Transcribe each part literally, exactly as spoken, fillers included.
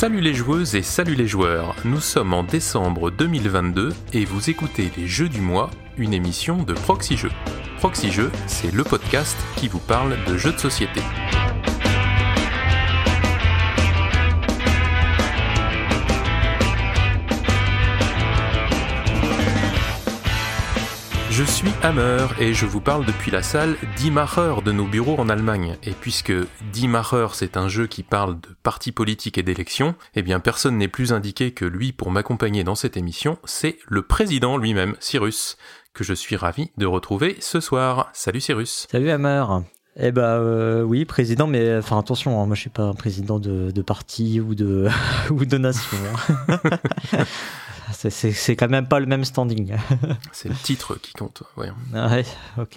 Salut les joueuses et salut les joueurs, nous sommes en décembre deux mille vingt-deux et vous écoutez les Jeux du mois, une émission de Proxy Jeux. Proxy Jeux, c'est le podcast qui vous parle de jeux de société. Je suis Hammer et je vous parle depuis la salle Die Macher de nos bureaux en Allemagne. Et puisque Die Macher c'est un jeu qui parle de partis politiques et d'élections, eh bien personne n'est plus indiqué que lui pour m'accompagner dans cette émission, c'est le président lui-même, Cyrus, que je suis ravi de retrouver ce soir. Salut Cyrus. Salut Hammer. Eh ben euh, oui, président, mais enfin attention, hein, moi je suis pas un président de, de parti ou de ou de nation. Hein. c'est, c'est, c'est quand même pas le même standing. C'est le titre qui compte, voyons. Ouais, ok.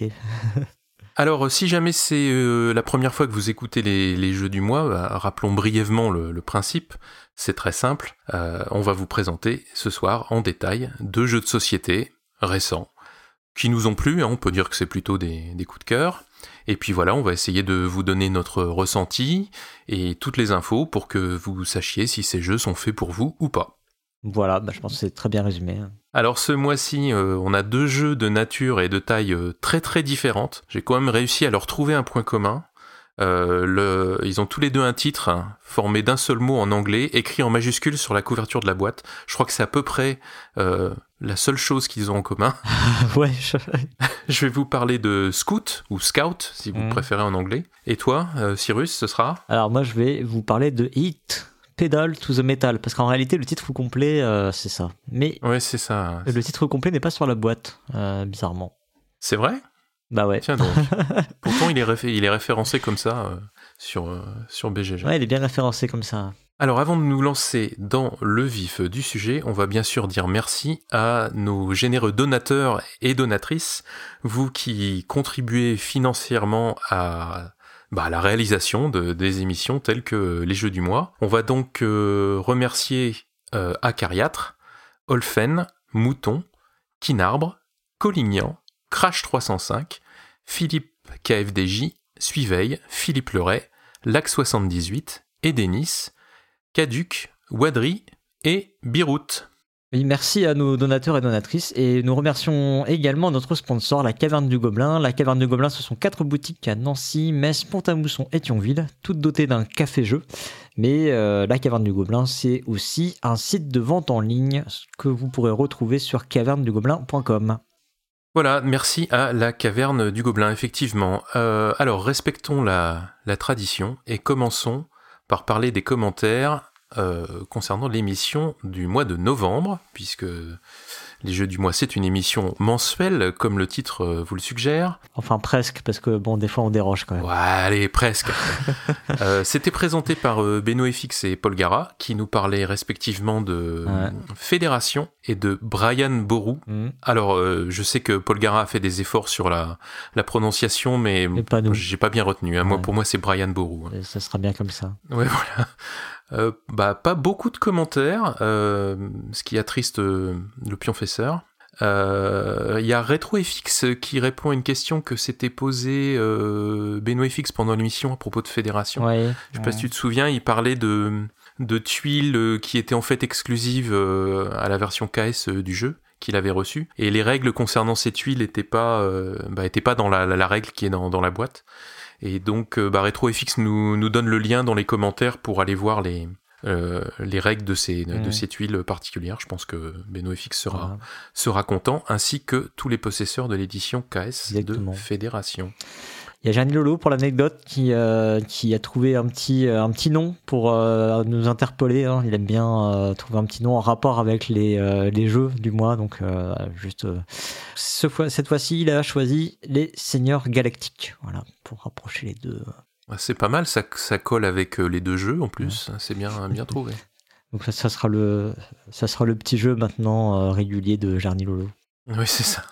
Alors, si jamais c'est euh, la première fois que vous écoutez les, les jeux du mois, bah, rappelons brièvement le, le principe. C'est très simple. Euh, on va vous présenter ce soir en détail deux jeux de société récents qui nous ont plu. Hein, on peut dire que c'est plutôt des, des coups de cœur. Et puis voilà, on va essayer de vous donner notre ressenti et toutes les infos pour que vous sachiez si ces jeux sont faits pour vous ou pas. Voilà, bah je pense que c'est très bien résumé. Alors ce mois-ci, euh, on a deux jeux de nature et de taille euh, très très différentes. J'ai quand même réussi à leur trouver un point commun. Euh, le... Ils ont tous les deux un titre hein, formé d'un seul mot en anglais, écrit en majuscule sur la couverture de la boîte. Je crois que c'est à peu près euh, la seule chose qu'ils ont en commun. Ouais. Je... je vais vous parler de Scout, ou Scout, si vous mmh. préférez en anglais. Et toi, euh, Cyrus, ce sera ? Alors moi, je vais vous parler de Hit Pedal to the Metal, parce qu'en réalité, le titre complet, euh, c'est ça. Mais ouais, c'est ça. Le titre complet n'est pas sur la boîte, euh, bizarrement. C'est vrai ? Bah ouais. Tiens donc. Pourtant, il est, réfé- il est référencé comme ça euh, sur, euh, sur B G G. Ouais, il est bien référencé comme ça. Alors, avant de nous lancer dans le vif du sujet, on va bien sûr dire merci à nos généreux donateurs et donatrices, vous qui contribuez financièrement à, bah, à la réalisation de, des émissions telles que les Jeux du mois. On va donc euh, remercier euh, Acariâtre, Olfen, Mouton, Kinarbre, Collignan, Crash trois cent cinq, Philippe K F D J, Suiveil, Philippe Leray, Lac soixante-dix-huit, Edenis, Caduc, Wadri et Birout. Oui, merci à nos donateurs et donatrices et nous remercions également notre sponsor, la Caverne du Gobelin. La Caverne du Gobelin, ce sont quatre boutiques à Nancy, Metz, Pont-à-Mousson et Thionville, toutes dotées d'un café-jeu. Mais euh, la Caverne du Gobelin, c'est aussi un site de vente en ligne que vous pourrez retrouver sur caverne du gobelin point com. Voilà, merci à la Caverne du Gobelin, effectivement. Euh, alors, respectons la, la tradition et commençons par parler des commentaires euh, concernant l'émission du mois de novembre, puisque les Jeux du mois, c'est une émission mensuelle, comme le titre euh, vous le suggère. Enfin, presque, parce que, bon, des fois, on déroge quand même. Ouais, allez, presque. euh, c'était présenté par euh, Beno F X et Paul Gara, qui nous parlaient respectivement de ouais. Fédération et de Brian Boru. Mmh. Alors, euh, je sais que Paul Gara a fait des efforts sur la, la prononciation, mais pas j'ai pas bien retenu. Hein. Ouais. Moi, pour moi, c'est Brian Boru. Hein. Ça sera bien comme ça. Ouais, voilà. Euh, bah, pas beaucoup de commentaires, euh, ce qui attriste euh, le pionfesseur. Il euh, y a RetroFX qui répond à une question que s'était posée euh, Beno F X pendant l'émission à propos de Fédération. Ouais, je sais ouais. pas si tu te souviens, il parlait de, de tuiles qui étaient en fait exclusives euh, à la version K S euh, du jeu qu'il avait reçue. Et les règles concernant ces tuiles n'étaient pas, euh, bah, étaient pas dans la, la, la règle qui est dans, dans la boîte. Et donc, euh, bah, RetroFX nous, nous donne le lien dans les commentaires pour aller voir les, euh, les règles de ces, mmh. de ces tuiles particulières. Je pense que Beno F X sera, voilà. sera content, ainsi que tous les possesseurs de l'édition K S Exactement. De Fédération. Il y a Gianni Lolo pour l'anecdote qui, euh, qui a trouvé un petit, un petit nom pour euh, nous interpeller. Hein. Il aime bien euh, trouver un petit nom en rapport avec les, euh, les jeux du mois. Donc, euh, juste, euh, ce fois, cette fois-ci, il a choisi les Seigneurs Galactiques. Voilà, pour rapprocher les deux. C'est pas mal, ça, ça colle avec les deux jeux en plus. Ouais. C'est bien, bien trouvé. Donc, ça, ça, sera le, ça sera le petit jeu maintenant euh, régulier de Gianni Lolo. Oui, c'est ça.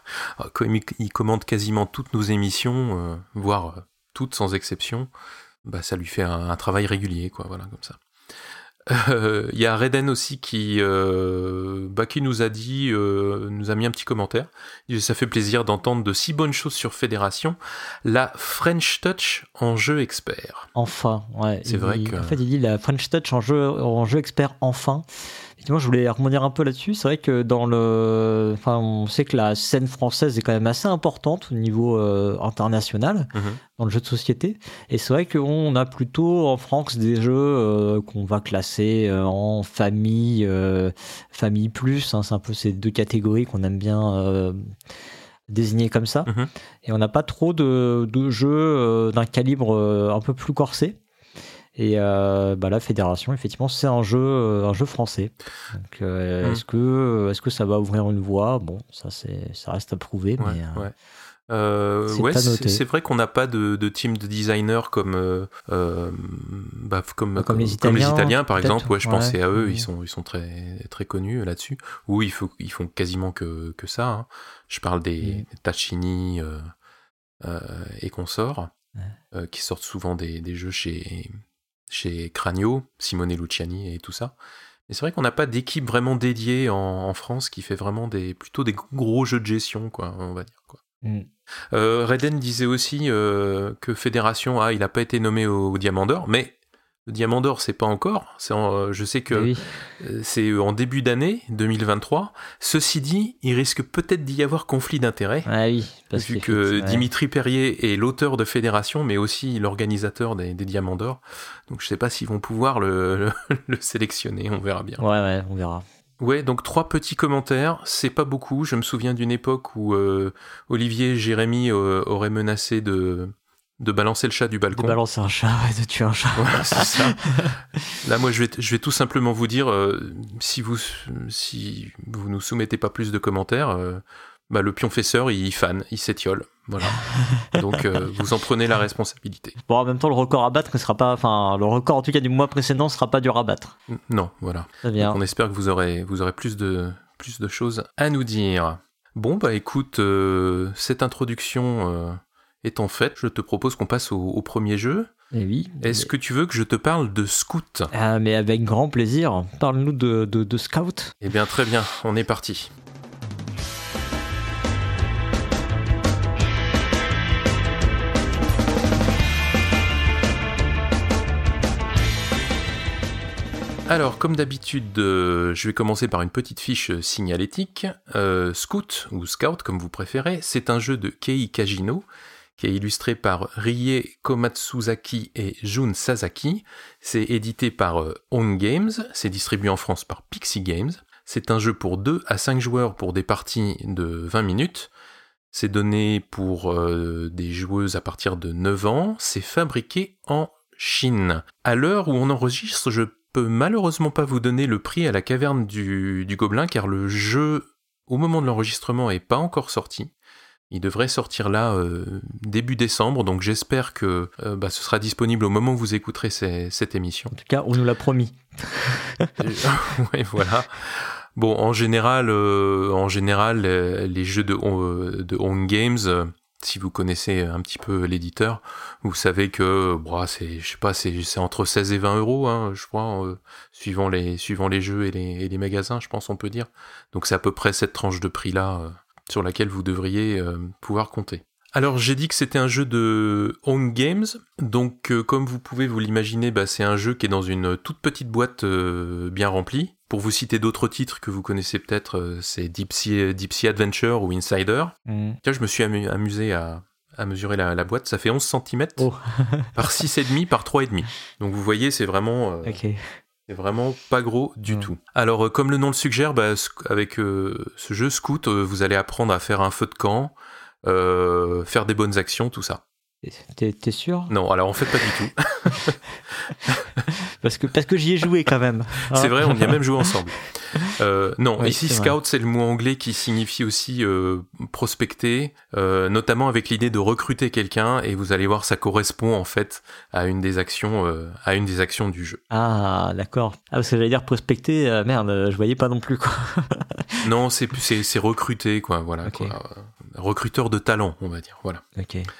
Comme il commente quasiment toutes nos émissions, euh, voire toutes sans exception, bah, ça lui fait un, un travail régulier, quoi, voilà, comme ça. Il euh, y a Reden aussi qui, euh, bah, qui nous a dit, euh, nous a mis un petit commentaire. Il dit, ça fait plaisir d'entendre de si bonnes choses sur Fédération. La French Touch en jeu expert. Enfin, ouais. C'est vrai dit, que... En fait, il dit la French Touch en jeu, en jeu expert, enfin. Effectivement, je voulais rebondir un peu là-dessus. C'est vrai que dans le... Enfin, on sait que la scène française est quand même assez importante au niveau euh, international, mm-hmm. dans le jeu de société. Et c'est vrai qu'on a plutôt en France des jeux euh, qu'on va classer euh, en famille, euh, famille plus. Hein, c'est un peu ces deux catégories qu'on aime bien euh, désigner comme ça. Mm-hmm. Et on n'a pas trop de, de jeux euh, d'un calibre euh, un peu plus corsé. Et euh, bah, la Fédération, effectivement, c'est un jeu, euh, un jeu français. Donc, euh, mmh. est-ce que, est-ce que ça va ouvrir une voie ? Bon, ça, c'est, ça reste à prouver. Ouais, mais, euh, ouais. Euh, c'est, ouais c'est, c'est vrai qu'on n'a pas de, de team de designers comme, euh, bah, comme, comme, comme, les Italiens, comme les Italiens, par peut-être. exemple. Ouais, je ouais. pensais à eux, mmh. ils sont, ils sont très, très connus là-dessus. Ou ils, faut, ils font quasiment que, que ça. Hein. Je parle des, mmh. des Tachini euh, euh, et consorts, ouais. euh, qui sortent souvent des, des jeux chez... chez Cranio, Simone Luciani et tout ça. Mais c'est vrai qu'on n'a pas d'équipe vraiment dédiée en, en France qui fait vraiment des, plutôt des gros jeux de gestion, quoi, on va dire. Quoi. Mm. Euh, Reden disait aussi euh, que Fédération, ah, il n'a pas été nommé au, au Diamant d'Or, mais le Diamant d'Or, c'est pas encore. C'est en, je sais que oui. c'est en début d'année deux mille vingt-trois. Ceci dit, il risque peut-être d'y avoir conflit d'intérêts. Ah oui, parce vu que Dimitri Perrier est l'auteur de Fédération, mais aussi l'organisateur des, des Diamants d'Or. Donc je sais pas s'ils vont pouvoir le, le, le sélectionner, on verra bien. Ouais, ouais, on verra. Ouais, donc trois petits commentaires, c'est pas beaucoup. Je me souviens d'une époque où euh, Olivier Jérémy euh, aurait menacé de... de balancer le chat du balcon. De balancer un chat, ouais, de tuer un chat. Voilà, c'est ça. Là, moi, je vais, je vais tout simplement vous dire, euh, si vous, si vous nous soumettez pas plus de commentaires, euh, bah, le pionfesseur, il fan, il s'étiole. Voilà. Donc, euh, vous en prenez la responsabilité. Bon, en même temps, le record à battre ne sera pas, enfin, le record, en tout cas, du mois précédent ne sera pas dur à battre. Non, voilà. Très bien. Donc, on espère que vous aurez, vous aurez plus de, plus de choses à nous dire. Bon, bah, écoute, euh, cette introduction, euh, étant faite, je te propose qu'on passe au, au premier jeu. Et oui. Est-ce mais... que tu veux que je te parle de Scout ? Ah, mais avec grand plaisir. Parle-nous de, de, de Scout. Eh bien, très bien, on est parti. Alors, comme d'habitude, euh, je vais commencer par une petite fiche signalétique. Euh, Scout, ou Scout, comme vous préférez, c'est un jeu de Kei Kajino, qui est illustré par Rie Komatsuzaki et Jun Sasaki. C'est édité par euh, Own Games, c'est distribué en France par Pixie Games. C'est un jeu pour deux à cinq joueurs pour des parties de vingt minutes. C'est donné pour euh, des joueuses à partir de neuf ans. C'est fabriqué en Chine. À l'heure où on enregistre, je peux malheureusement pas vous donner le prix à la caverne du, du Gobelin, car le jeu, au moment de l'enregistrement, est pas encore sorti. Il devrait sortir là euh, début décembre, donc j'espère que euh, bah, ce sera disponible au moment où vous écouterez ces, cette émission. En tout cas, on nous l'a promis. Oui, voilà. Bon, en général, euh, en général, les, les jeux de, euh, de Own Games, euh, si vous connaissez un petit peu l'éditeur, vous savez que, bon, c'est, je sais pas, c'est, c'est entre seize et vingt euros, hein, je crois, euh, suivant les, suivant les jeux et les, et les magasins, je pense, on peut dire. Donc c'est à peu près cette tranche de prix-là euh, sur laquelle vous devriez euh, pouvoir compter. Alors j'ai dit que c'était un jeu de Own Games, donc euh, comme vous pouvez vous l'imaginer, bah, c'est un jeu qui est dans une toute petite boîte euh, bien remplie. Pour vous citer d'autres titres que vous connaissez peut-être, euh, c'est Deep Sea, Deep Sea Adventure ou Insider. Mmh. Tiens, je me suis amu- amusé à, à mesurer la, la boîte, ça fait onze centimètres oh. par six virgule cinq par trois virgule cinq. Donc vous voyez, c'est vraiment... Euh, okay. C'est vraiment pas gros du mmh. tout. Alors, euh, comme le nom le suggère, bah, avec euh, ce jeu Scout, euh, vous allez apprendre à faire un feu de camp, euh, faire des bonnes actions, tout ça. T'es, t'es sûr ? Non, alors en fait pas du tout. parce que, parce que j'y ai joué quand même. Hein. C'est vrai, on y a même joué ensemble. Euh, non, oui, ici c'est Scout, vrai. C'est le mot anglais qui signifie aussi euh, prospecter, euh, notamment avec l'idée de recruter quelqu'un, et vous allez voir, ça correspond en fait à une des actions, euh, à une des actions du jeu. Ah, d'accord. Ah, parce que j'allais dire prospecter, euh, merde, je voyais pas non plus quoi. Non, c'est c'est c'est recruter quoi, voilà. Okay. Quoi. Recruteur de talent, on va dire, voilà. Ok.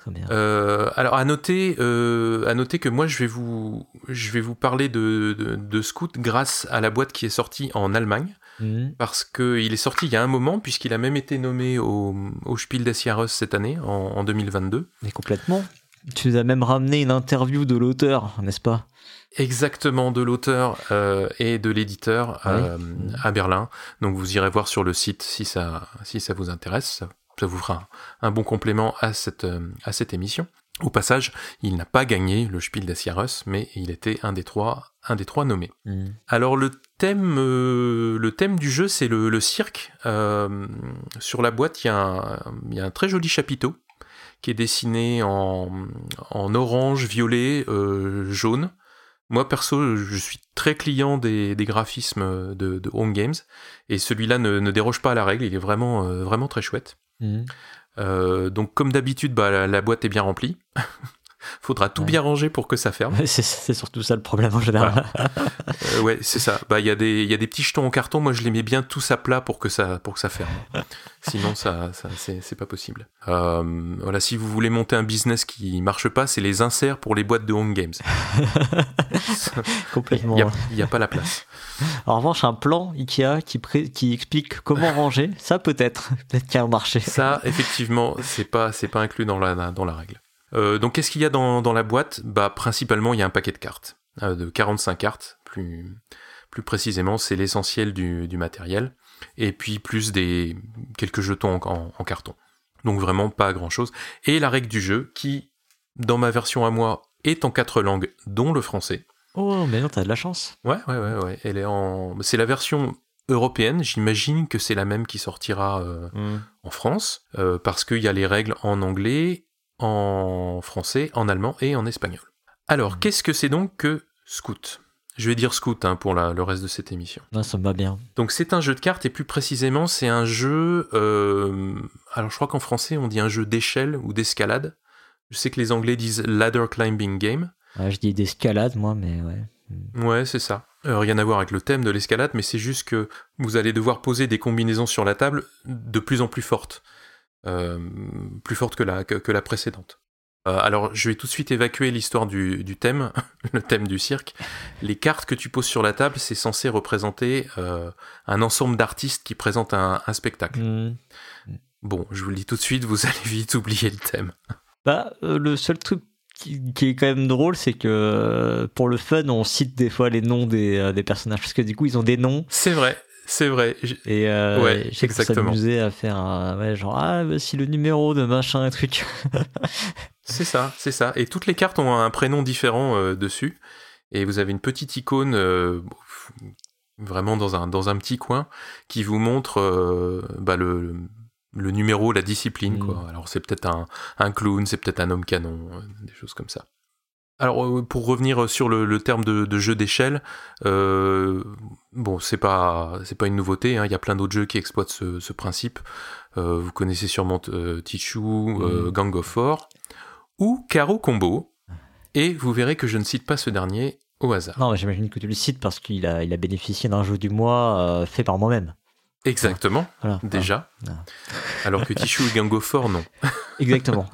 Très bien. Euh, alors à noter, euh, à noter que moi je vais vous, je vais vous parler de, de, de Scout grâce à la boîte qui est sortie en Allemagne, mmh. parce qu'il est sorti il y a un moment, puisqu'il a même été nommé au, au Spiel des Jahres cette année, en, en deux mille vingt-deux. Mais complètement. Tu nous as même ramené une interview de l'auteur, n'est-ce pas ? Exactement, de l'auteur euh, et de l'éditeur euh, oui. à Berlin. Donc vous irez voir sur le site si ça, si ça vous intéresse. Ça, ça vous fera un, un bon complément à cette, à cette émission. Au passage, il n'a pas gagné le Spiel des Jahres, mais il était un des trois, un des trois nommés. Mmh. Alors le thème, euh, le thème du jeu, c'est le, le cirque. Euh, sur la boîte, il y a un, il y a un très joli chapiteau qui est dessiné en, en orange, violet, euh, jaune. Moi, perso, je suis très client des, des graphismes de, de Home Games, et celui-là ne, ne déroge pas à la règle, il est vraiment, euh, vraiment très chouette. Mmh. Euh, donc, comme d'habitude, bah, la, la boîte est bien remplie. Faudra tout ouais. bien ranger pour que ça ferme. C'est, c'est surtout ça le problème en général. Voilà. euh, ouais, c'est ça. Bah, il y a des, il y a des petits jetons en carton. Moi, je les mets bien tous à plat pour que ça, pour que ça ferme. Sinon, ça, ça c'est, c'est pas possible. Euh, voilà, si vous voulez monter un business qui marche pas, c'est les inserts pour les boîtes de Home Games. Complètement. Il n'y a, a pas la place. En revanche, un plan Ikea qui, pré- qui explique comment ranger, ça peut-être, peut-être qu'il y a un marché. Ça, effectivement, c'est pas, c'est pas inclus dans la, dans la règle. Euh, donc, qu'est-ce qu'il y a dans, dans la boîte ? Bah, principalement, il y a un paquet de cartes, euh, de quarante-cinq cartes, plus, plus précisément, c'est l'essentiel du, du matériel, et puis plus des quelques jetons en, en, en carton. Donc, vraiment pas grand-chose. Et la règle du jeu, qui, dans ma version à moi, est en quatre langues, dont le français. Oh, mais non, t'as de la chance. Ouais, ouais, ouais, ouais. Elle est en... C'est la version européenne, j'imagine que c'est la même qui sortira euh, mmh. en France, euh, parce qu'il y a les règles en anglais, en français, en allemand et en espagnol. Alors, mmh. qu'est-ce que c'est donc que Scout ? Je vais dire Scout hein, pour la, le reste de cette émission. Non, ça me va bien. Donc, c'est un jeu de cartes et plus précisément, c'est un jeu... Euh, alors, je crois qu'en français, on dit un jeu d'échelle ou d'escalade. Je sais que les Anglais disent Ladder Climbing Game. Ouais, je dis d'escalade, moi, mais ouais. Ouais, c'est ça. Euh, rien à voir avec le thème de l'escalade, mais c'est juste que vous allez devoir poser des combinaisons sur la table de plus en plus fortes. Euh, plus fortes que la, que, que la précédente. Euh, alors, je vais tout de suite évacuer l'histoire du, du thème, le thème du cirque. Les cartes que tu poses sur la table, c'est censé représenter euh, un ensemble d'artistes qui présentent un, un spectacle. Mmh. Bon, je vous le dis tout de suite, vous allez vite oublier le thème. Bah, euh, le seul truc qui, qui est quand même drôle, c'est que euh, pour le fun, on cite des fois les noms des, euh, des personnages, parce que du coup, ils ont des noms. C'est vrai. C'est vrai. Et euh, ouais, je sais qu'on s'amusait à faire un, ouais, genre, ah, bah, si le numéro de machin, un truc. C'est ça, c'est ça. Et toutes les cartes ont un prénom différent euh, dessus. Et vous avez une petite icône, euh, vraiment dans un, dans un petit coin, qui vous montre euh, bah, le, le numéro, la discipline, mmh. quoi. Alors, c'est peut-être un, un clown, c'est peut-être un homme canon, euh, des choses comme ça. Alors, pour revenir sur le, le terme de, de jeu d'échelle, euh, bon, c'est pas, c'est pas une nouveauté, hein, il y a plein d'autres jeux qui exploitent ce, ce principe. Euh, vous connaissez sûrement euh, Tichu, euh, mmh. Gang of Four, ou Caro Combo, et vous verrez que je ne cite pas ce dernier au hasard. Non, mais j'imagine que tu le cites parce qu'il a, il a bénéficié d'un jeu du mois euh, fait par moi-même. Exactement, voilà. déjà. Voilà. Alors que Tichu et Gang of Four, non. Exactement.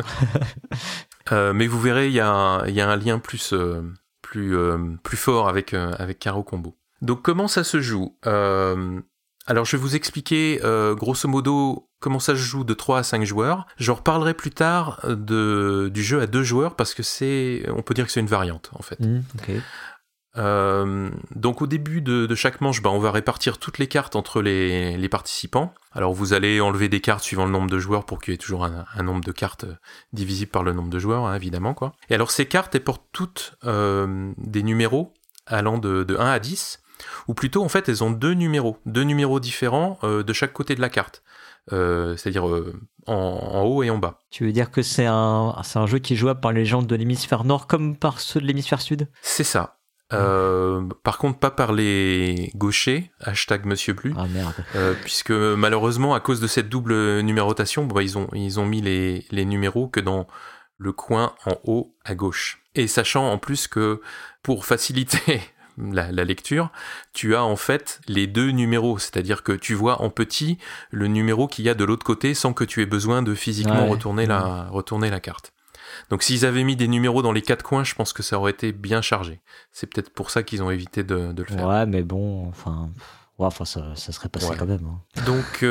Euh, mais vous verrez, il y, y a un lien plus, euh, plus, euh, plus fort avec, euh, avec Caro Combo. Donc, comment ça se joue ? euh, Alors, je vais vous expliquer, euh, grosso modo, comment ça se joue de trois à cinq joueurs. Je reparlerai plus tard de, du jeu à deux joueurs, parce que c'est, on peut dire que c'est une variante, en fait. Mmh, ok. Euh, donc au début de, de chaque manche, bah, on va répartir toutes les cartes entre les, les participants. Alors vous allez enlever des cartes suivant le nombre de joueurs pour qu'il y ait toujours un, un nombre de cartes divisible par le nombre de joueurs, hein, évidemment, quoi. Et alors ces cartes, elles portent toutes euh, des numéros allant de, de un à dix, ou plutôt en fait elles ont deux numéros, deux numéros différents euh, de chaque côté de la carte. Euh, c'est-à-dire euh, en, en haut et en bas. Tu veux dire que c'est un, c'est un jeu qui est jouable par les gens de l'hémisphère nord comme par ceux de l'hémisphère sud ? C'est ça. Euh, par contre, pas par les gauchers, hashtag Monsieur Blue. Ah merde. Euh, puisque malheureusement, à cause de cette double numérotation, bah, ils ont, ils ont mis les, les numéros que dans le coin en haut à gauche. Et sachant en plus que pour faciliter la, la lecture, tu as en fait les deux numéros, c'est-à-dire que tu vois en petit le numéro qu'il y a de l'autre côté sans que tu aies besoin de physiquement ouais. retourner, mmh. la, retourner la carte. Donc s'ils avaient mis des numéros dans les quatre coins, je pense que ça aurait été bien chargé. C'est peut-être pour ça qu'ils ont évité de, de le faire. Ouais, mais bon, enfin... Ouais, enfin, ça, ça serait passé ouais. quand même. Hein. Donc,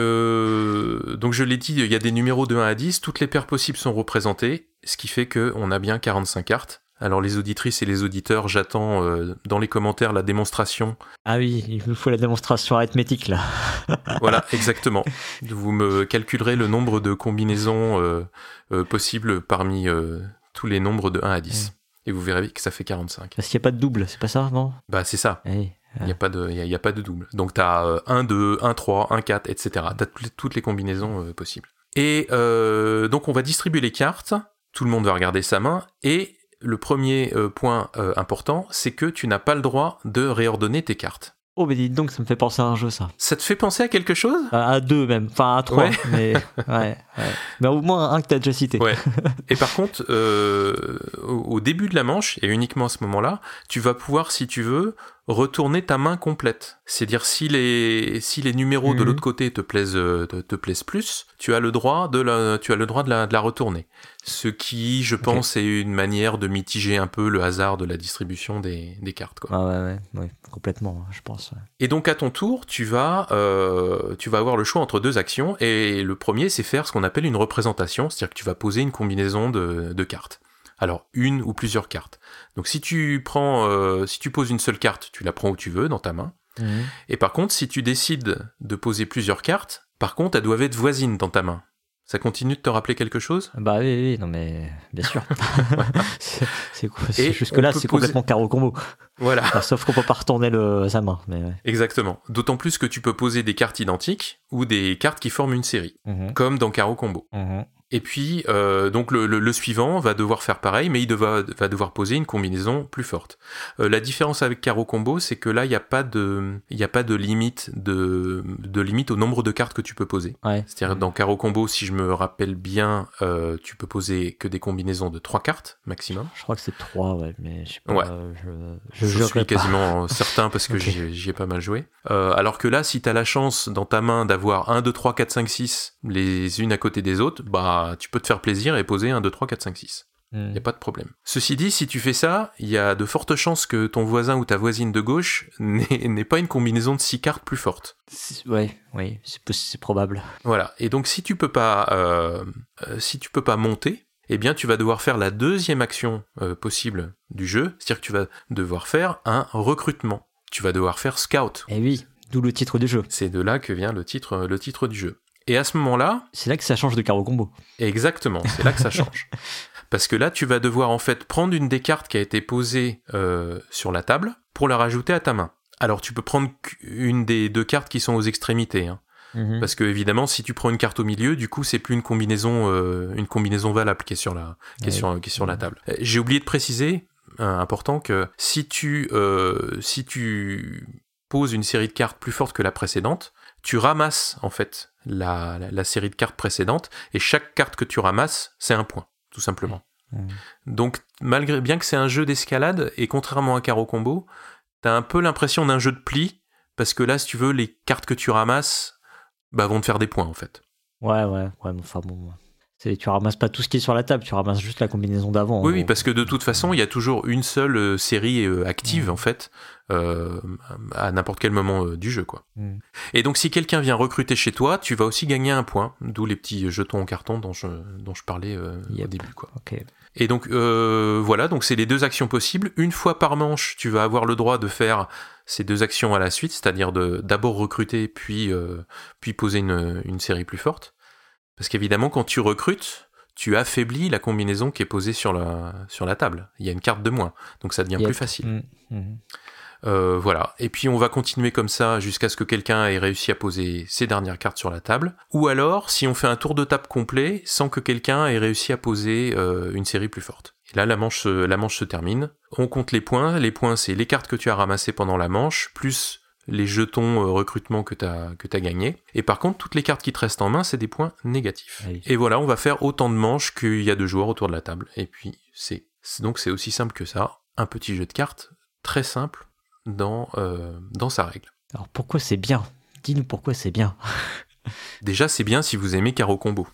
euh, donc je l'ai dit, il y a des numéros de un à dix, toutes les paires possibles sont représentées, ce qui fait qu'on a bien quarante-cinq cartes. Alors les auditrices et les auditeurs, j'attends euh, dans les commentaires la démonstration. Ah oui, il nous faut la démonstration arithmétique là. Voilà, exactement. Vous me calculerez le nombre de combinaisons euh, euh, possibles parmi euh, tous les nombres de un à dix. Mmh. Et vous verrez que ça fait quarante-cinq. Parce qu'il n'y a pas de double, c'est pas ça, non ? Bah c'est ça. Hey. Il n'y a, a, a pas de double. Donc tu as euh, un, deux, un, trois, un, quatre, et cetera. Tu as toutes les, toutes les combinaisons euh, possibles. Et euh, donc on va distribuer les cartes, tout le monde va regarder sa main, et le premier euh, point euh, important, c'est que tu n'as pas le droit de réordonner tes cartes. Oh, mais dites donc, ça me fait penser à un jeu, ça. Ça te fait penser à quelque chose ? À deux même, enfin à trois, ouais. mais ouais, ouais. Mais au moins un que tu as déjà cité. Ouais. Et par contre, euh, au, au début de la manche, et uniquement à ce moment-là, tu vas pouvoir, si tu veux, retourner ta main complète. C'est-à-dire si les si les numéros mmh. de l'autre côté te plaisent te, te plaisent plus, tu as le droit de la tu as le droit de la de la retourner. Ce qui, je pense, okay. est une manière de mitiger un peu le hasard de la distribution des des cartes, quoi. Ah ouais ouais, ouais complètement, je pense. Ouais. Et donc à ton tour, tu vas euh, tu vas avoir le choix entre deux actions, et le premier, c'est faire ce qu'on appelle une représentation, c'est-à-dire que tu vas poser une combinaison de de cartes. Alors, une ou plusieurs cartes. Donc, si tu prends, euh, si tu poses une seule carte, tu la prends où tu veux, dans ta main. Mmh. Et par contre, si tu décides de poser plusieurs cartes, par contre, elles doivent être voisines dans ta main. Ça continue de te rappeler quelque chose ? Bah oui, oui, non mais bien sûr. c'est, c'est, c'est, jusque-là, c'est poser... complètement carreau combo. Voilà. Enfin, sauf qu'on peut pas retourner le, sa main. Mais ouais. Exactement. D'autant plus que tu peux poser des cartes identiques ou des cartes qui forment une série, mmh. comme dans carreau combo. Mmh. Et puis, euh, donc le, le, le suivant va devoir faire pareil, mais il deva, va devoir poser une combinaison plus forte. Euh, la différence avec carreau combo, c'est que là, il n'y a pas de, il y a pas de limite de, de limite au nombre de cartes que tu peux poser. Ouais. C'est-à-dire dans carreau combo, si je me rappelle bien, euh, tu peux poser que des combinaisons de trois cartes maximum. Je crois que c'est trois, ouais, mais je sais pas. Ouais. Je, je, je suis quasiment certain parce que okay. j'y, j'y ai pas mal joué. Euh, alors que là, si tu as la chance dans ta main d'avoir un, deux, trois, quatre, cinq, six les unes à côté des autres, bah tu peux te faire plaisir et poser un, deux, trois, quatre, cinq, six. Il mmh. n'y a pas de problème. Ceci dit, si tu fais ça, il y a de fortes chances que ton voisin ou ta voisine de gauche n'ait, n'ait pas une combinaison de six cartes plus forte. C'est, ouais, oui, c'est, c'est probable. Voilà. Et donc, si tu peux pas, euh, euh, si tu peux pas monter, eh bien, tu vas devoir faire la deuxième action euh, possible du jeu, c'est-à-dire que tu vas devoir faire un recrutement. Tu vas devoir faire scout. Eh oui, d'où le titre du jeu. C'est de là que vient le titre, le titre du jeu. Et à ce moment-là... C'est là que ça change de carreau combo. Exactement, c'est là que ça change. Parce que là, tu vas devoir en fait prendre une des cartes qui a été posée euh, sur la table pour la rajouter à ta main. Alors, tu peux prendre une des deux cartes qui sont aux extrémités. Hein. Mmh. Parce que, évidemment, si tu prends une carte au milieu, du coup, c'est plus une combinaison, euh, une combinaison valable qui est sur la, qui est sur, qui est sur la table. J'ai oublié de préciser, euh, important, que si tu, euh, si tu poses une série de cartes plus forte que la précédente, tu ramasses en fait la, la, la série de cartes précédente, et chaque carte que tu ramasses, c'est un point, tout simplement. Mmh. Donc, malgré bien que c'est un jeu d'escalade, et contrairement à Carreau Combo, t'as un peu l'impression d'un jeu de pli, parce que là, si tu veux, les cartes que tu ramasses bah, vont te faire des points, en fait. Ouais, ouais, ouais, enfin bon... C'est, tu ramasses pas tout ce qui est sur la table, tu ramasses juste la combinaison d'avant. Oui, oui, parce que de toute façon, il y a toujours une seule euh, série euh, active, mmh. en fait, euh, à n'importe quel moment euh, du jeu, quoi. Mmh. Et donc, si quelqu'un vient recruter chez toi, tu vas aussi gagner un point, d'où les petits jetons en carton dont je, dont je parlais euh, yep. au début, quoi. Okay. Et donc, euh, voilà, donc c'est les deux actions possibles. Une fois par manche, tu vas avoir le droit de faire ces deux actions à la suite, c'est-à-dire de d'abord recruter, puis, euh, puis poser une, une série plus forte. Parce qu'évidemment, quand tu recrutes, tu affaiblis la combinaison qui est posée sur la, sur la table. Il y a une carte de moins, donc ça devient yep. plus facile. Mmh. Mmh. Euh, voilà. Et puis on va continuer comme ça jusqu'à ce que quelqu'un ait réussi à poser ses dernières cartes sur la table. Ou alors, si on fait un tour de table complet sans que quelqu'un ait réussi à poser euh, une série plus forte. Et là, la manche, la manche se termine. On compte les points. Les points, c'est les cartes que tu as ramassées pendant la manche, plus les jetons euh, recrutement que tu as que tu as gagnés. Et par contre, toutes les cartes qui te restent en main, c'est des points négatifs. Oui. Et voilà, on va faire autant de manches qu'il y a de joueurs autour de la table. Et puis, c'est, c'est donc c'est aussi simple que ça. Un petit jeu de cartes, très simple dans, euh, dans sa règle. Alors pourquoi c'est bien ? Dis-nous pourquoi c'est bien. Déjà, c'est bien si vous aimez Carreau Combo.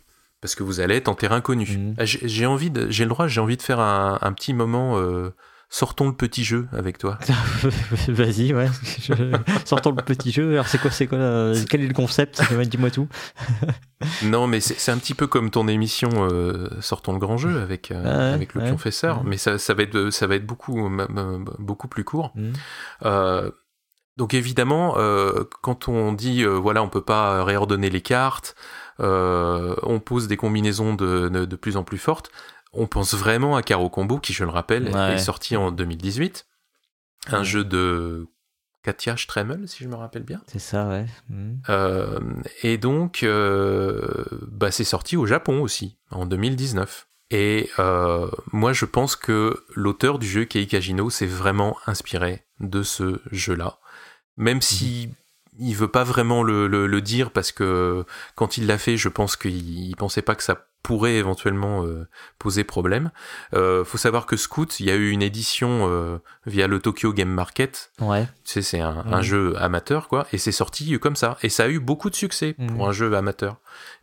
parce que vous allez être en terrain connu. Mmh. J'ai, j'ai envie de, j'ai le droit, j'ai envie de faire un, un petit moment. Euh, sortons le petit jeu avec toi. Vas-y, ouais. Je... Sortons le petit jeu. Alors c'est quoi, c'est quoi là quel est le concept? Dis-moi tout. Non, mais c'est, c'est un petit peu comme ton émission euh, Sortons le grand jeu avec euh, ah ouais, avec le ouais. Pionfesseur, Mmh. mais ça, ça va être ça va être beaucoup beaucoup plus court. Mmh. Euh, donc évidemment, euh, quand on dit euh, voilà, on peut pas réordonner les cartes, euh, on pose des combinaisons de, de de plus en plus fortes. On pense vraiment à Caro Combo, qui, je le rappelle, ouais. est sorti en deux mille dix-huit. Un ouais. jeu de Katia Stremel, si je me rappelle bien. C'est ça, ouais. Mmh. Euh, et donc, euh, bah, c'est sorti au Japon aussi, en deux mille dix-neuf. Et euh, moi, je pense que l'auteur du jeu, Kei Kajino, s'est vraiment inspiré de ce jeu-là. Même mmh. si... il veut pas vraiment le, le, le dire, parce que quand il l'a fait, je pense qu'il il pensait pas que ça pourrait éventuellement euh, poser problème. Euh, faut savoir que Scout, il y a eu une édition euh, via le Tokyo Game Market. Ouais. Tu sais, c'est un, mmh. un jeu amateur, quoi, et c'est sorti comme ça. Et ça a eu beaucoup de succès mmh. pour un jeu amateur.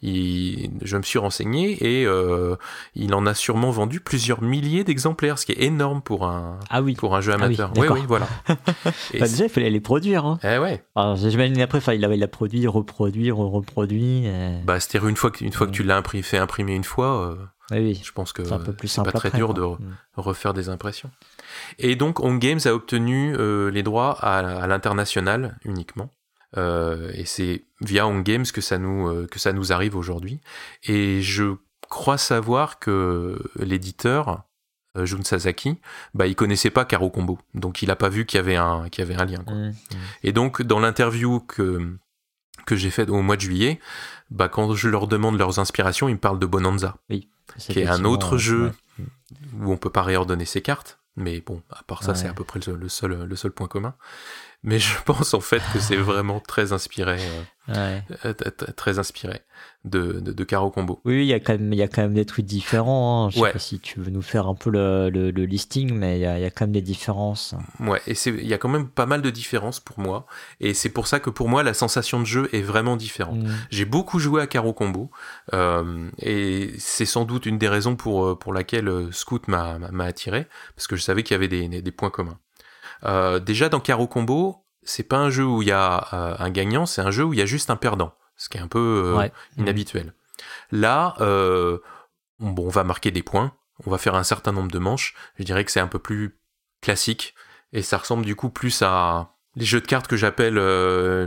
Il, je me suis renseigné et euh, il en a sûrement vendu plusieurs milliers d'exemplaires, ce qui est énorme pour un, ah oui. pour un jeu amateur. Ah oui, oui, oui, voilà. bah déjà, il fallait les produire. Hein. Eh ouais. Alors, j'imagine après, il a, il a produit, reproduit, reproduit. Et... Bah, c'est-à-dire une fois que, une fois que tu l'as imprimé, fait imprimer une fois, euh, oui, oui. je pense que c'est, un peu plus c'est pas très après, dur quoi. de re- refaire des impressions. Et donc, On Games a obtenu euh, les droits à, à l'international uniquement. Euh, et c'est via On Games que ça nous euh, que ça nous arrive aujourd'hui. Et je crois savoir que l'éditeur euh, Jun Sasaki, bah il connaissait pas Caro Combo, donc il a pas vu qu'il y avait un qu'il y avait un lien, quoi. Mmh, mmh. Et donc dans l'interview que que j'ai faite au mois de juillet, bah quand je leur demande leurs inspirations, ils me parlent de Bonanza, oui, qui est un autre euh, jeu ouais. où on peut pas réordonner ses cartes. Mais bon, à part ça, ouais. c'est à peu près le, le seul le seul point commun. Mais je pense en fait que c'est vraiment très inspiré, euh, ouais. euh, très inspiré de, de, de Caro Combo. Oui, il y a quand même, il y a quand même des trucs différents. Hein. Je sais ouais. pas si tu veux nous faire un peu le, le, le listing, mais il y, a, il y a quand même des différences. Ouais, et c'est, il y a quand même pas mal de différences pour moi, et c'est pour ça que pour moi la sensation de jeu est vraiment différente. Mmh. J'ai beaucoup joué à Caro Combo, euh, et c'est sans doute une des raisons pour pour laquelle Scout m'a m'a attiré, parce que je savais qu'il y avait des, des, des points communs. Euh, déjà dans Caro Combo, c'est pas un jeu où il y a euh, un gagnant, c'est un jeu où il y a juste un perdant, ce qui est un peu euh, ouais. inhabituel. Mmh. Là, euh, on, bon, on va marquer des points, on va faire un certain nombre de manches. Je dirais que c'est un peu plus classique et ça ressemble du coup plus à les jeux de cartes que j'appelle euh,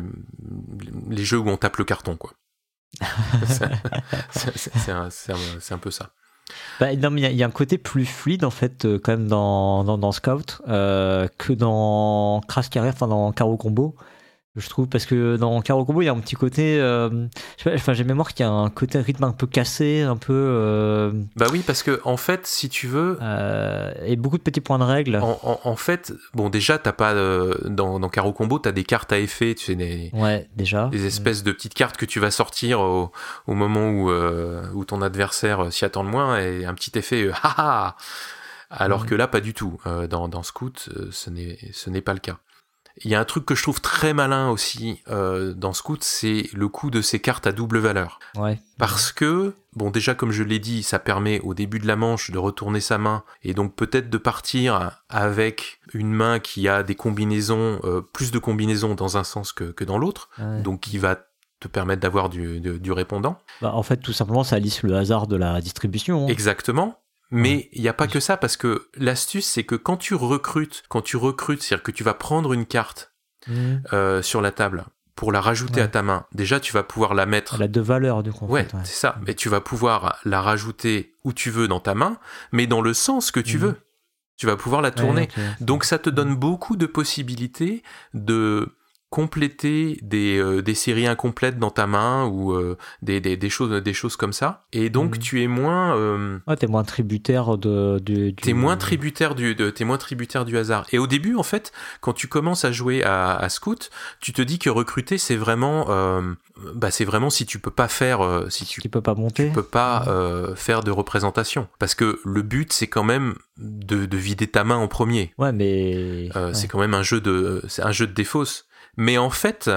les jeux où on tape le carton, quoi. c'est, c'est, c'est, un, c'est, un, c'est un peu ça. Bah, non, mais il y, y a un côté plus fluide en fait euh, quand même dans, dans, dans Scout euh, que dans Crash Carrier, enfin dans Caro Combo, je trouve, parce que dans Caro Combo il y a un petit côté, euh, je sais pas, enfin j'ai mémoire qu'il y a un côté rythme un peu cassé, un peu. Euh, bah oui, parce que en fait, si tu veux, euh, et beaucoup de petits points de règle. En, en, en fait, bon déjà t'as pas euh, dans, dans Caro Combo t'as des cartes à effet, tu sais des, ouais, déjà. des espèces mmh. de petites cartes que tu vas sortir au, au moment où euh, où ton adversaire s'y attend le moins, et un petit effet euh, haha. Alors mmh. que là pas du tout. Euh, dans dans Scout, euh, ce n'est ce n'est pas le cas. Il y a un truc que je trouve très malin aussi euh, dans Scout, c'est le coup de ces cartes à double valeur. Ouais. Parce que, bon déjà comme je l'ai dit, ça permet au début de la manche de retourner sa main, et donc peut-être de partir avec une main qui a des combinaisons, euh, plus de combinaisons dans un sens que, que dans l'autre, ouais. donc qui va te permettre d'avoir du, du, du répondant. Bah, en fait, tout simplement, ça lisse le hasard de la distribution. Hein. Exactement. Mais il n'y a pas que ça, parce que l'astuce, c'est que quand tu recrutes, quand tu recrutes, c'est-à-dire que tu vas prendre une carte mmh. euh, sur la table pour la rajouter ouais. à ta main, déjà tu vas pouvoir la mettre... Elle a deux valeurs, du coup. En ouais, fait, ouais, c'est ça. Mais tu vas pouvoir la rajouter où tu veux dans ta main, mais dans le sens que tu mmh. veux. Tu vas pouvoir la tourner. Ouais, okay. Donc ça te donne beaucoup de possibilités de compléter des, euh, des séries incomplètes dans ta main, ou euh, des, des, des, choses, des choses comme ça. Et donc, mmh. tu es moins... Euh, ouais, t'es moins tributaire de... de du... T'es moins tributaire du, de, t'es moins tributaire du hasard. Et au début, en fait, quand tu commences à jouer à, à Scout, tu te dis que recruter, c'est vraiment... Euh, bah, c'est vraiment si tu peux pas faire... Euh, si tu, tu peux pas monter. Tu peux pas mmh. euh, faire de représentation. Parce que le but, c'est quand même de, de vider ta main en premier. Ouais, mais... Euh, ouais. C'est quand même un jeu de, c'est un jeu de défausse. Mais en fait,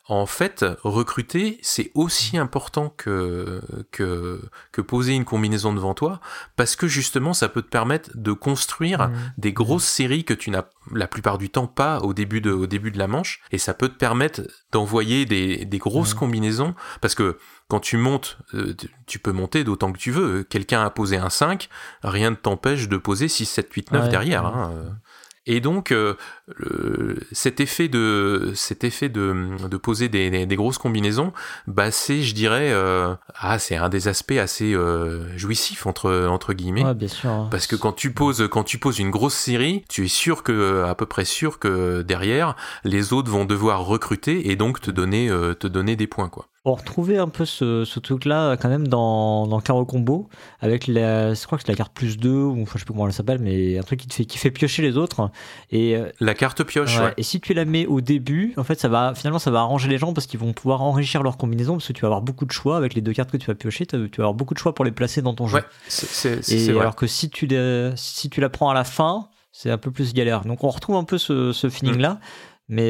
En fait, recruter, c'est aussi important que, que, que poser une combinaison devant toi, parce que justement, ça peut te permettre de construire mmh. des grosses mmh. séries que tu n'as la plupart du temps pas au début de, au début de la manche, et ça peut te permettre d'envoyer des, des grosses mmh. combinaisons, parce que quand tu montes, tu peux monter d'autant que tu veux. Quelqu'un a posé un cinq, rien ne t'empêche de poser six, sept, huit, neuf ouais, derrière. Ouais. Hein. Et donc, euh, le, cet effet de, cet effet de, de poser des, des, des grosses combinaisons, bah c'est, je dirais, euh, ah, c'est un des aspects assez euh, jouissifs entre entre guillemets. Ouais, bien sûr. Hein. Parce que quand tu poses, quand tu poses une grosse série, tu es sûr que, à peu près sûr que derrière, les autres vont devoir recruter et donc te donner, euh, te donner des points, quoi. On retrouvait un peu ce, ce truc-là quand même dans, dans Carreau Combo, avec la, je crois que c'est la carte plus deux, ou enfin, je sais plus comment elle s'appelle, mais un truc qui te fait, qui fait piocher les autres. Et, la carte pioche, ouais, ouais. Et si tu la mets au début, en fait, ça va, finalement, ça va arranger les gens parce qu'ils vont pouvoir enrichir leur combinaison, parce que tu vas avoir beaucoup de choix avec les deux cartes que tu vas piocher, tu vas avoir beaucoup de choix pour les placer dans ton jeu. Ouais, c'est, c'est, c'est, et c'est vrai. Alors que si tu, la, si tu la prends à la fin, c'est un peu plus galère. Donc on retrouve un peu ce, ce feeling-là. Mmh. Mais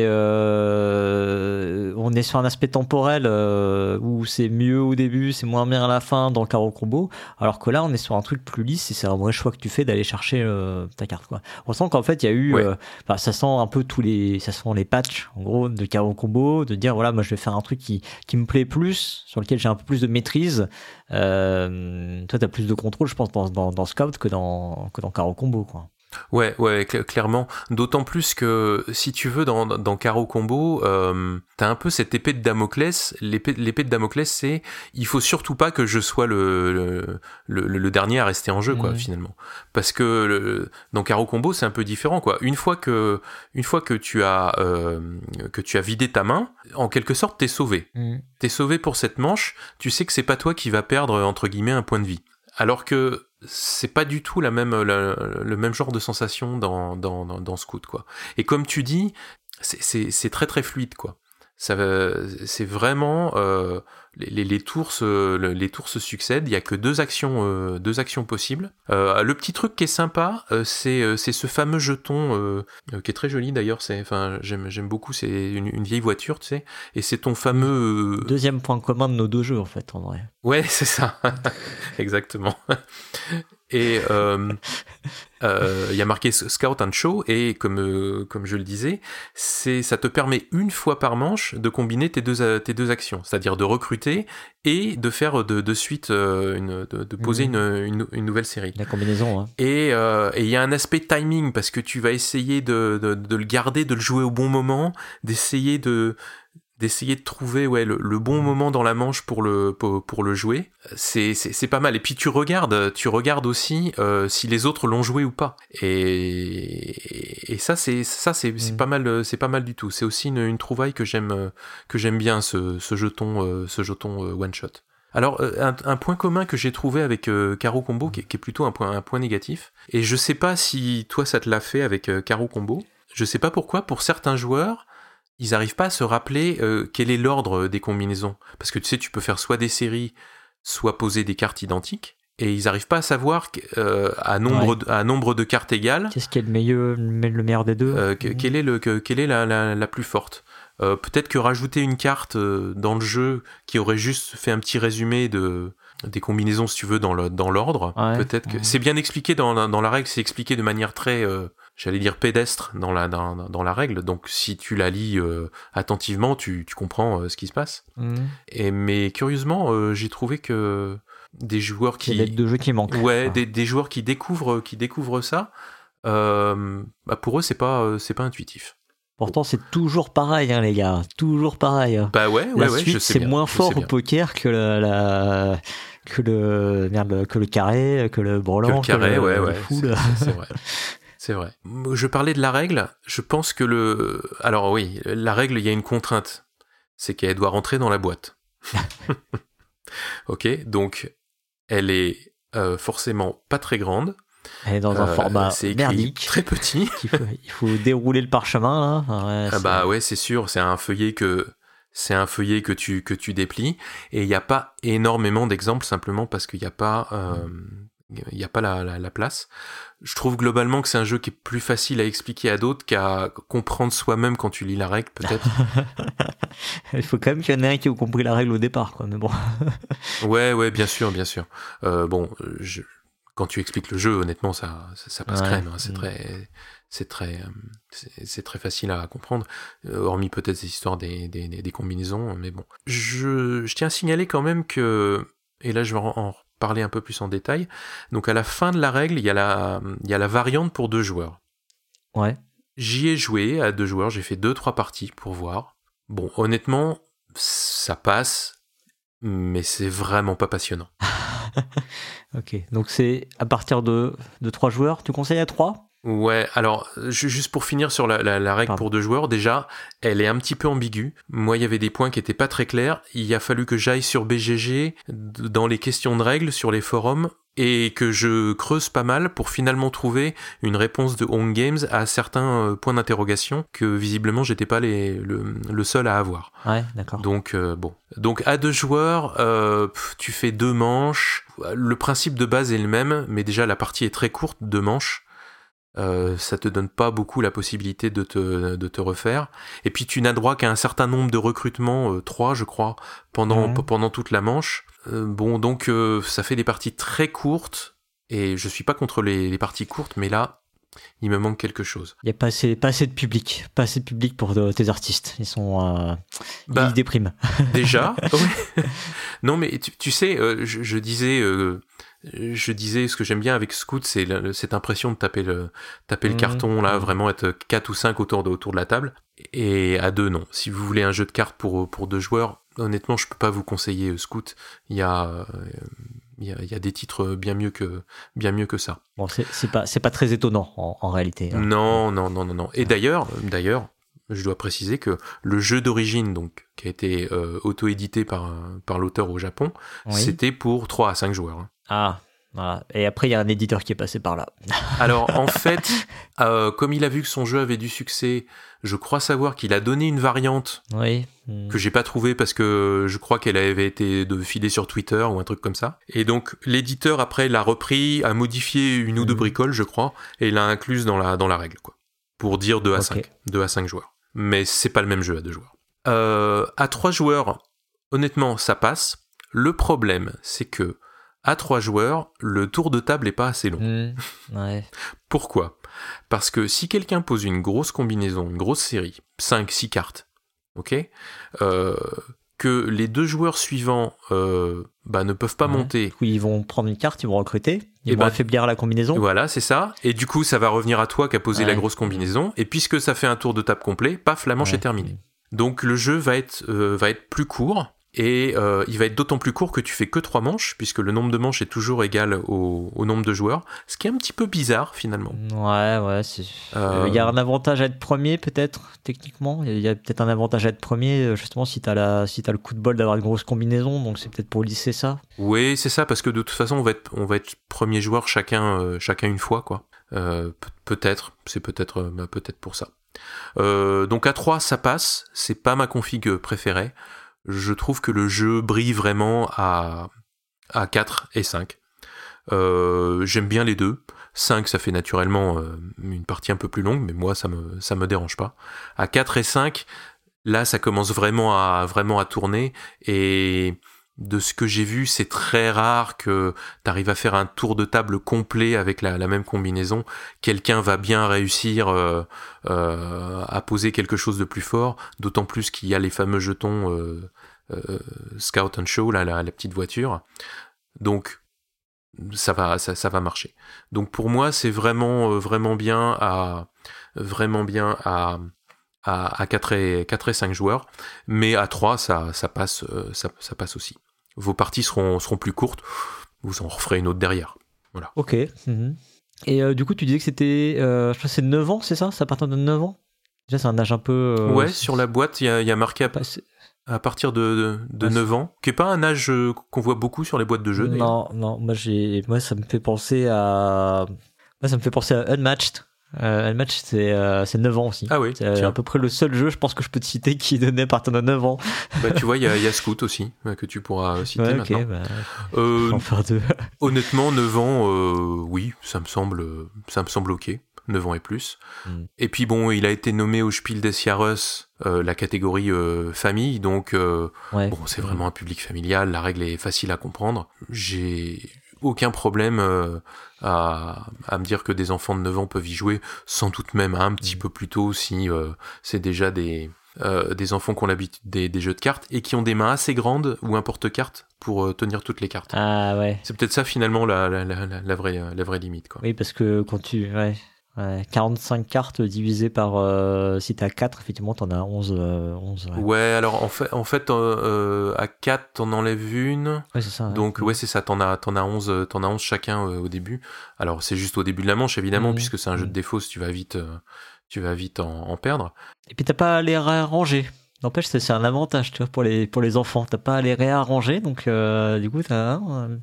euh, on est sur un aspect temporel euh, où c'est mieux au début, c'est moins bien à la fin dans le carreau combo, alors que là on est sur un truc plus lisse et c'est un vrai choix que tu fais d'aller chercher euh, ta carte, quoi. On sent qu'en fait il y a eu, ouais. euh, bah, ça sent un peu tous les, ça sent les patchs en gros de carreau combo, de dire voilà moi je vais faire un truc qui qui me plaît plus, sur lequel j'ai un peu plus de maîtrise. Euh, toi t'as plus de contrôle je pense dans dans, dans Scout que dans que dans carreau combo, quoi. Ouais, ouais, cl- clairement. D'autant plus que, si tu veux, dans, dans Carreau Combo, euh, t'as un peu cette épée de Damoclès. L'épée, l'épée de Damoclès, c'est, il faut surtout pas que je sois le, le, le, le dernier à rester en jeu, quoi, mmh. finalement. Parce que, le, dans Carreau Combo, c'est un peu différent, quoi. Une fois que, une fois que tu as, euh, que tu as vidé ta main, en quelque sorte, t'es sauvé. Mmh. T'es sauvé pour cette manche. Tu sais que c'est pas toi qui va perdre, entre guillemets, un point de vie. Alors que, c'est pas du tout la même, la, le même genre de sensation dans, dans, dans, dans Scout, quoi. Et comme tu dis, c'est, c'est, c'est très très fluide, quoi. Ça, c'est vraiment euh, les, les tours se, les tours se succèdent. Il y a que deux actions, euh, deux actions possibles. Euh, le petit truc qui est sympa, euh, c'est, c'est ce fameux jeton euh, euh, qui est très joli d'ailleurs. C'est, enfin, j'aime, j'aime beaucoup. C'est une, une vieille voiture, tu sais. Et c'est ton fameux euh... deuxième point commun de nos deux jeux en fait, en vrai. Ouais, c'est ça, exactement. Et il euh, euh, y a marqué Scout and Show, et comme euh, comme je le disais, c'est ça te permet une fois par manche de combiner tes deux tes deux actions, c'est-à-dire de recruter et de faire de, de suite euh, une de, de poser mmh. une, une une nouvelle série. La combinaison. Hein. Et il euh, et y a un aspect timing parce que tu vas essayer de de, de le garder, de le jouer au bon moment, d'essayer de d'essayer de trouver ouais le, le bon moment dans la manche pour le pour, pour le jouer, c'est c'est c'est pas mal. Et puis tu regardes tu regardes aussi euh, si les autres l'ont joué ou pas. Et et ça c'est ça c'est c'est mmh. pas mal c'est pas mal du tout. C'est aussi une, une trouvaille que j'aime que j'aime bien ce ce jeton euh, ce jeton euh, one shot. Alors un, un point commun que j'ai trouvé avec euh, Carreau Combo qui est, qui est plutôt un point un point négatif. Et je sais pas si toi ça te l'a fait avec euh, Carreau Combo. Je sais pas pourquoi pour certains joueurs ils arrivent pas à se rappeler euh, quel est l'ordre des combinaisons. Parce que tu sais, tu peux faire soit des séries, soit poser des cartes identiques, et ils arrivent pas à savoir euh, à nombre, ouais. de, à nombre de cartes égales. Qu'est-ce qui est le meilleur, le meilleur des deux euh, que, mmh. Quelle est, le, que, quelle est la, la, la plus forte euh, peut-être que rajouter une carte euh, dans le jeu qui aurait juste fait un petit résumé de des combinaisons, si tu veux, dans, le, dans l'ordre. Ouais. Peut-être que... Mmh. C'est bien expliqué dans la, dans la règle, c'est expliqué de manière très... Euh, j'allais dire pédestre dans la dans, dans la règle, donc si tu la lis euh, attentivement, tu tu comprends euh, ce qui se passe. Mmh. Et mais curieusement, euh, j'ai trouvé que des joueurs qui il y a l'aide de jeu qui manque. Ouais, ah. des des joueurs qui découvrent qui découvrent ça, euh, bah pour eux c'est pas euh, c'est pas intuitif. Pourtant, c'est toujours pareil, hein, les gars, toujours pareil. Bah ouais, ouais, la ouais, suite, je sais c'est bien, moins fort au bien. poker que la, la que le merde, que le carré, que le brelan, que le carré, que le, ouais, le ouais, full. C'est, c'est vrai. C'est vrai. Je parlais de la règle, je pense que le... Alors oui, la règle, il y a une contrainte. C'est qu'elle doit rentrer dans la boîte. Ok, donc elle est euh, forcément pas très grande. Elle est dans un euh, format c'est merdique. Très petit. il, faut, il faut dérouler le parchemin, là. Ouais, ah bah ouais, c'est sûr, c'est un feuillet que... C'est un feuillet que tu, que tu déplies. Et il n'y a pas énormément d'exemples, simplement parce qu'il n'y a pas... Euh... il n'y a pas la, la, la place. Je trouve globalement que c'est un jeu qui est plus facile à expliquer à d'autres qu'à comprendre soi-même quand tu lis la règle, peut-être. Il faut quand même qu'il y en ait un qui ait compris la règle au départ, quoi. Mais bon. ouais, ouais, bien sûr, bien sûr. Euh, bon, je... quand tu expliques le jeu, honnêtement, ça, ça, ça passe ouais. crème. Hein. C'est mmh. très, c'est très, c'est, c'est très facile à comprendre. Euh, hormis peut-être ces histoires des, des, des, des combinaisons, mais bon. Je, je tiens à signaler quand même que, et là je vais en, en parler un peu plus en détail. Donc à la fin de la règle, il y a la, il y a la variante pour deux joueurs. Ouais. J'y ai joué à deux joueurs, j'ai fait deux, trois parties pour voir. Bon, honnêtement, ça passe, mais c'est vraiment pas passionnant. Ok, donc c'est à partir de, de trois joueurs, tu conseilles à trois ? Ouais, alors, juste pour finir sur la, la, la règle Pardon. pour deux joueurs, déjà, elle est un petit peu ambiguë. Moi, il y avait des points qui étaient pas très clairs. Il a fallu que j'aille sur B G G, dans les questions de règles, sur les forums, et que je creuse pas mal pour finalement trouver une réponse de Home Games à certains points d'interrogation que, visiblement, j'étais pas les, le, le seul à avoir. Ouais, d'accord. Donc, euh, bon. Donc, à deux joueurs, euh, tu fais deux manches. Le principe de base est le même, mais déjà, la partie est très courte, deux manches. Euh, ça te donne pas beaucoup la possibilité de te, de te refaire. Et puis tu n'as droit qu'à un certain nombre de recrutements, euh, trois je crois, pendant, mmh. p- pendant toute la manche. Euh, bon, donc euh, ça fait des parties très courtes, et je suis pas contre les, les parties courtes, mais là, il me manque quelque chose. Il n'y a pas assez, pas assez de public, pas assez de public pour de, tes artistes. Ils sont, euh, bah, ils dépriment. Déjà, oui. Non mais tu, tu sais, euh, je, je disais... Euh, Je disais, ce que j'aime bien avec Scout, c'est le, cette impression de taper le, taper le mmh, carton, là, mmh. vraiment être quatre ou cinq autour de, autour de la table. Et à deux, non. Si vous voulez un jeu de cartes pour, pour deux joueurs, honnêtement, je peux pas vous conseiller Scout. Il y a, euh, il y a, il y a des titres bien mieux que, bien mieux que ça. Bon, c'est, c'est pas, c'est pas très étonnant, en, en réalité. Hein. Non, non, non, non, non. Et d'ailleurs, d'ailleurs, je dois préciser que le jeu d'origine, donc, qui a été euh, auto-édité par, par l'auteur au Japon, oui. c'était pour trois à cinq joueurs. Hein. Ah, voilà. Et après, il y a un éditeur qui est passé par là. Alors, en fait, euh, comme il a vu que son jeu avait du succès, je crois savoir qu'il a donné une variante oui. mmh. que j'ai pas trouvée parce que je crois qu'elle avait été de filer sur Twitter ou un truc comme ça. Et donc, l'éditeur, après, l'a repris, a modifié une mmh. ou deux bricoles, je crois, et l'a incluse dans la, dans la règle, quoi. Pour dire deux à cinq. Okay. deux à cinq joueurs. Mais c'est pas le même jeu à deux joueurs. Euh, à trois joueurs, honnêtement, ça passe. Le problème, c'est que à trois joueurs, le tour de table est pas assez long. Mmh, ouais. Pourquoi ? Parce que si quelqu'un pose une grosse combinaison, une grosse série, cinq six cartes, ok, euh, que les deux joueurs suivants euh, bah, ne peuvent pas ouais. monter. Oui, ils vont prendre une carte, ils vont recruter, ils et vont bah, affaiblir la combinaison. Voilà, c'est ça. Et du coup, ça va revenir à toi qui a posé ouais. la grosse combinaison. Et puisque ça fait un tour de table complet, paf, la manche ouais. est terminée. Donc le jeu va être, euh, va être plus court. Et euh, il va être d'autant plus court que tu fais que trois manches, puisque le nombre de manches est toujours égal au, au nombre de joueurs, ce qui est un petit peu bizarre finalement. Ouais, ouais, c'est... Euh... il y a un avantage à être premier peut-être, techniquement. Il y a peut-être un avantage à être premier, justement, si t'as, la... si t'as le coup de bol d'avoir une grosse combinaison, donc c'est peut-être pour lisser ça. Oui, c'est ça, parce que de toute façon, on va être, on va être premier joueur chacun, euh, chacun une fois, quoi. Euh, pe- peut-être, c'est peut-être, euh, bah, peut-être pour ça. Euh, donc à trois, ça passe, c'est pas ma config préférée. Je trouve que le jeu brille vraiment à, à quatre et cinq. Euh, j'aime bien les deux. cinq, ça fait naturellement euh, une partie un peu plus longue, mais moi, ça me, ça me dérange pas. À quatre et cinq, là, ça commence vraiment à, vraiment à tourner. Et de ce que j'ai vu, c'est très rare que tu arrives à faire un tour de table complet avec la, la même combinaison. Quelqu'un va bien réussir euh, euh, à poser quelque chose de plus fort, d'autant plus qu'il y a les fameux jetons euh, euh, Scout and Show, là, la, la petite voiture. Donc, ça va, ça, ça va marcher. Donc pour moi, c'est vraiment, euh, vraiment bien à, vraiment bien à, à, à quatre et cinq joueurs, mais à trois, ça, ça passe, euh, ça, ça passe aussi. Vos parties seront, seront plus courtes, vous en referez une autre derrière. Voilà. Ok. Mmh. Et euh, du coup, tu disais que c'était, euh, je crois que c'est neuf ans, c'est ça ? C'est à partir de neuf ans ? Déjà, c'est un âge un peu... Euh, ouais, c'est... sur la boîte, il y a, y a marqué à, à partir de, de, de ouais, neuf ans, qui n'est pas un âge qu'on voit beaucoup sur les boîtes de jeux. Non, non, moi, j'ai... moi ça me fait penser à... Moi, ça me fait penser à Unmatched. Euh, le match, c'est, euh, c'est neuf ans aussi. Ah oui, c'est à peu près le seul jeu, je pense, que je peux te citer qui est donné à partir de neuf ans. Bah, tu vois, il y, y a Scout aussi, que tu pourras citer ouais, maintenant. Okay, bah, euh, en faire deux. Honnêtement, neuf ans, euh, oui, ça me semble, ça me semble ok. neuf ans et plus. Mm. Et puis bon, il a été nommé au Spiel des Jahres, euh, la catégorie euh, famille, donc euh, ouais. bon, c'est vraiment un public familial, la règle est facile à comprendre. J'ai aucun problème euh, à, à me dire que des enfants de neuf ans peuvent y jouer, sans doute même un petit mmh. peu plus tôt si euh, c'est déjà des, euh, des enfants qui ont l'habitude des, des jeux de cartes et qui ont des mains assez grandes ou un porte-cartes pour euh, tenir toutes les cartes. Ah ouais. C'est peut-être ça finalement la, la, la, la, vraie, la vraie limite, quoi. Oui, parce que quand tu... Ouais. Ouais, quarante-cinq cartes divisées par euh, si t'as quatre, effectivement t'en as onze. Euh, onze ouais. ouais, alors en fait, en fait euh, à quatre t'en enlèves une. Ouais, c'est ça. Donc ouais, ouais, c'est ça, t'en as, t'en as onze, t'en as onze chacun euh, au début. Alors c'est juste au début de la manche évidemment, mmh. puisque c'est un jeu de défausse, tu vas vite, euh, tu vas vite en, en perdre. Et puis t'as pas à les réarranger. N'empêche, c'est, c'est un avantage, tu vois, pour les pour les enfants. T'as pas à les réarranger, donc euh, du coup t'as. Euh...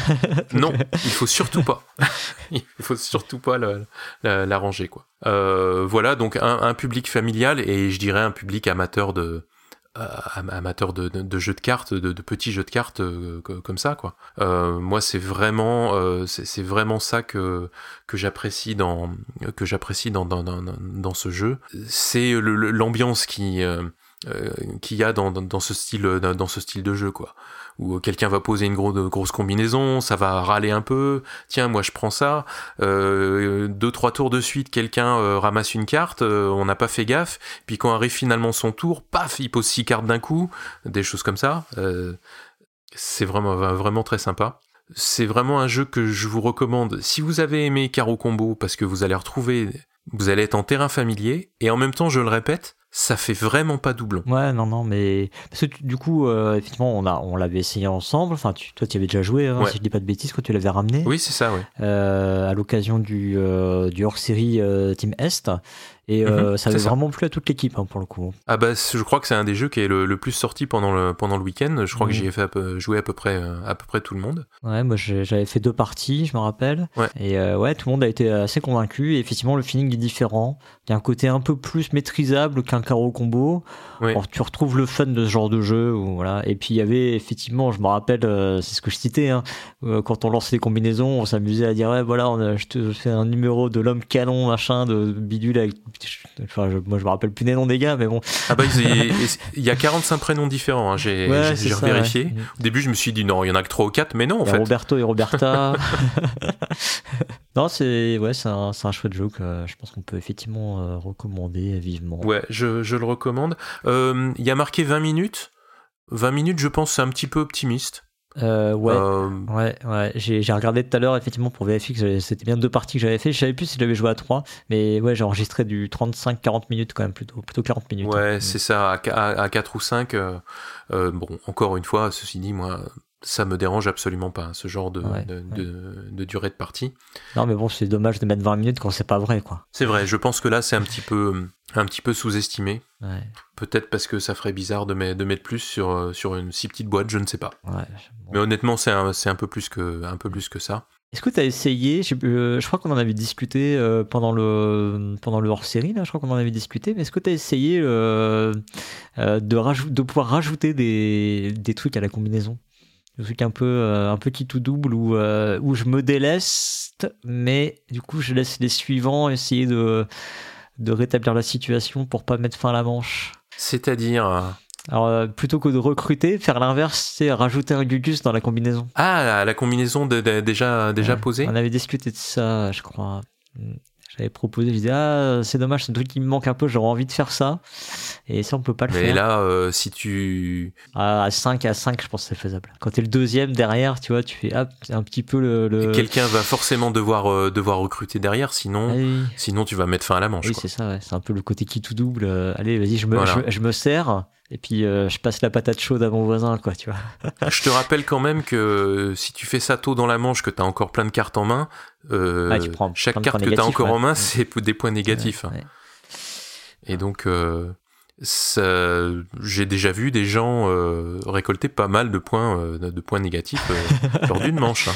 non, il faut surtout pas. il faut surtout pas la, la, la ranger, quoi. Euh, voilà, donc un, un public familial et je dirais un public amateur de euh, amateur de, de, de jeux de cartes, de, de petits jeux de cartes euh, comme ça, quoi. Euh, moi, c'est vraiment euh, c'est, c'est vraiment ça que que j'apprécie dans que j'apprécie dans dans dans, dans ce jeu. C'est le, le, l'ambiance qui euh, Euh, qu'il y a dans, dans, dans ce style dans, dans ce style de jeu, quoi, où quelqu'un va poser une gros, grosse combinaison, ça va râler un peu, tiens moi je prends ça, euh, deux trois tours de suite quelqu'un euh, ramasse une carte, euh, on n'a pas fait gaffe, puis quand arrive finalement son tour, paf, il pose six cartes d'un coup, des choses comme ça. Euh, c'est vraiment vraiment très sympa. C'est vraiment un jeu que je vous recommande si vous avez aimé Caro Combo, parce que vous allez retrouver, vous allez être en terrain familier, et en même temps, je le répète, ça fait vraiment pas doublon. Ouais, non, non, mais parce que tu, du coup, euh, effectivement, on a, on l'avait essayé ensemble. Enfin, tu, toi, tu y avais déjà joué, hein, ouais. si je dis pas de bêtises, quand tu l'avais ramené. Oui, c'est ça, oui. Euh, à l'occasion du, euh, du hors-série euh, Team Est. Et euh, mmh, ça avait vraiment plu à toute l'équipe, hein, pour le coup. Ah bah, je crois que c'est un des jeux qui est le, le plus sorti pendant le, pendant le week-end. Je crois mmh. que j'y ai fait à peu, jouer à peu près à peu près tout le monde. Ouais, moi j'ai, j'avais fait deux parties, je me rappelle. Ouais. Et euh, ouais, tout le monde a été assez convaincu. Et effectivement, le feeling est différent. Il y a un côté un peu plus maîtrisable qu'un Caro Combo. Oui. Alors, tu retrouves le fun de ce genre de jeu. Où, voilà. Et puis il y avait effectivement, je me rappelle, euh, c'est ce que je citais, hein, euh, quand on lançait les combinaisons, on s'amusait à dire ouais, voilà, on a, je te fais un numéro de l'homme canon, machin, de bidule avec. Enfin, je, moi je me rappelle plus des noms des gars, mais bon. Ah bah il y a quarante-cinq prénoms différents, hein. j'ai, ouais, j'ai, j'ai ça, vérifié. Ouais. Au début je me suis dit non, il y en a que trois ou quatre, mais non en fait. Roberto et Roberta. non, c'est ouais, c'est un, c'est un chouette jeu que je pense qu'on peut effectivement euh, recommander vivement. Ouais, je, je le recommande. Il euh, y a marqué vingt minutes. vingt minutes, je pense, c'est un petit peu optimiste. Euh, ouais, euh... ouais, ouais. J'ai, j'ai regardé tout à l'heure effectivement pour vérifier que c'était bien deux parties que j'avais fait. Je savais plus si j'avais joué à trois, mais ouais, j'ai enregistré du trente-cinq à quarante minutes quand même, plutôt, plutôt quarante minutes. Ouais, hein. c'est ça, à, à, à quatre ou cinq. Euh, euh, bon, encore une fois, ceci dit, moi, ça me dérange absolument pas, ce genre de, ouais, de, ouais. de, de durée de partie. Non, mais bon, c'est dommage de mettre vingt minutes quand c'est pas vrai, quoi. C'est vrai, je pense que là, c'est un petit peu, un petit peu sous-estimé. Ouais. Peut-être parce que ça ferait bizarre de mettre, de mettre plus sur, sur une si petite boîte, je ne sais pas. Ouais, bon. Mais honnêtement, c'est un, c'est un peu plus que, un peu plus que ça. Est-ce que tu as essayé, je, euh, je crois qu'on en avait discuté euh, pendant le, pendant le hors-série, là, je crois qu'on en avait discuté, mais est-ce que tu as essayé euh, euh, de, rajou- de pouvoir rajouter des, des trucs à la combinaison ? Des trucs un peu, euh, un peu qui tout double où, euh, où je me déleste, mais du coup je laisse les suivants essayer de, de rétablir la situation pour pas mettre fin à la manche. C'est-à-dire Alors, euh, plutôt que de recruter, faire l'inverse, c'est rajouter un Gugus dans la combinaison. Ah, la combinaison de, de, déjà, déjà ouais, posée. On avait discuté de ça, je crois. J'avais proposé, je disais, ah, c'est dommage, c'est un truc qui me manque un peu, j'aurais envie de faire ça. Et ça, on peut pas le Mais faire. Mais là, euh, si tu... Ah, à cinq, à cinq, je pense que c'est faisable. Quand t'es le deuxième derrière, tu vois, tu fais ah, un petit peu le... le... Quelqu'un va forcément devoir, euh, devoir recruter derrière, sinon, ah, oui. sinon tu vas mettre fin à la manche. Oui, quoi. c'est ça, ouais. C'est un peu le côté qui tout double. Euh, allez, vas-y, je me, voilà. je, je me sers, et puis euh, je passe la patate chaude à mon voisin, quoi, tu vois. Je te rappelle quand même que si tu fais ça tôt dans la manche, que t'as encore plein de cartes en main, euh, ah, tu prends chaque carte que t'as encore ouais. en main, c'est des points négatifs. Ouais, ouais. Et donc, euh, ça, j'ai déjà vu des gens euh, récolter pas mal de points, euh, de points négatifs euh, lors d'une manche. Hein.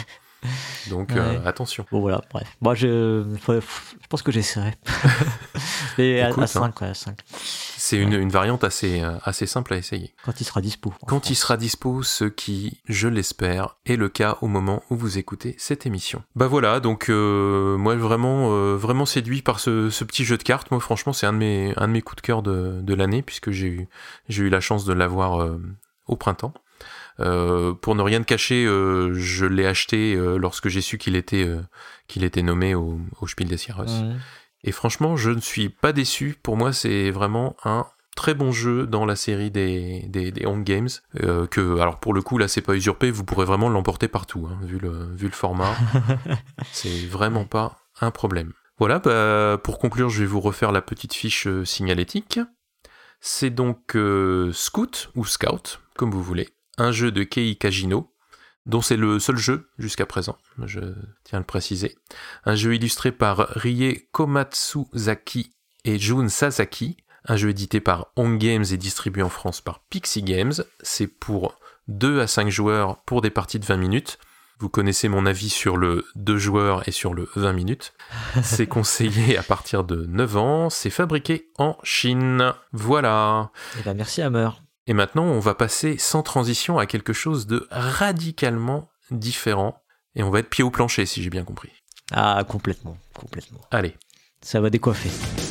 Donc Ouais. euh, attention. Bon voilà, bref. Moi je, je pense que j'essaierai. Mais à, Écoute, à cinq, ouais, à cinq. C'est une, une variante assez, euh, assez simple à essayer. Quand il sera dispo. en Quand il France. sera dispo, ce qui, je l'espère, est le cas au moment où vous écoutez cette émission. Bah voilà, donc euh, moi vraiment, euh, vraiment séduit par ce, ce petit jeu de cartes. Moi franchement, c'est un de mes, un de mes coups de cœur de, de l'année, puisque j'ai eu, j'ai eu la chance de l'avoir euh, au printemps. Euh, pour ne rien te cacher, euh, je l'ai acheté euh, lorsque j'ai su qu'il était, euh, qu'il était nommé au, au Spiel des Jahres. Ouais. Et franchement, je ne suis pas déçu. Pour moi, c'est vraiment un très bon jeu dans la série des, des, des Home Games. Euh, que, alors pour le coup, là, c'est pas usurpé. Vous pourrez vraiment l'emporter partout, hein, vu, le, vu le format. C'est vraiment pas un problème. Voilà, bah, pour conclure, je vais vous refaire la petite fiche euh, signalétique. C'est donc euh, Scout, ou Scout, comme vous voulez. Un jeu de Kei Kajino, dont c'est le seul jeu jusqu'à présent, je tiens à le préciser. Un jeu illustré par Rie Komatsuzaki et Jun Sasaki, un jeu édité par Home Games et distribué en France par Pixie Games. C'est pour deux à cinq joueurs pour des parties de vingt minutes. Vous connaissez mon avis sur le deux joueurs et sur le vingt minutes. C'est conseillé à partir de neuf ans, c'est fabriqué en Chine. Voilà. Et ben merci Hammer. Et maintenant, on va passer sans transition à quelque chose de radicalement différent. Et on va être pied au plancher, si j'ai bien compris. Ah complètement, complètement. Allez. Ça va décoiffer.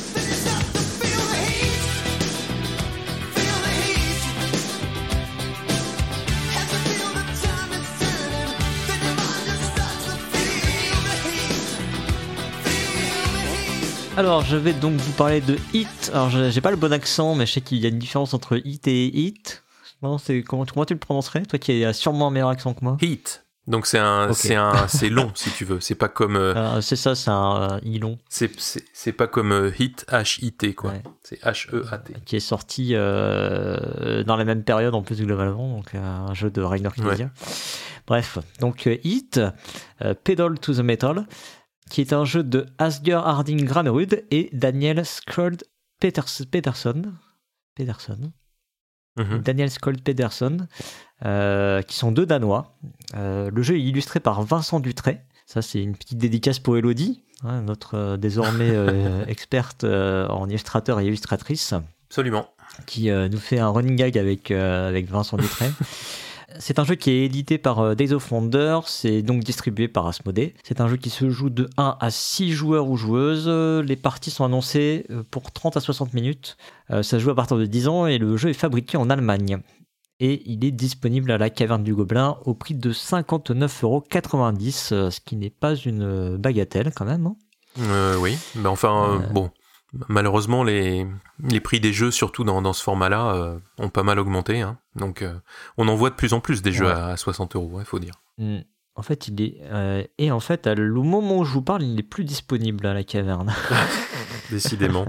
Alors, je vais donc vous parler de Hit. Alors, je- j'ai pas le bon accent, mais je sais qu'il y a une différence entre Hit et Hit. Non, c'est comment, comment tu le prononcerais, toi qui as sûrement un meilleur accent que moi. Heat. Donc c'est un, Ok. c'est un, c'est long si tu veux. C'est pas comme, euh, Euh, c'est ça, c'est un euh, I long c'est, c'est, c'est pas comme euh, Hit H I T quoi. Ouais. C'est H E A T. qui est sorti euh, dans la même période en plus globalement, donc euh, un jeu de Rainer Knizia. Bref, donc euh, Hit, euh, Pedal to the Metal, qui est un jeu de Asger Harding Granerud et Daniel Skjold Peters- Peterson. Peterson. Mhm. Daniel Skjold Pedersen, euh, qui sont deux Danois. Euh, le jeu est illustré par Vincent Dutray. Ça, c'est une petite dédicace pour Elodie, hein, notre euh, désormais euh, experte euh, en illustrateur et illustratrice, Absolument. qui euh, nous fait un running gag avec, euh, avec Vincent Dutray. C'est un jeu qui est édité par euh, Days of Wonder, c'est donc distribué par Asmodée. C'est un jeu qui se joue de un à six joueurs ou joueuses. Euh, Les parties sont annoncées euh, pour trente à soixante minutes. Euh, ça se joue à partir de dix ans et le jeu est fabriqué en Allemagne. Et il est disponible à la Caverne du Gobelin au prix de cinquante-neuf euros quatre-vingt-dix, euh, ce qui n'est pas une bagatelle quand même. Hein. Euh, oui. Mais enfin, euh, Euh. bon. Malheureusement, les, les prix des jeux, surtout dans, dans ce format-là, euh, ont pas mal augmenté. Hein. Donc, euh, on en voit de plus en plus des jeux Ouais. à, à soixante euros, il faut dire. Mm. En fait, il est euh, et en fait, à le moment où je vous parle, il n'est plus disponible à la Caverne. Décidément.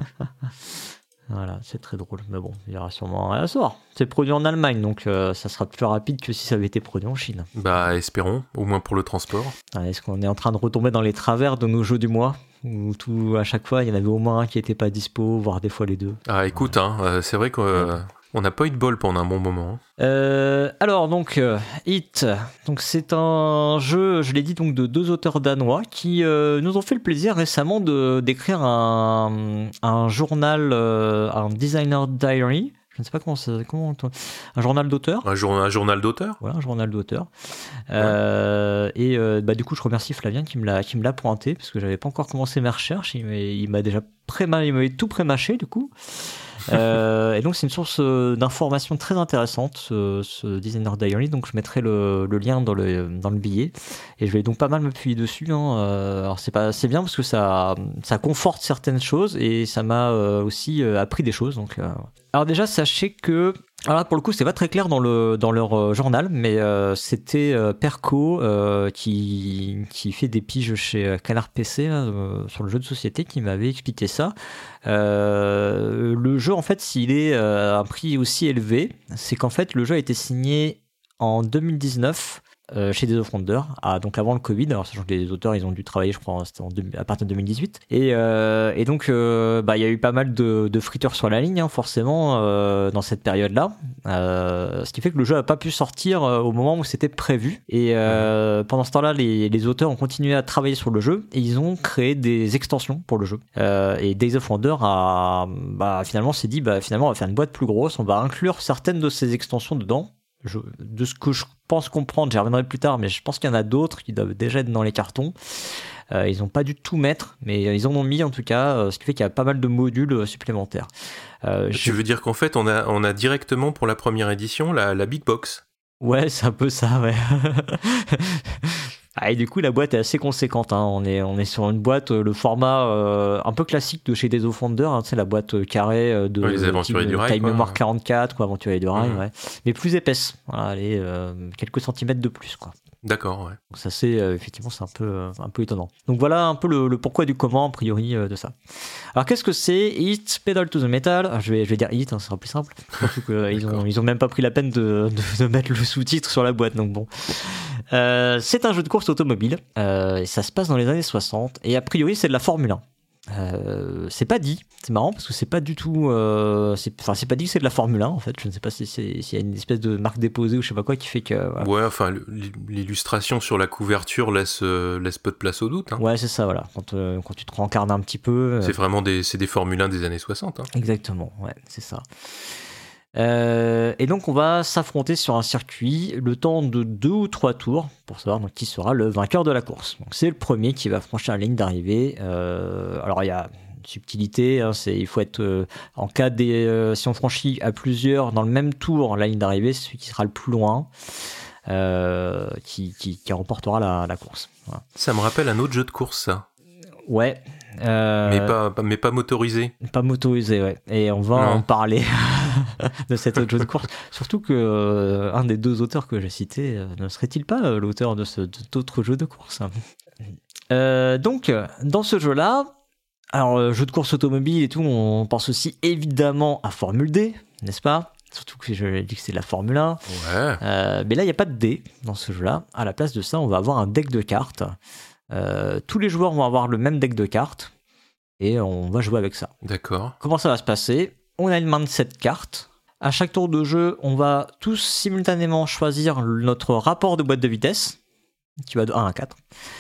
Voilà, c'est très drôle, mais bon, il y aura sûrement un sort. C'est produit en Allemagne, donc euh, ça sera plus rapide que si ça avait été produit en Chine. Bah, espérons, au moins pour le transport. Ah, est-ce qu'on est en train de retomber dans les travers de nos jeux du mois où tout, à chaque fois, il y en avait au moins un qui n'était pas dispo, voire des fois les deux. Ah, écoute, hein, euh, c'est vrai qu'on euh, on n'a pas eu de bol pendant un bon moment. Hein. Euh, alors donc euh, Hit, donc c'est un jeu, je l'ai dit donc de deux auteurs danois qui euh, nous ont fait le plaisir récemment de d'écrire un, un journal, euh, un designer diary. Je ne sais pas comment ça, comment on- un journal d'auteur. Un, jour, un journal d'auteur. Voilà, un journal d'auteur. Euh, et euh, bah, du coup, je remercie Flavien qui me l'a qui me l'a pointé parce que j'avais pas encore commencé mes recherches. Il m'a, il m'a déjà pré il m'avait tout prémâché du coup. Euh, et donc c'est une source euh, d'informations très intéressante, ce, ce designer diary. Donc je mettrai le, le lien dans le dans le billet et je vais donc pas mal m'appuyer dessus. Hein. Euh, alors c'est pas c'est bien parce que ça ça conforte certaines choses et ça m'a euh, aussi euh, appris des choses. Donc euh, alors déjà sachez que alors là, pour le coup, c'est pas très clair dans le dans leur euh, journal, mais euh, c'était euh, Perco euh, qui qui fait des piges chez Canard P C là, euh, sur le jeu de société qui m'avait expliqué ça. Euh, le jeu, en fait, s'il est euh, à un prix aussi élevé, c'est qu'en fait, le jeu a été signé en deux mille dix-neuf euh, chez des offrandeurs, à, donc avant le Covid, alors sachant que les auteurs ils ont dû travailler, je crois, c'était en deux, à partir de deux mille dix-huit. Et, euh, et donc, euh, bah, il y a eu pas mal de, de fritures sur la ligne, hein, forcément, euh, dans cette période-là. Euh, ce qui fait que le jeu n'a pas pu sortir euh, au moment où c'était prévu. Et euh, pendant ce temps-là, les, les auteurs ont continué à travailler sur le jeu et ils ont créé des extensions pour le jeu. Euh, et Days of Wonder a, bah, finalement s'est dit, bah, finalement, on va faire une boîte plus grosse, on va inclure certaines de ces extensions dedans. Je, de ce que je pense comprendre, j'y reviendrai plus tard, mais je pense qu'il y en a d'autres qui doivent déjà être dans les cartons. Euh, ils n'ont pas dû tout mettre, mais ils en ont mis en tout cas, euh, ce qui fait qu'il y a pas mal de modules supplémentaires. Euh, tu je... veux dire qu'en fait, on a, on a directement pour la première édition la, la Big Box. Ouais, c'est un peu ça, ouais. Ah, et du coup, la boîte est assez conséquente. Hein. On est, on est sur une boîte, le format euh, un peu classique de chez Days of Wonder, hein, c'est la boîte carrée de ouais, les Aventuriers du Rail, taille mémoire quarante-quatre, quoi, Aventuriers du Rail, mmh. ouais. Mais plus épaisse. Voilà, elle est euh, quelques centimètres de plus, quoi. D'accord, ouais. Donc ça c'est euh, effectivement c'est un peu euh, un peu étonnant. Donc voilà un peu le, le pourquoi du comment a priori euh, de ça. Alors qu'est-ce que c'est Hit Pedal to the Metal? Je vais je vais dire Hit, hein, ce sera plus simple. Surtout que ils ont ils ont même pas pris la peine de, de, de mettre le sous-titre sur la boîte, donc bon. Euh, c'est un jeu de course automobile euh, et ça se passe dans les années soixante et a priori c'est de la Formule un. Euh, c'est pas dit, c'est marrant parce que c'est pas du tout, euh, c'est, enfin c'est pas dit que c'est de la Formule un en fait. Je ne sais pas si c'est s'il y a une espèce de marque déposée ou je sais pas quoi qui fait que. Voilà. Ouais, enfin l'illustration sur la couverture laisse euh, laisse peu de place au doute. Hein. Ouais, c'est ça, voilà. Quand euh, quand tu te rencarnes un petit peu. C'est euh... vraiment des c'est des Formule un des années soixante. Hein. Exactement, ouais, c'est ça. Euh, et donc on va s'affronter sur un circuit le temps de deux ou trois tours pour savoir donc, qui sera le vainqueur de la course. Donc c'est le premier qui va franchir la ligne d'arrivée. Euh, alors il y a une subtilité, hein, c'est il faut être euh, en cas des euh, si on franchit à plusieurs dans le même tour la ligne d'arrivée, c'est celui qui sera le plus loin euh, qui, qui, qui remportera la, la course. Voilà. Ça me rappelle un autre jeu de course, ça. Ouais. Euh, mais pas mais pas motorisé. Pas motorisé, ouais. Et on va non. en parler de cet autre jeu de course. Surtout que euh, un des deux auteurs que j'ai cités euh, ne serait-il pas euh, l'auteur de ce de, d'autres jeux de course. Euh, donc dans ce jeu-là, alors euh, jeu de course automobile et tout, on pense aussi évidemment à Formule D, n'est-ce pas? Surtout que je l'ai dit que c'est de la Formule un. Ouais. Euh, mais là, il n'y a pas de dés dans ce jeu-là. À la place de ça, on va avoir un deck de cartes. Euh, tous les joueurs vont avoir le même deck de cartes et on va jouer avec ça. D'accord. Comment ça va se passer? On a une main de sept cartes. À chaque tour de jeu, on va tous simultanément choisir notre rapport de boîte de vitesse qui va de un à quatre.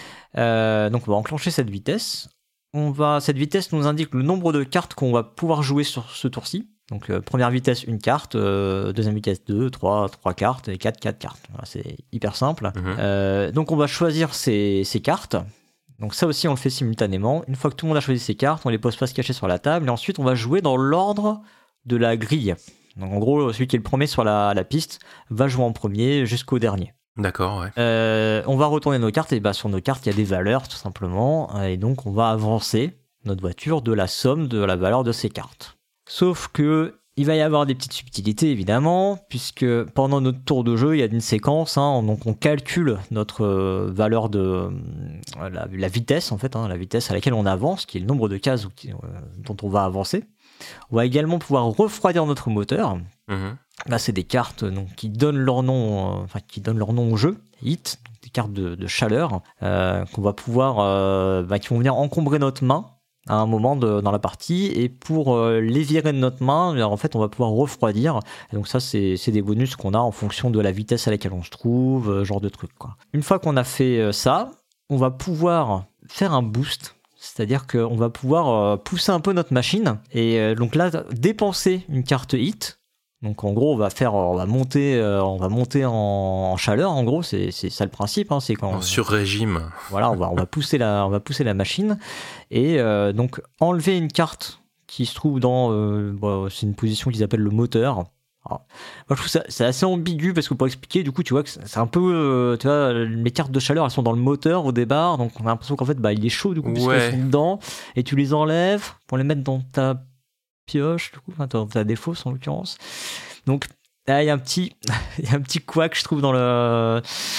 Euh, donc on va enclencher cette vitesse. On va, cette vitesse nous indique le nombre de cartes qu'on va pouvoir jouer sur ce tour-ci. Donc euh, première vitesse, une carte, euh, deuxième vitesse, deux, trois, trois cartes, et quatre, quatre cartes. Voilà, c'est hyper simple. Mmh. Euh, donc on va choisir ces, ces cartes. Donc ça aussi on le fait simultanément. Une fois que tout le monde a choisi ses cartes, on les pose pas se cacher sur la table, et ensuite on va jouer dans l'ordre de la grille. Donc en gros, celui qui est le premier sur la, la piste va jouer en premier jusqu'au dernier. D'accord, ouais. Euh, on va retourner nos cartes, et bah sur nos cartes il y a des valeurs tout simplement, et donc on va avancer notre voiture de la somme de la valeur de ces cartes. Sauf que il va y avoir des petites subtilités évidemment, puisque pendant notre tour de jeu, il y a une séquence, hein, donc on calcule notre euh, valeur de euh, la, la vitesse en fait, hein, la vitesse à laquelle on avance, qui est le nombre de cases qui, euh, dont on va avancer. On va également pouvoir refroidir notre moteur. Mmh. Là, c'est des cartes donc, qui donnent leur nom, euh, enfin qui donnent leur nom au jeu, Hit, des cartes de, de chaleur euh, qu'on va pouvoir, euh, bah, qui vont venir encombrer notre main à un moment de, dans la partie, et pour euh, les virer de notre main, en fait on va pouvoir refroidir, et donc ça c'est, c'est des bonus qu'on a en fonction de la vitesse à laquelle on se trouve, euh, genre de truc quoi. Une fois qu'on a fait euh, ça, on va pouvoir faire un boost, c'est-à-dire qu'on va pouvoir euh, pousser un peu notre machine, et euh, donc là dépenser une carte hit. Donc en gros on va faire, on va monter, euh, on va monter en, en chaleur. En gros c'est c'est ça le principe, hein, c'est quand en sur-régime. Voilà, on va on va pousser la on va pousser la machine et euh, donc enlever une carte qui se trouve dans, euh, bon, c'est une position qu'ils appellent le moteur. Alors, moi je trouve ça c'est assez ambigu parce que pour expliquer du coup tu vois que c'est un peu, euh, tu vois les cartes de chaleur elles sont dans le moteur au départ, donc on a l'impression qu'en fait bah il est chaud du coup puisqu'elles ouais. sont dedans, et tu les enlèves pour les mettre dans ta pioche du coup, enfin t'as des fausses en l'occurrence, donc là il y a un petit il y a un petit couac je trouve dans le euh...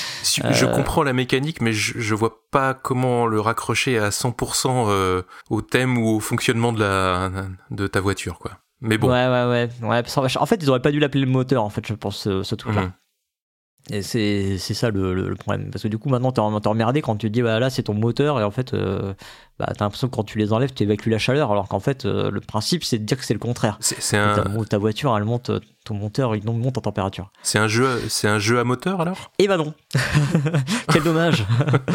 je comprends la mécanique mais je, je vois pas comment le raccrocher à cent pour cent euh, au thème ou au fonctionnement de la de ta voiture quoi, mais bon ouais ouais ouais ouais en fait ils auraient pas dû l'appeler le moteur en fait je pense ce, ce truc là. Mmh. Et c'est, c'est ça le, le, le problème. Parce que du coup, maintenant, t'es, t'es emmerdé quand tu te dis, bah, là, c'est ton moteur, et en fait, euh, bah, t'as l'impression que quand tu les enlèves, tu évacues la chaleur, alors qu'en fait, euh, le principe, c'est de dire que c'est le contraire. C'est, c'est un... ta, ta voiture, elle monte, ton moteur, il monte en température. C'est un jeu, c'est un jeu à moteur, alors ? Eh ben non. Quel dommage.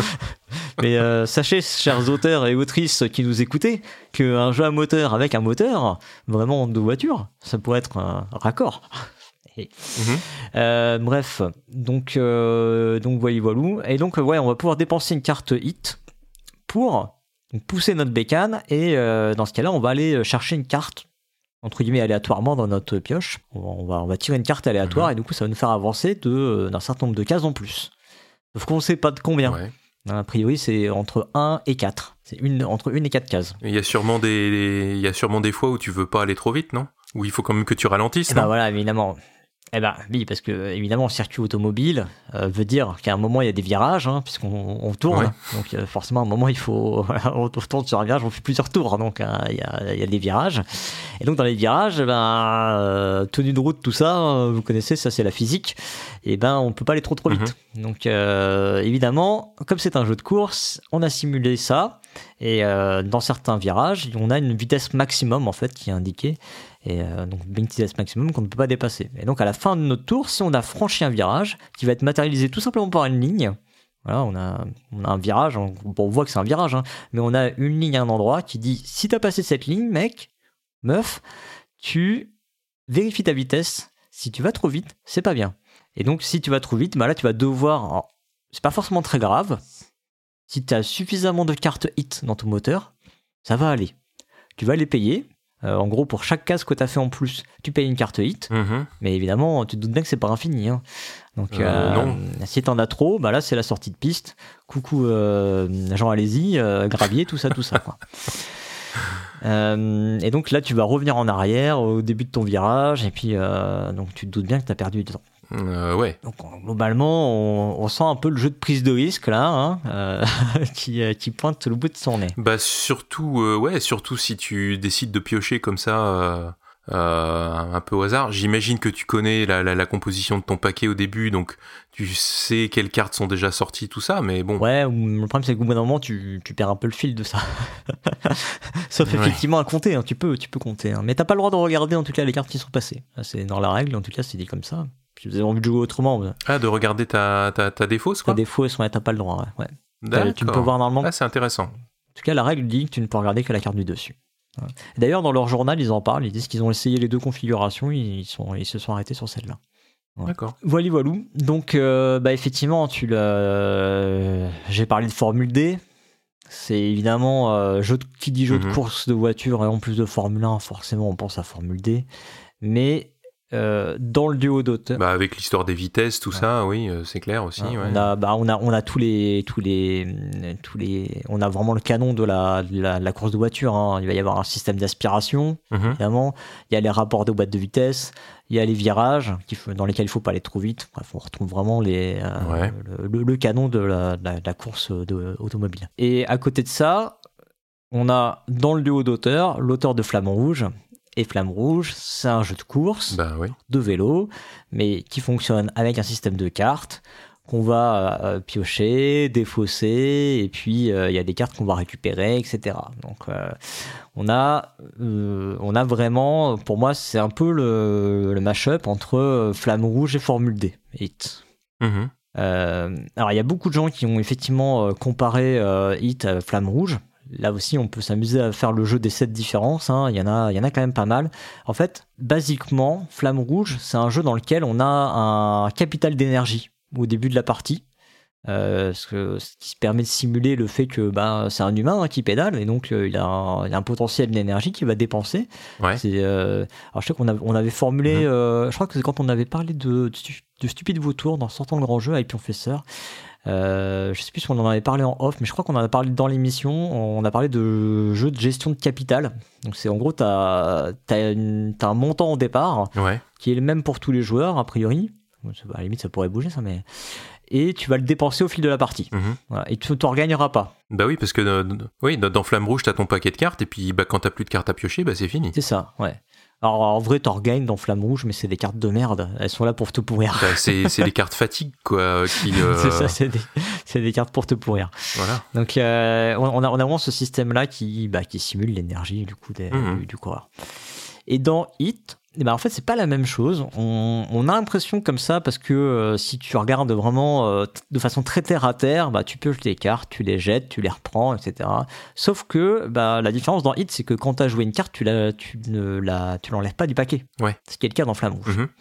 Mais euh, sachez, chers auteurs et autrices qui nous écoutez, qu'un jeu à moteur avec un moteur, vraiment de voiture, ça pourrait être un raccord. Et, mmh. euh, bref, donc, euh, donc voilà, voilou. Et donc, ouais, on va pouvoir dépenser une carte hit pour pousser notre bécane. Et euh, dans ce cas-là, on va aller chercher une carte, entre guillemets, aléatoirement dans notre pioche. On va, on va tirer une carte aléatoire mmh. et du coup, ça va nous faire avancer de, d'un certain nombre de cases en plus. Sauf qu'on ne sait pas de combien. Ouais. A priori, c'est entre un et quatre. C'est une, entre une et quatre cases. Il y a sûrement des, il y a sûrement des fois où tu veux pas aller trop vite, non ? Où il faut quand même que tu ralentisses, et non ? Ben voilà, évidemment. Eh ben oui, parce que évidemment, le circuit automobile euh, veut dire qu'à un moment il y a des virages, hein, puisqu'on on tourne. Ouais. Donc euh, forcément, à un moment il faut, on tourne sur un virage, on fait plusieurs tours, donc il hein, y, a, y a des virages. Et donc dans les virages, ben euh, tenue de route, tout ça, euh, vous connaissez, ça c'est la physique. Et ben on peut pas aller trop trop vite. Mm-hmm. Donc euh, évidemment, comme c'est un jeu de course, on a simulé ça. Et euh, dans certains virages, on a une vitesse maximum en fait qui est indiquée. Et euh, donc une vitesse maximum qu'on ne peut pas dépasser. Et donc à la fin de notre tour, si on a franchi un virage qui va être matérialisé tout simplement par une ligne, voilà, on a, on a un virage, on, on voit que c'est un virage, hein, mais on a une ligne à un endroit qui dit si t'as passé cette ligne, mec, meuf, tu vérifies ta vitesse. Si tu vas trop vite, c'est pas bien. Et donc si tu vas trop vite, bah là tu vas devoir, alors, c'est pas forcément très grave. Si tu as suffisamment de cartes hit dans ton moteur, ça va aller. Tu vas les payer. Euh, en gros, pour chaque case que tu as fait en plus, tu payes une carte hit. Mmh. Mais évidemment, tu te doutes bien que c'est pas infini. Hein. Donc, euh, euh, non. Si t'en as trop, bah là, c'est la sortie de piste. Coucou, euh, Jean, allez-y, euh, gravier, tout ça, tout ça. Quoi. euh, et donc là, tu vas revenir en arrière au début de ton virage. Et puis, euh, donc, tu te doutes bien que tu as perdu du temps. Euh, ouais. Donc globalement, on, on sent un peu le jeu de prise de risque là, hein, euh, qui, qui pointe le bout de son nez. Bah surtout, euh, ouais, surtout si tu décides de piocher comme ça, euh, euh, un peu au hasard. J'imagine que tu connais la, la, la composition de ton paquet au début, donc tu sais quelles cartes sont déjà sorties, tout ça, mais bon. Ouais, le problème c'est qu'au bout d'un moment, tu, tu perds un peu le fil de ça. Sauf ouais. effectivement à compter, hein, tu peux, tu peux compter, hein, mais t'as pas le droit de regarder en tout cas les cartes qui sont passées. C'est dans la règle, en tout cas, c'est dit comme ça. Si vous avez envie de jouer autrement. Ah, de regarder ta, ta, ta défausse, quoi. Ta défausse, ouais, t'as pas le droit, ouais. ouais. D'accord. Tu peux voir normalement. Ah, c'est intéressant. En tout cas, la règle dit que tu ne peux regarder que la carte du dessus. Ouais. D'ailleurs, dans leur journal, ils en parlent, ils disent qu'ils ont essayé les deux configurations, ils, sont, ils se sont arrêtés sur celle-là. Ouais. D'accord. Voilà, voilou. Donc, euh, bah, effectivement, tu l'as... Euh, j'ai parlé de Formule D. C'est évidemment, euh, jeu de... qui dit jeu mm-hmm. de course de voiture, et en plus de Formule un, forcément, on pense à Formule D. Mais... Euh, dans le duo d'auteurs. Bah avec l'histoire des vitesses, tout ouais. ça, oui, euh, c'est clair aussi. Ouais, ouais. On a, bah on a, on a tous les, tous les, tous les, on a vraiment le canon de la, de la, de la course de voiture. Hein. Il va y avoir un système d'aspiration, mm-hmm. évidemment. Il y a les rapports de boîte de vitesse. Il y a les virages qui, dans lesquels il faut pas aller trop vite. Bref, on retrouve vraiment les, euh, ouais. le, le, le canon de la, de la, de la course de, automobile. Et à côté de ça, on a dans le duo d'auteurs l'auteur de Flamand Rouge. Et Flamme Rouge, c'est un jeu de course, bah, oui. de vélo, mais qui fonctionne avec un système de cartes qu'on va euh, piocher, défausser, et puis il euh, y a des cartes qu'on va récupérer, et cetera. Donc euh, on a, euh, on a vraiment, pour moi, c'est un peu le, le mash-up entre Flamme Rouge et Formule D. Hit. Mm-hmm. Euh, alors il y a beaucoup de gens qui ont effectivement comparé euh, Hit à Flamme Rouge. Là aussi, on peut s'amuser à faire le jeu des sept différences. Hein. Il y en a, il y en a quand même pas mal. En fait, basiquement, Flamme Rouge, c'est un jeu dans lequel on a un capital d'énergie au début de la partie. Euh, ce, que, ce qui se permet de simuler le fait que bah, c'est un humain hein, qui pédale et donc euh, il, a un, il a un potentiel d'énergie qu'il va dépenser. Ouais. C'est, euh, alors je sais qu'on a, on avait formulé, mmh. euh, je crois que c'est quand on avait parlé de, de, de Stupide Vautour dans Sortant le Grand Jeu avec Pionfesseur. Euh, je sais plus si on en avait parlé en off, mais je crois qu'on en a parlé dans l'émission. On a parlé de jeu de gestion de capital. Donc c'est en gros t'as t'as, une, t'as un montant au départ ouais. qui est le même pour tous les joueurs a priori. À la limite ça pourrait bouger ça, mais et tu vas le dépenser au fil de la partie. Mmh. Voilà. Et tu t'en regagneras pas. Bah oui, parce que euh, oui, dans Flamme Rouge t'as ton paquet de cartes et puis bah quand t'as plus de cartes à piocher, bah c'est fini. C'est ça, ouais. Alors en vrai, Torgain dans Flamme Rouge, mais c'est des cartes de merde. Elles sont là pour te pourrir. Bah, c'est, c'est les cartes fatigue, quoi. Qui, euh... c'est ça, c'est des, c'est des cartes pour te pourrir. Voilà. Donc euh, on, a, on a vraiment ce système-là qui, bah, qui simule l'énergie du coup des, mmh. du, du coureur. Et dans Hit, eh ben, en fait, c'est pas la même chose. On, on a l'impression comme ça parce que euh, si tu regardes vraiment euh, t- de façon très terre à terre, bah, tu pioches des cartes, tu les jettes, tu les reprends, et cetera. Sauf que bah, la différence dans Hit, c'est que quand tu as joué une carte, tu, la, tu ne la, tu l'enlèves pas du paquet. Ouais. Ce qui est le cas dans Flamme Rouge. Mmh.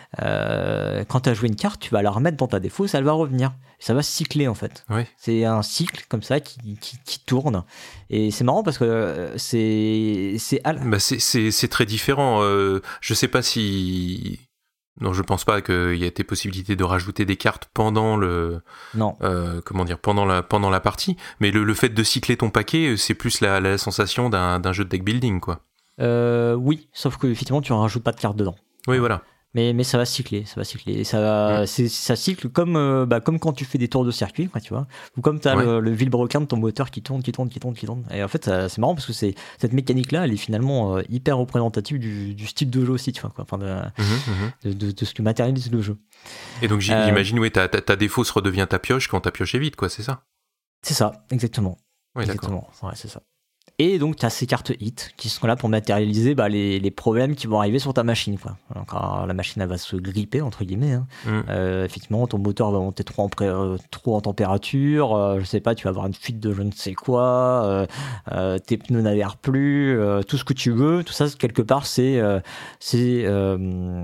Euh, quand tu as joué une carte, tu vas la remettre dans ta défausse, elle va revenir. Ça va cycler en fait. Ouais. C'est un cycle comme ça qui, qui, qui tourne. Et c'est marrant parce que euh, c'est... C'est, à... bah c'est, c'est, c'est très différent. Euh, je sais pas si... Non, je pense pas qu'il y ait des possibilités de rajouter des cartes pendant le... Non. Euh, comment dire, pendant la, pendant la partie. Mais le, le fait de cycler ton paquet, c'est plus la, la sensation d'un, d'un jeu de deck building, quoi. Euh, oui, sauf que effectivement tu ne rajoutes pas de cartes dedans. Oui, voilà. Mais, mais ça va cycler, ça va cycler. Et ça, va, mmh. c'est, ça cycle comme, euh, bah, comme quand tu fais des tours de circuit, quoi, tu vois. Ou comme tu as ouais. le, le vilebrequin de ton moteur qui tourne, qui tourne, qui tourne, qui tourne. Et en fait, ça, c'est marrant parce que c'est, cette mécanique-là, elle est finalement euh, hyper représentative du, du style de jeu aussi, tu vois, quoi. Enfin, de, mmh, de, de, de ce que matérialise le jeu. Et donc euh, j'imagine, oui, ta, ta, ta défausse redevient ta pioche quand ta pioche est vide, quoi, c'est ça? C'est ça, exactement. Oui, exactement. Ouais, c'est ça. Et donc, tu as ces cartes hit qui sont là pour matérialiser bah, les, les problèmes qui vont arriver sur ta machine, quoi. Donc, alors, la machine, elle va se gripper, entre guillemets. Hein. Mm. Euh, effectivement, ton moteur va monter trop en, pré- euh, trop en température. Euh, je sais pas, tu vas avoir une fuite de je ne sais quoi. Euh, euh, tes pneus n'adhèrent plus. Euh, tout ce que tu veux. Tout ça, quelque part, c'est, euh, c'est, euh, euh,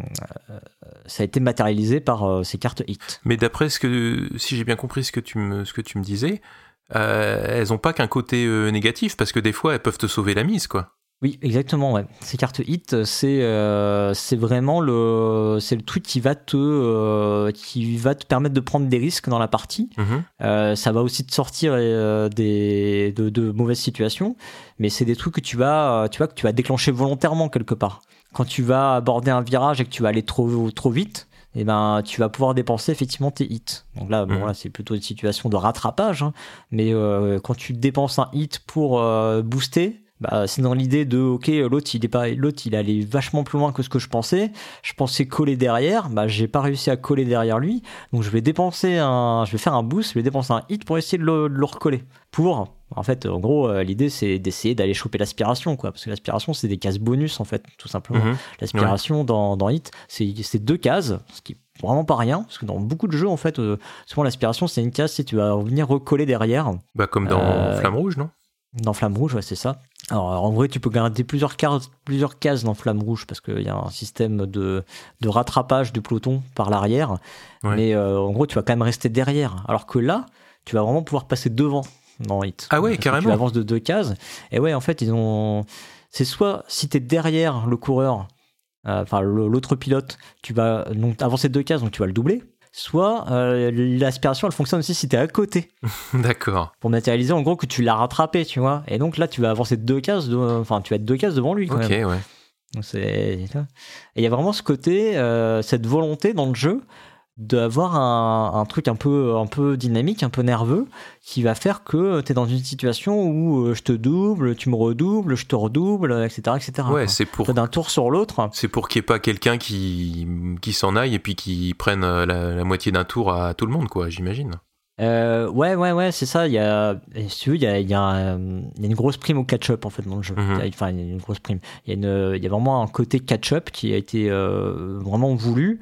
ça a été matérialisé par euh, ces cartes hit. Mais d'après ce que, si j'ai bien compris ce que tu me, ce que tu me disais, Euh, elles ont pas qu'un côté euh, négatif, parce que des fois elles peuvent te sauver la mise, quoi. Oui, exactement. Ouais. Ces cartes hit, c'est euh, c'est vraiment le c'est le truc qui va te euh, qui va te permettre de prendre des risques dans la partie. Mm-hmm. Euh, ça va aussi te sortir euh, des de, de mauvaises situations, mais c'est des trucs que tu vas tu vois que tu vas déclencher volontairement quelque part. Quand tu vas aborder un virage et que tu vas aller trop trop vite, eh ben, tu vas pouvoir dépenser effectivement tes hits. Donc là, bon, mmh. là c'est plutôt une situation de rattrapage, hein, mais euh, quand tu dépenses un hit pour euh, booster, bah, c'est dans l'idée de ok, l'autre il est pas, l'autre il allait vachement plus loin que ce que je pensais. Je pensais coller derrière, bah j'ai pas réussi à coller derrière lui, donc je vais dépenser un, je vais faire un boost, je vais dépenser un hit pour essayer de le, de le recoller. Pour En fait, en gros, euh, l'idée c'est d'essayer d'aller choper l'aspiration, quoi, parce que l'aspiration c'est des cases bonus en fait, tout simplement. Mmh. L'aspiration ouais. dans, dans Hit, c'est, c'est deux cases, ce qui est vraiment pas rien, parce que dans beaucoup de jeux en fait, euh, souvent l'aspiration c'est une case si tu vas venir recoller derrière. Bah comme dans euh, Flamme Rouge, non? Dans Flamme Rouge, ouais, c'est ça. Alors en vrai, tu peux garder plusieurs cases, plusieurs cases dans Flamme Rouge parce qu'il y a un système de, de rattrapage du peloton par l'arrière, ouais. mais euh, en gros, tu vas quand même rester derrière. Alors que là, tu vas vraiment pouvoir passer devant. Dans Hit. Ah ouais, parce carrément. Tu avances de deux cases. Et ouais, en fait, ils ont. C'est soit si t'es derrière le coureur, euh, enfin l'autre pilote, tu vas donc avancer de deux cases, donc tu vas le doubler. Soit euh, l'aspiration, elle fonctionne aussi si t'es à côté. D'accord. Pour matérialiser, en gros, que tu l'as rattrapé, tu vois. Et donc là, tu vas avancer de deux cases, de... enfin, tu vas être deux cases devant lui. Quand ok, même. ouais. Donc c'est. Et il y a vraiment ce côté, euh, cette volonté dans le jeu d'avoir un, un truc un peu, un peu dynamique, un peu nerveux, qui va faire que tu es dans une situation où je te double, tu me redoubles, je te redouble, et cetera et cetera. Ouais, quoi. c'est pour... D'un tour sur l'autre. C'est pour qu'il n'y ait pas quelqu'un qui, qui s'en aille et puis qui prenne la, la moitié d'un tour à tout le monde, quoi, j'imagine. Euh, ouais, ouais, ouais, c'est ça. Il y a, si tu veux, il y a, il y, a, il y a une grosse prime au catch-up en fait dans le jeu. Mm-hmm. Enfin, il y a une grosse prime. Il y a, une, il y a vraiment un côté catch-up qui a été euh, vraiment voulu.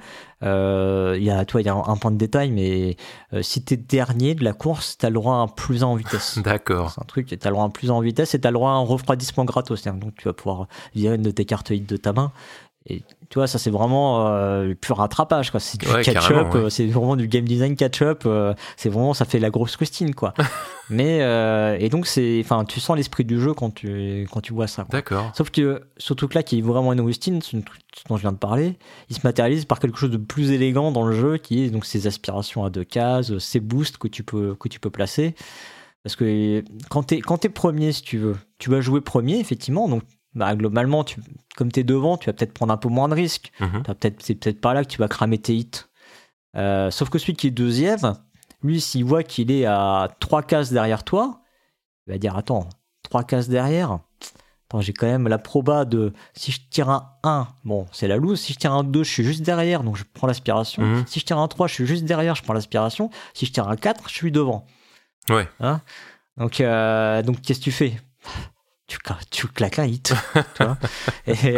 Euh, il y a, toi, il y a un, un point de détail, mais euh, si t'es dernier de la course, t'as le droit à un plus un en vitesse. D'accord. C'est un truc, t'as le droit à un plus un en vitesse et t'as le droit à un refroidissement gratos. Donc tu vas pouvoir virer une de tes cartes hit de ta main. Et tu vois, ça c'est vraiment euh, le pur rattrapage, quoi. C'est du ouais, catch-up, ouais. euh, c'est vraiment du game design catch-up. Euh, c'est vraiment, ça fait la grosse Christine, quoi. Mais euh, et donc c'est, enfin, tu sens l'esprit du jeu quand tu quand tu vois ça. Quoi. D'accord. Sauf que ce truc-là qui est vraiment une Christine, ce dont je viens de parler, il se matérialise par quelque chose de plus élégant dans le jeu, qui est donc ces aspirations à deux cases, ces boosts que tu peux que tu peux placer. Parce que quand t'es quand t'es premier, si tu veux, tu vas jouer premier, effectivement, donc. Bah, globalement, tu, comme tu es devant, tu vas peut-être prendre un peu moins de risques. Mm-hmm. T'as peut-être, c'est peut-être pas là que tu vas cramer tes hits. Euh, sauf que celui qui est deuxième, lui, s'il voit qu'il est à trois cases derrière toi, il va dire attends, trois cases derrière, Attends, j'ai quand même la proba de si je tire un un, bon, c'est la loose. Si je tire un deux, je suis juste derrière, donc je prends l'aspiration. Mmh. Si je tire un trois, je suis juste derrière, je prends l'aspiration. Si je tire un quatre, je suis devant. Ouais. Hein, donc, euh, donc, qu'est-ce que tu fais? Tu, tu claques un hit. Tu vois, et,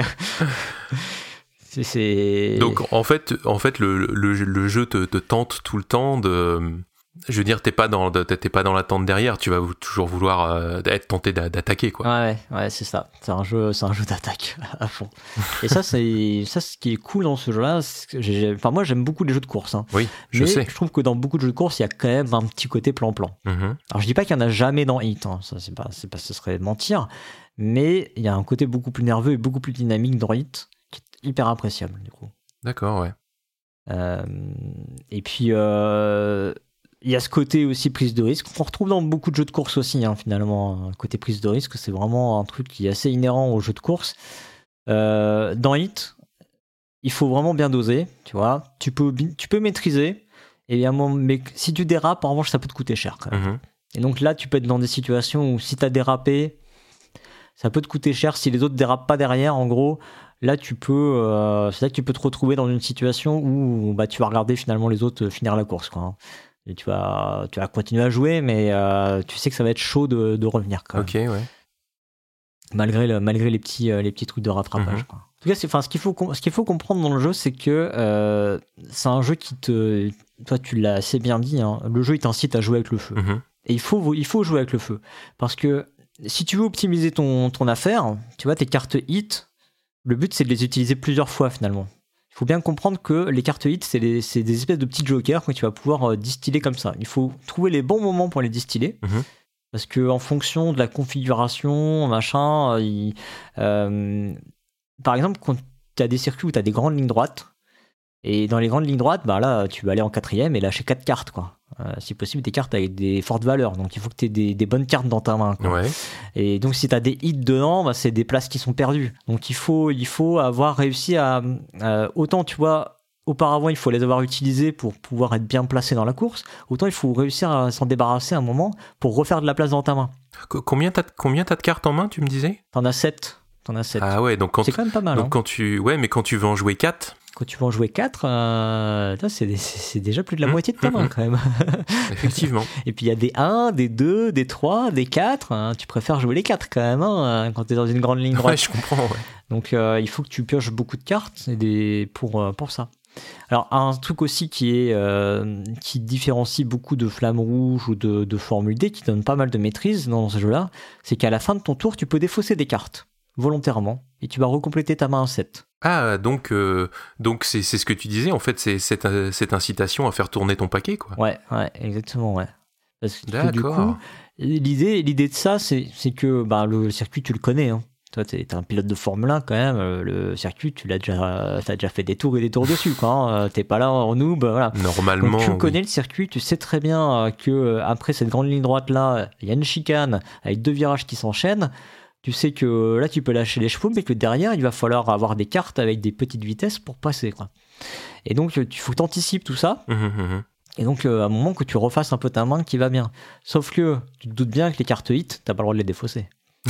c'est, c'est... Donc, en fait, en fait le, le, le jeu te, te tente tout le temps de... Je veux dire, t'es pas dans, t'es pas dans l'attente derrière, tu vas toujours vouloir euh, être tenté d'attaquer, quoi. Ouais, ouais, c'est ça. C'est un jeu, c'est un jeu d'attaque à fond. Et ça, c'est ça, ce qui est cool dans ce jeu-là. Que j'ai, enfin, moi, j'aime beaucoup les jeux de course. Hein. Oui, je mais sais. Je trouve que dans beaucoup de jeux de course, il y a quand même un petit côté plan-plan. Mm-hmm. Alors, je dis pas qu'il y en a jamais dans Hit. Hein. Ça, c'est pas, c'est pas, ce serait mentir. Mais il y a un côté beaucoup plus nerveux et beaucoup plus dynamique dans Hit, qui est hyper appréciable, du coup. D'accord, ouais. Euh, et puis. Euh, Il y a ce côté aussi prise de risque, qu'on retrouve dans beaucoup de jeux de course aussi, hein, finalement. Côté prise de risque, c'est vraiment un truc qui est assez inhérent aux jeux de course. Euh, dans Hit, il faut vraiment bien doser, tu vois. Tu peux, tu peux maîtriser, et à un moment, mais si tu dérapes, en revanche, ça peut te coûter cher, quand même. Mm-hmm. Et donc là, tu peux être dans des situations où si tu as dérapé, ça peut te coûter cher. Si les autres dérapent pas derrière, en gros, là, tu peux, euh, c'est là que tu peux te retrouver dans une situation où bah, tu vas regarder finalement les autres finir la course, quoi, hein. Et tu vas, tu vas continuer à jouer, mais euh, tu sais que ça va être chaud de, de revenir quand même. Ok, ouais. Malgré, le, malgré les, petits, euh, les petits trucs de rattrapage. Mm-hmm. Quoi. En tout cas, c'est, ce, qu'il faut, ce qu'il faut comprendre dans le jeu, c'est que euh, c'est un jeu qui te... Toi, tu l'as assez bien dit, hein, le jeu, il t'incite à jouer avec le feu. Mm-hmm. Et il faut, il faut jouer avec le feu. Parce que si tu veux optimiser ton, ton affaire, tu vois, tes cartes hit, le but, c'est de les utiliser plusieurs fois, finalement. Il faut bien comprendre que les cartes hit, c'est, les, c'est des espèces de petits jokers que tu vas pouvoir euh, distiller comme ça. Il faut trouver les bons moments pour les distiller. Mmh. Parce qu'en fonction de la configuration, machin, euh, il, euh, par exemple, quand tu as des circuits où tu as des grandes lignes droites, et dans les grandes lignes droites, bah là, tu vas aller en quatrième et lâcher quatre cartes, quoi. Euh, si possible, des cartes avec des fortes valeurs. Donc, il faut que tu aies des, des bonnes cartes dans ta main, quoi. Ouais. Et donc, si tu as des hits dedans, bah, c'est des places qui sont perdues. Donc, il faut, il faut avoir réussi à... Euh, autant, tu vois, auparavant, il faut les avoir utilisées pour pouvoir être bien placé dans la course. Autant, il faut réussir à s'en débarrasser un moment pour refaire de la place dans ta main. Combien t'as, combien t'as de cartes en main, tu me disais ? T'en as sept. T'en as sept. Ah ouais, donc quand c'est quand même pas mal. Donc hein. quand tu... Ouais, mais quand tu veux en jouer quatre... Quand tu vas en jouer quatre, euh, c'est, c'est déjà plus de la mmh, moitié de ta main mmh, quand même. Effectivement. Et puis il y a des un, des deux, des trois, des quatre. Hein. Tu préfères jouer les quatre quand même hein, quand tu es dans une grande ligne droite. Ouais, je comprends. Ouais. Donc euh, il faut que tu pioches beaucoup de cartes et des, pour, euh, pour ça. Alors un truc aussi qui, est, euh, qui différencie beaucoup de Flamme Rouge ou de, de Formule D, qui donne pas mal de maîtrise dans ce jeu-là, c'est qu'à la fin de ton tour, tu peux défausser des cartes volontairement et tu vas recompléter ta main en sept. Ah, donc, euh, donc c'est, c'est ce que tu disais, en fait, c'est cette, cette incitation à faire tourner ton paquet, quoi. Ouais, ouais, exactement, ouais. Parce que, D'accord. Du coup, l'idée, l'idée de ça, c'est, c'est que bah, le circuit, tu le connais. Hein. Toi, t'es, t'es un pilote de Formule un quand même. Le circuit, tu l'as déjà, t'as déjà fait des tours et des tours dessus, quoi. Hein. T'es pas là en noob, voilà. Normalement. Donc, tu connais oui. le circuit, tu sais très bien que après cette grande ligne droite là, il y a une chicane avec deux virages qui s'enchaînent. Tu sais que là, tu peux lâcher les chevaux, mais que derrière, il va falloir avoir des cartes avec des petites vitesses pour passer, quoi. Et donc, il faut que tu anticipes tout ça. Mmh, mmh. Et donc, euh, à un moment que tu refasses un peu ta main qui va bien. Sauf que tu te doutes bien que les cartes hit, t'as pas le droit de les défausser.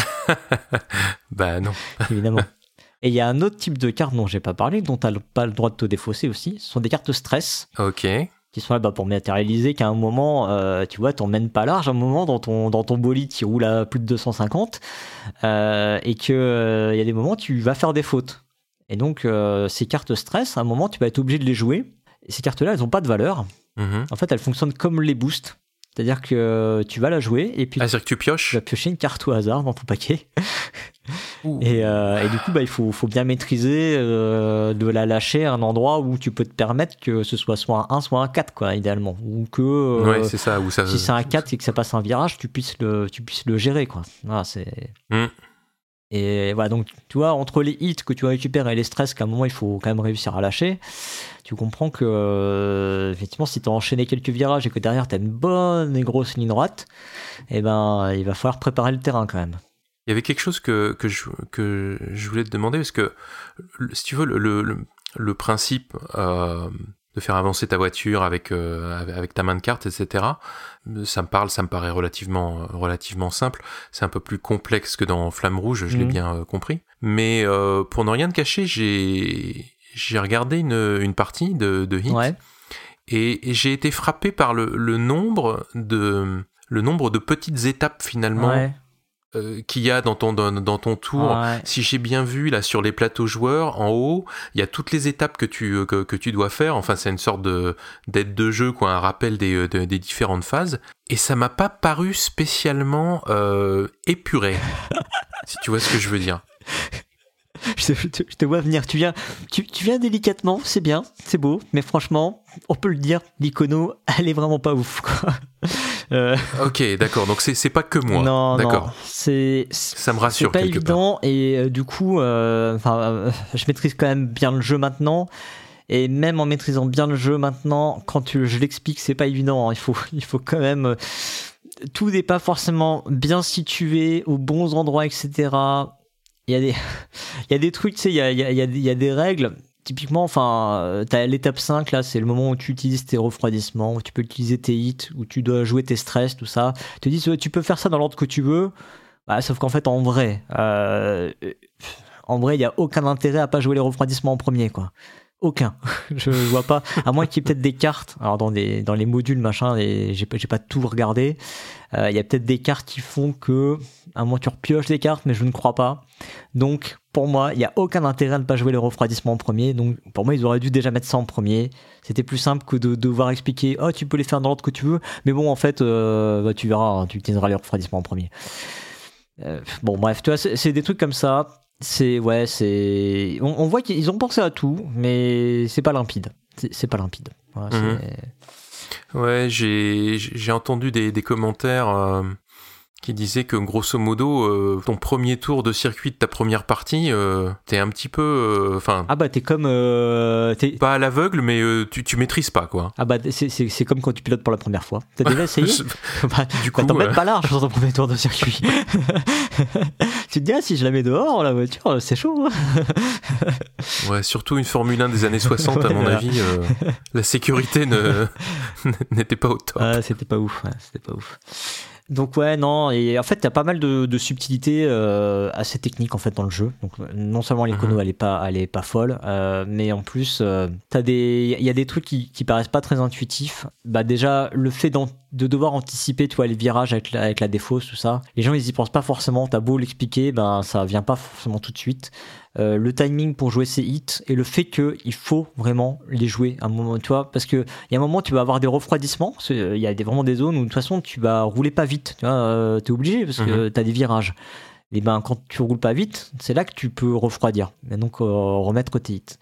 Bah non. Évidemment. Et il y a un autre type de cartes dont j'ai pas parlé, dont t'as pas le droit de te défausser aussi. Ce sont des cartes stress. Ok. Qui sont là bah, pour matérialiser qu'à un moment, euh, tu vois, t'emmènes pas large, à un moment dans ton, dans ton bolide qui roule à plus de deux cent cinquante, euh, et qu'il euh, y a des moments où tu vas faire des fautes. Et donc, euh, ces cartes stress, à un moment, tu vas être obligé de les jouer. Et ces cartes-là, elles n'ont pas de valeur. Mmh. En fait, elles fonctionnent comme les boosts. C'est-à-dire que tu vas la jouer et puis ah, c'est-à-dire que tu pioches. Tu vas piocher une carte au hasard dans ton paquet. et, euh, et du coup, bah, il faut, faut bien maîtriser euh, de la lâcher à un endroit où tu peux te permettre que ce soit soit un un, soit un quatre, quoi, idéalement. Ou que euh, ouais, c'est ça, ou ça, si c'est un quatre et que ça passe un virage, tu puisses le, tu puisses le gérer, quoi. Voilà, c'est... Mm. Et voilà, donc tu vois, entre les hits que tu récupères et les stress qu'à un moment il faut quand même réussir à lâcher, tu comprends que euh, effectivement, si tu as enchaîné quelques virages et que derrière tu as une bonne et grosse ligne droite, eh ben, il va falloir préparer le terrain quand même. Il y avait quelque chose que, que, je, que je voulais te demander, parce que si tu veux, le, le, le principe, euh, de faire avancer ta voiture avec euh, avec ta main de carte, et cetera. Ça me parle, ça me paraît relativement relativement simple. C'est un peu plus complexe que dans Flamme Rouge, je mmh. l'ai bien euh, compris. Mais euh, pour ne rien te cacher, j'ai j'ai regardé une une partie de de Heat ouais. et, et j'ai été frappé par le le nombre de le nombre de petites étapes finalement. Ouais. Euh, qu'il y a dans ton, dans, dans ton tour. Ouais. Si j'ai bien vu, là, sur les plateaux joueurs, en haut, il y a toutes les étapes que tu, que, que tu dois faire. Enfin, c'est une sorte de, d'aide de jeu, quoi, un rappel des, de, des différentes phases. Et ça m'a pas paru spécialement euh, épuré, si tu vois ce que je veux dire. Je te, je te, je te vois venir, tu viens, tu, tu viens délicatement, c'est bien, c'est beau, mais franchement, on peut le dire, l'icono, elle est vraiment pas ouf, quoi. Euh... Ok, d'accord, donc c'est, c'est pas que moi. Non, d'accord. non, c'est, ça me rassure c'est pas quelque évident, part. Et euh, du coup, euh, euh, je maîtrise quand même bien le jeu maintenant, et même en maîtrisant bien le jeu maintenant, quand tu, je l'explique, c'est pas évident, hein. il, faut, il faut quand même... Euh, tout n'est pas forcément bien situé, aux bons endroits, et cetera. Il y a des, il y a des trucs, tu sais, il y a, il y a, il y a des règles. Typiquement, enfin, t'as l'étape cinq, là, c'est le moment où tu utilises tes refroidissements, où tu peux utiliser tes hits, où tu dois jouer tes stress, tout ça. Ils te disent, tu peux faire ça dans l'ordre que tu veux. Bah, sauf qu'en fait, en vrai, euh, en vrai, il n'y a aucun intérêt à pas jouer les refroidissements en premier, quoi. Aucun. Je vois pas. À moins qu'il y ait peut-être des cartes. Alors, dans, des, dans les modules, machin, les, j'ai, j'ai pas tout regardé. Il euh, y a peut-être des cartes qui font que, à moins que tu repioches des cartes, mais je ne crois pas. Donc, pour moi, il n'y a aucun intérêt à ne pas jouer les refroidissements en premier. Donc, pour moi, ils auraient dû déjà mettre ça en premier. C'était plus simple que de devoir expliquer, oh, tu peux les faire dans l'ordre que tu veux. Mais bon, en fait, euh, bah, tu verras, hein, tu utiliseras les refroidissements en premier. Euh, bon, bref, tu vois, c'est, c'est des trucs comme ça. C'est, ouais, c'est. On, on voit qu'ils ont pensé à tout, mais c'est pas limpide. C'est, c'est pas limpide. Voilà, mmh. c'est... Ouais, j'ai, j'ai entendu des, des commentaires. Euh... qui disait que grosso modo euh, ton premier tour de circuit de ta première partie euh, t'es un petit peu enfin euh, ah bah t'es comme euh, t'es... pas à l'aveugle mais euh, tu, tu maîtrises pas quoi. Ah bah c'est, c'est, c'est comme quand tu pilotes pour la première fois, t'as déjà essayé? Bah, du coup bah, t'en euh... mets pas large sur ton premier tour de circuit. Tu te dis ah si je la mets dehors la voiture c'est chaud. Ouais, surtout une Formule un des années soixante ouais, à mon voilà. avis euh, la sécurité ne... n'était pas au top. Ah, c'était pas ouf, ouais, c'était pas ouf. Donc ouais, non, et en fait, il y a pas mal de, de subtilités euh, assez techniques en fait dans le jeu. Donc non seulement l'écono, mmh. elle est pas, elle est pas folle, euh, mais en plus, euh, t'as des, il y a des trucs qui, qui paraissent pas très intuitifs. Bah déjà, le fait de devoir anticiper, tu vois, les virages avec la, avec la défausse, tout ça. Les gens, ils y pensent pas forcément. T'as beau l'expliquer, ben ça vient pas forcément tout de suite. Euh, le timing pour jouer ces hits et le fait qu'il faut vraiment les jouer à un moment, tu vois, parce qu'il y a un moment tu vas avoir des refroidissements, il y a des, vraiment des zones où de toute façon tu vas rouler pas vite, tu vois, euh, t'es obligé parce que mmh. t'as des virages. Et ben quand tu roules pas vite, c'est là que tu peux refroidir et donc euh, remettre tes hits.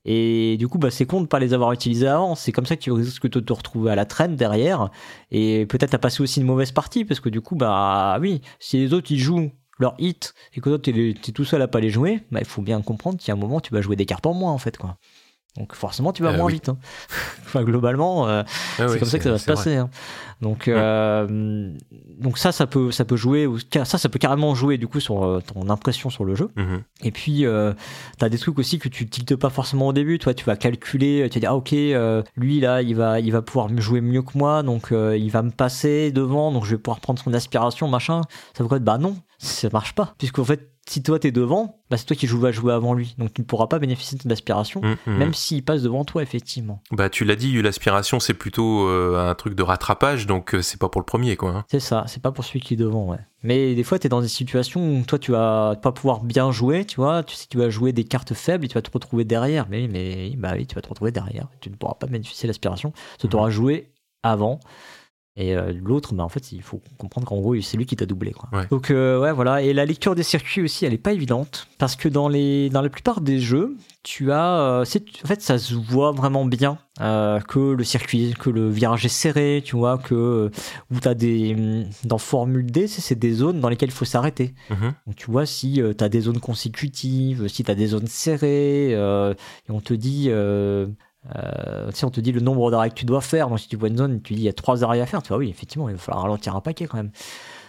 Et du coup, bah, c'est con de pas les avoir utilisés avant. C'est comme ça que tu risques de te retrouver à la traîne derrière et peut-être à passer aussi une mauvaise partie parce que du coup, bah oui, si les autres ils jouent leur hit et que toi t'es, t'es tout seul à pas les jouer, bah il faut bien comprendre qu'il y a un moment tu vas jouer des cartes en moins en fait quoi. Donc forcément tu vas euh, moins oui. vite. Hein. Enfin globalement, euh, ah c'est oui, comme ça que ça va se passer. Hein. Donc euh, donc ça ça peut ça peut jouer ou ça ça peut carrément jouer du coup sur euh, ton impression sur le jeu. Mm-hmm. Et puis euh, t'as des trucs aussi que tu tiltes pas forcément au début. Toi tu vas calculer, tu vas dire ah ok euh, lui là il va il va pouvoir me jouer mieux que moi donc euh, il va me passer devant donc je vais pouvoir prendre son aspiration machin. Ça veut quoi? Bah non. Ça marche pas, puisqu'en fait, si toi t'es devant, bah c'est toi qui vas jouer avant lui, donc tu ne pourras pas bénéficier de ton aspiration, mmh, mmh. même s'il passe devant toi, effectivement. Bah tu l'as dit, l'aspiration c'est plutôt euh, un truc de rattrapage, donc euh, c'est pas pour le premier, quoi. Hein. C'est ça, c'est pas pour celui qui est devant, ouais. Mais des fois, t'es dans des situations où toi tu vas pas pouvoir bien jouer, tu vois, tu sais que tu vas jouer des cartes faibles et tu vas te retrouver derrière, mais, mais bah oui, tu vas te retrouver derrière, tu ne pourras pas bénéficier de l'aspiration, tu mmh. t'auras joué avant. Et euh, l'autre, bah en fait, il faut comprendre qu'en gros, c'est lui qui t'a doublé, quoi. Ouais. Donc, euh, ouais, voilà. Et la lecture des circuits aussi, elle est pas évidente. Parce que dans, les, dans la plupart des jeux, tu as. Euh, c'est, en fait, ça se voit vraiment bien euh, que le circuit, que le virage est serré, tu vois, que. Où t'as des. Dans Formule D, c'est, c'est des zones dans lesquelles il faut s'arrêter. Mm-hmm. Donc, tu vois, si euh, t'as des zones consécutives, si t'as des zones serrées, euh, et on te dit. Euh, Euh, si on te dit le nombre d'arrêts que tu dois faire, donc si tu vois une zone, tu dis il y a trois arrêts à faire, tu vois oui effectivement il va falloir ralentir un paquet quand même.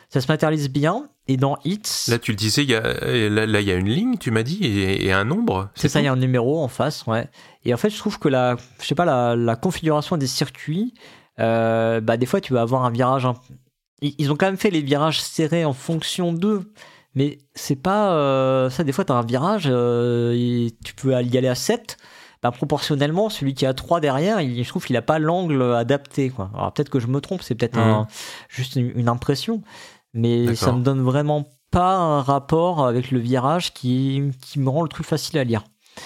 ça se matérialise bien. Et dans Hit... Là, tu le disais, il y a, là, là, il y a une ligne, tu m'as dit, et, et un nombre. C'est, c'est ça, il y a un numéro en face, ouais. Et en fait, je trouve que la, je sais pas, la, la configuration des circuits, euh, bah, des fois, tu vas avoir un virage... Un... Ils ont quand même fait les virages serrés en fonction d'eux. Mais c'est pas... Euh, ça, des fois, tu as un virage, euh, et tu peux y aller à sept. Bah, proportionnellement, celui qui a trois derrière, il, je trouve qu'il n'a pas l'angle adapté, quoi. Alors, peut-être que je me trompe, c'est peut-être mmh. un, juste une, une impression. Mais D'accord. ça me donne vraiment pas un rapport avec le virage qui, qui me rend le truc facile à lire.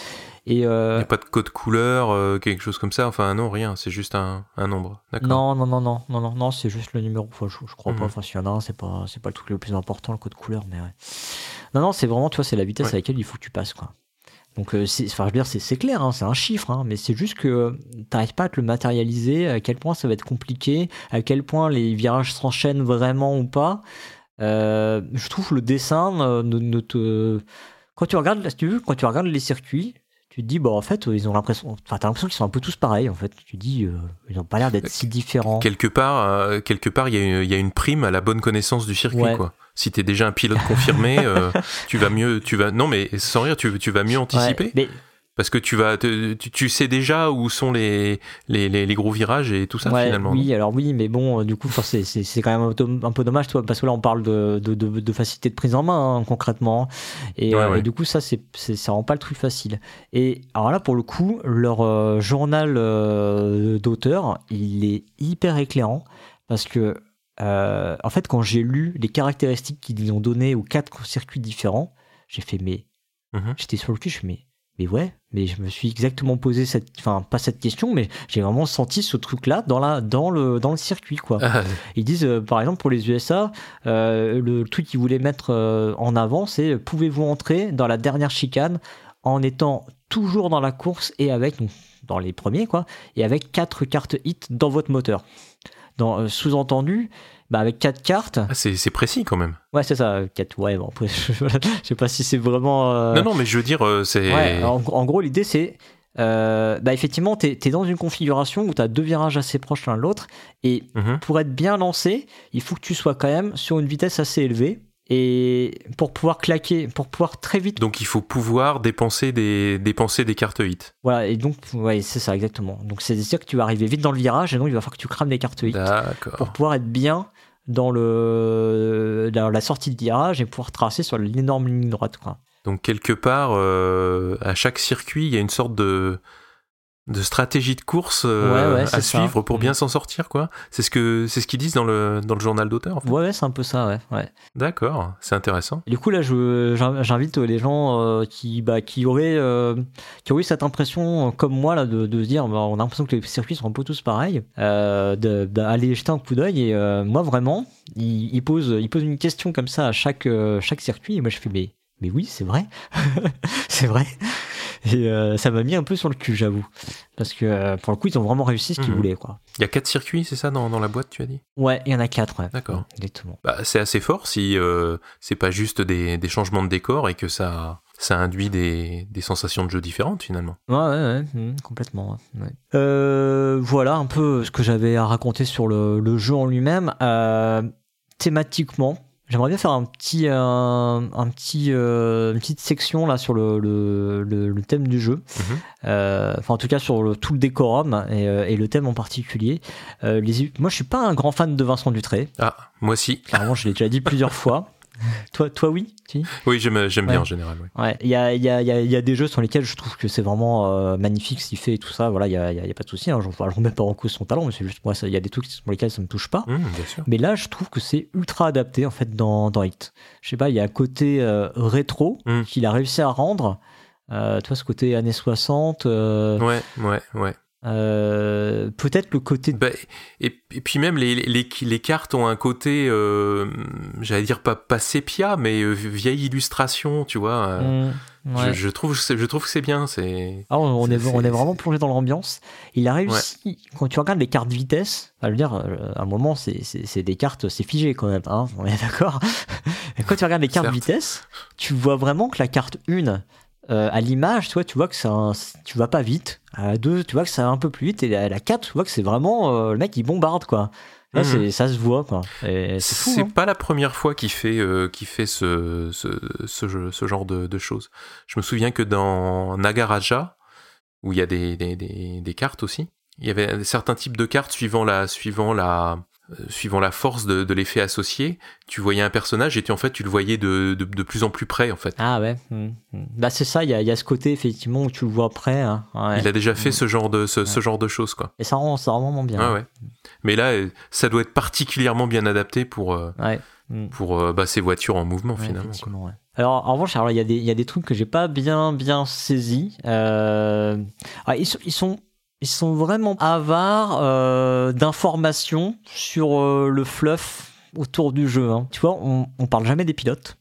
Et euh... il n'y a pas de code couleur, euh, quelque chose comme ça. Enfin non, rien. C'est juste un, un nombre. D'accord. Non, non, non, non, non, non, non, c'est juste le numéro. Enfin, je, je crois mmh. pas. Enfin, s'il y en a un, c'est pas, c'est pas le truc le plus important, le code couleur. Mais ouais. Non, non, c'est vraiment, tu vois, c'est la vitesse ouais. à laquelle il faut que tu passes, quoi. Donc, euh, c'est, enfin, je veux dire, c'est, c'est clair, hein, c'est un chiffre, hein, mais c'est juste que t'arrives pas à te le matérialiser. À quel point ça va être compliqué, à quel point les virages s'enchaînent vraiment ou pas. Euh, je trouve le dessin euh, ne, ne te... quand tu regardes, si tu veux, quand tu regardes les circuits, tu te dis bon en fait ils ont l'impression, enfin t'as l'impression qu'ils sont un peu tous pareils en fait. Tu te dis euh, ils ont pas l'air d'être si différents. Quelque part, euh, quelque part il y a une, il y a une prime à la bonne connaissance du circuit ouais. quoi. Si t'es déjà un pilote confirmé, euh, tu vas mieux, tu vas non mais sans rire, tu, tu vas mieux anticiper. Ouais, mais... Parce que tu vas, te, tu, tu sais déjà où sont les, les, les, les gros virages et tout ça ouais, finalement. Oui, alors oui, mais bon, du coup, c'est, c'est, c'est quand même un peu dommage, toi, parce que là, on parle de, de, de, de facilité de prise en main, hein, concrètement. Et, ouais, euh, ouais. et du coup, ça, c'est, c'est, ça rend pas le truc facile. Et alors là, pour le coup, leur euh, journal euh, d'auteur, il est hyper éclairant parce que, euh, en fait, quand j'ai lu les caractéristiques qu'ils ont données aux quatre circuits différents, j'ai fait, mais, mm-hmm. j'étais sur le cul, je suis, mais. Mais ouais, mais je me suis exactement posé cette, enfin pas cette question, mais j'ai vraiment senti ce truc-là dans la, dans le, dans le circuit quoi. Ah. Ils disent euh, par exemple pour les U S A, euh, le truc qu'ils voulaient mettre euh, en avant, c'est pouvez-vous entrer dans la dernière chicane en étant toujours dans la course et avec, donc, dans les premiers quoi, et avec quatre cartes hit dans votre moteur. Dans, euh, sous-entendu. Bah avec quatre cartes. Ah, c'est, c'est précis quand même. Ouais, c'est ça. quatre, ouais, bon, après, je, je sais pas si c'est vraiment. Euh... Non, non, mais je veux dire, euh, c'est. Ouais, en, en gros, l'idée, c'est. Euh, bah, effectivement, t'es, t'es dans une configuration où t'as deux virages assez proches l'un de l'autre. Et mm-hmm. pour être bien lancé, il faut que tu sois quand même sur une vitesse assez élevée. Et pour pouvoir claquer, pour pouvoir très vite. Donc il faut pouvoir dépenser des, dépenser des cartes hit. Voilà, et donc, ouais, c'est ça, exactement. Donc c'est-à-dire que tu vas arriver vite dans le virage et donc il va falloir que tu crames des cartes hit. D'accord. Pour pouvoir être bien dans, le, dans la sortie de virage et pouvoir tracer sur l'énorme ligne droite, quoi. Donc quelque part, euh, à chaque circuit, il y a une sorte de. de stratégie de course euh, ouais, ouais, à suivre ça. Pour bien mmh. s'en sortir, quoi. C'est ce que c'est ce qu'ils disent dans le dans le journal d'auteur. En fait. Ouais, ouais, c'est un peu ça, ouais. ouais. D'accord, c'est intéressant. Du coup, là, je j'invite les gens euh, qui bah qui auraient euh, qui auraient cette impression euh, comme moi là de, de se dire, bah, on a l'impression que les circuits sont un peu tous pareils, euh, de, d'aller jeter un coup d'œil et euh, moi vraiment, il, il pose il pose une question comme ça à chaque euh, chaque circuit et moi je fais mais mais oui, c'est vrai, c'est vrai. Et euh, ça m'a mis un peu sur le cul, j'avoue. Parce que euh, pour le coup, ils ont vraiment réussi ce qu'ils mmh. voulaient, quoi. Il y a quatre circuits, c'est ça, dans, dans la boîte, tu as dit ? Ouais, il y en a quatre, ouais. D'accord. Exactement. Bah, c'est assez fort si euh, c'est pas juste des, des changements de décor et que ça, ça induit des, des sensations de jeu différentes, finalement. Ouais, ouais, ouais, mmh, complètement. Ouais. Euh, voilà un peu ce que j'avais à raconter sur le, le jeu en lui-même. Euh, thématiquement, j'aimerais bien faire un petit, un, un petit, euh, une petite section là sur le, le, le, le thème du jeu. Mmh. Euh, enfin, en tout cas sur le, tout le décorum et, et le thème en particulier. Euh, les, moi, je suis pas un grand fan de Vincent Dutrait. Ah, moi si. Clairement, je l'ai déjà dit plusieurs fois. Toi, toi, oui. Si oui, j'aime, j'aime ouais. bien en général. Oui. Ouais, il y a, il y a, il y a, il y a des jeux sur lesquels je trouve que c'est vraiment euh, magnifique ce qu'il fait et tout ça. Voilà, il y a, il y a, il y a pas de souci. Hein, je ne remets pas en cause son talent, mais c'est juste moi, il y a des trucs sur lesquels ça me touche pas. Mmh, bien sûr. Mais là, je trouve que c'est ultra adapté en fait dans, dans Hit. Je sais pas, il y a un côté euh, rétro mmh. qu'il a réussi à rendre. Euh, tu vois, ce côté années soixante. Euh, ouais, ouais, ouais. Euh, peut-être le côté bah, et, et puis même les, les, les cartes ont un côté euh, j'allais dire pas, pas sépia mais euh, vieille illustration tu vois euh, mmh, ouais. je, je, trouve, je trouve que c'est bien c'est, ah, on, c'est, est, c'est, on est vraiment plongé dans l'ambiance. Il a réussi ouais. Quand tu regardes les cartes vitesse, à dire à un moment c'est, c'est, c'est des cartes, c'est figé quand même hein, on est d'accord. Quand tu regardes les cartes Certes. vitesse, tu vois vraiment que la carte un Euh, à l'image, tu vois, tu vois que ça, tu vas pas vite. À la deux, tu vois que ça va un peu plus vite. Et à la quatre, tu vois que c'est vraiment euh, le mec il bombarde quoi. Là, Mmh. c'est, ça se voit, quoi. Et c'est fou, C'est hein. pas la première fois qu'il fait, euh, qu'il fait ce, ce, ce, jeu- ce genre de, de choses. Je me souviens que dans Nagaraja, où il y a des, des, des, des cartes aussi, il y avait certains types de cartes suivant la, suivant la, euh, suivant la force de, de l'effet associé. Tu voyais un personnage et tu, en fait, tu le voyais de, de, de plus en plus près, en fait. Ah ouais. Mmh, mmh. Bah c'est ça, il y a, il y a ce côté effectivement où tu le vois près. Hein. Ouais. Il a déjà fait Mmh. ce genre de, ce, Ouais. ce genre de choses, quoi. Et ça rend, ça rend vraiment bien. Ouais, ouais. Mais là, euh, ça doit être particulièrement bien adapté pour, euh, Ouais. Mmh. pour euh, bah, ces voitures en mouvement, Ouais, finalement, quoi. effectivement, ouais. Alors, en revanche, alors, il y a des, il y a des trucs que j'ai pas bien, bien saisis. Euh... ah, ils, sont, ils, sont, ils sont vraiment avares euh, d'informations sur euh, le fluff autour du jeu. Hein. Tu vois, on, on parle jamais des pilotes.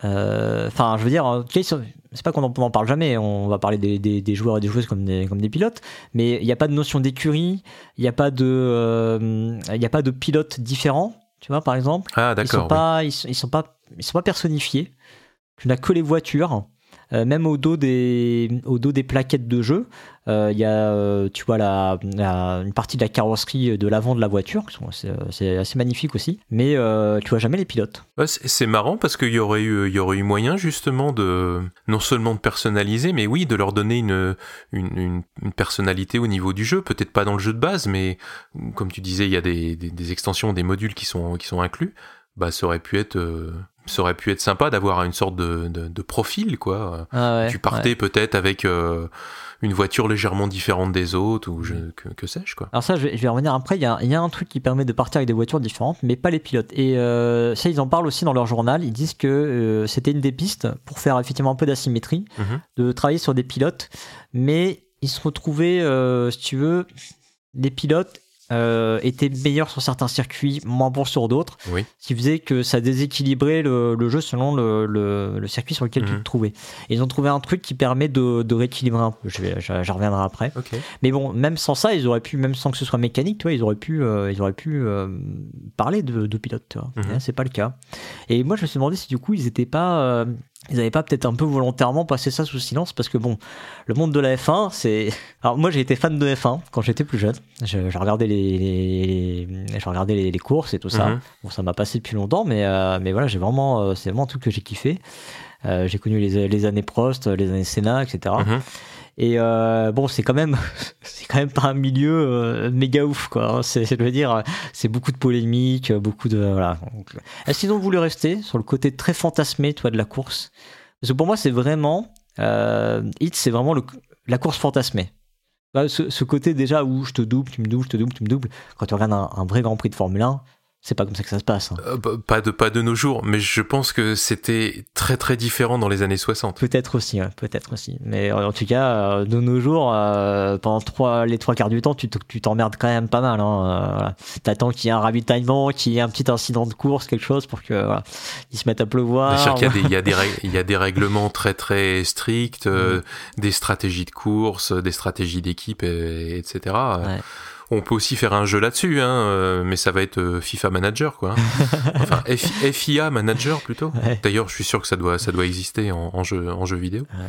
Enfin, euh, je veux dire, en tout cas, ils sont- c'est pas qu'on en, on en parle jamais. On va parler des, des, des joueurs et des joueuses comme des, comme des pilotes, mais il n'y a pas de notion d'écurie. Il n'y a pas de, euh, il y a pas de pilotes différents. Tu vois, par exemple. Ah, Ils d'accord. sont pas, ils sont, ils sont pas, ils sont pas personnifiés. Tu n'as que les voitures. Euh, même au dos des, au dos des plaquettes de jeu, euh, il y a, euh, tu vois, la, la- une partie de la carrosserie de l'avant de la voiture, qui sont- c'est, c'est assez magnifique aussi, mais euh, tu vois jamais les pilotes. Ouais, c'est c'est marrant parce qu'il y aurait eu, il y aurait eu moyen justement de, non seulement de personnaliser, mais oui, de leur donner une, une, une, une personnalité au niveau du jeu. Peut-être pas dans le jeu de base, mais comme tu disais, il y a des, des, des extensions, des modules qui sont, qui sont inclus. Bah, ça aurait pu être, euh, ça aurait pu être sympa d'avoir une sorte de, de, de profil, quoi. Ah ouais, Tu partais ouais. peut-être avec euh, une voiture légèrement différente des autres, ou je, que, que sais-je, quoi. Alors ça, je vais, je vais revenir après. Il y a, il y a un truc qui permet de partir avec des voitures différentes, mais pas les pilotes. Et euh, ça, ils en parlent aussi dans leur journal. Ils disent que euh, c'était une des pistes pour faire effectivement un peu d'asymétrie, Mhm. de travailler sur des pilotes. Mais ils se retrouvaient, euh, si tu veux, les pilotes euh, étaient meilleurs sur certains circuits, moins bons sur d'autres, Oui. ce qui faisait que ça déséquilibrait le, le jeu selon le, le, le circuit sur lequel tu Mhm. te trouvais. Et ils ont trouvé un truc qui permet de, de rééquilibrer un peu. Je vais, je- j'en reviendrai après. Ok. Mais bon, même sans ça, ils auraient pu, même sans que ce soit mécanique, tu vois, ils auraient pu, euh, ils auraient pu euh, parler de, de pilote, tu vois. Mhm. Et là, c'est pas le cas. Et moi, je me suis demandé si du coup, ils étaient pas, euh, ils avaient pas peut-être un peu volontairement passé ça sous silence, parce que bon, le monde de la F un, c'est. Alors moi, j'ai été fan de F un quand j'étais plus jeune. Je, je regardais les, les, les- je regardais les, les courses et tout ça. Mhm. Bon, ça m'a passé depuis longtemps, mais euh, mais voilà, j'ai vraiment, euh, c'est vraiment un truc que j'ai kiffé. Euh, j'ai connu les, les années Prost, les années Senna, et cetera. Mhm. Et euh, bon, c'est quand même, c'est quand même pas un milieu euh, méga ouf, quoi. C'est, je veux dire, c'est beaucoup de polémiques, beaucoup de voilà. Donc, est-ce qu'ils ont voulu rester sur le côté très fantasmé, toi, de la course? Parce que pour moi, c'est vraiment, euh, Hit, c'est vraiment le, la course fantasmée. Là, Ce, ce côté déjà où je te double, tu me doubles, je te double, tu me doubles. Quand tu regardes un, un vrai Grand Prix de Formule un, c'est pas comme ça que ça se passe. Hein. Euh, bah, pas de pas de nos jours, mais je pense que c'était très très différent dans les années soixante. Peut-être aussi, ouais, peut-être aussi. Mais en tout cas, euh, de nos jours, euh, pendant trois, les trois quarts du temps, tu, t- tu t'emmerdes quand même pas mal. Hein, euh, voilà. T'attends qu'il y ait un ravitaillement, qu'il y ait un petit incident de course, quelque chose pour que voilà, ils se mettent à pleuvoir. C'est sûr qu'il y a des, il y a des règles, il y a des règlements très très stricts, euh, Mm. des stratégies de course, des stratégies d'équipe, et, etc. Ouais. On peut aussi faire un jeu là-dessus, hein, euh, mais ça va être euh, FIFA Manager, quoi. hein. Enfin, F- F I A Manager plutôt. Ouais. D'ailleurs, je suis sûr que ça doit, ça doit exister en, en jeu, en jeu vidéo. Ouais.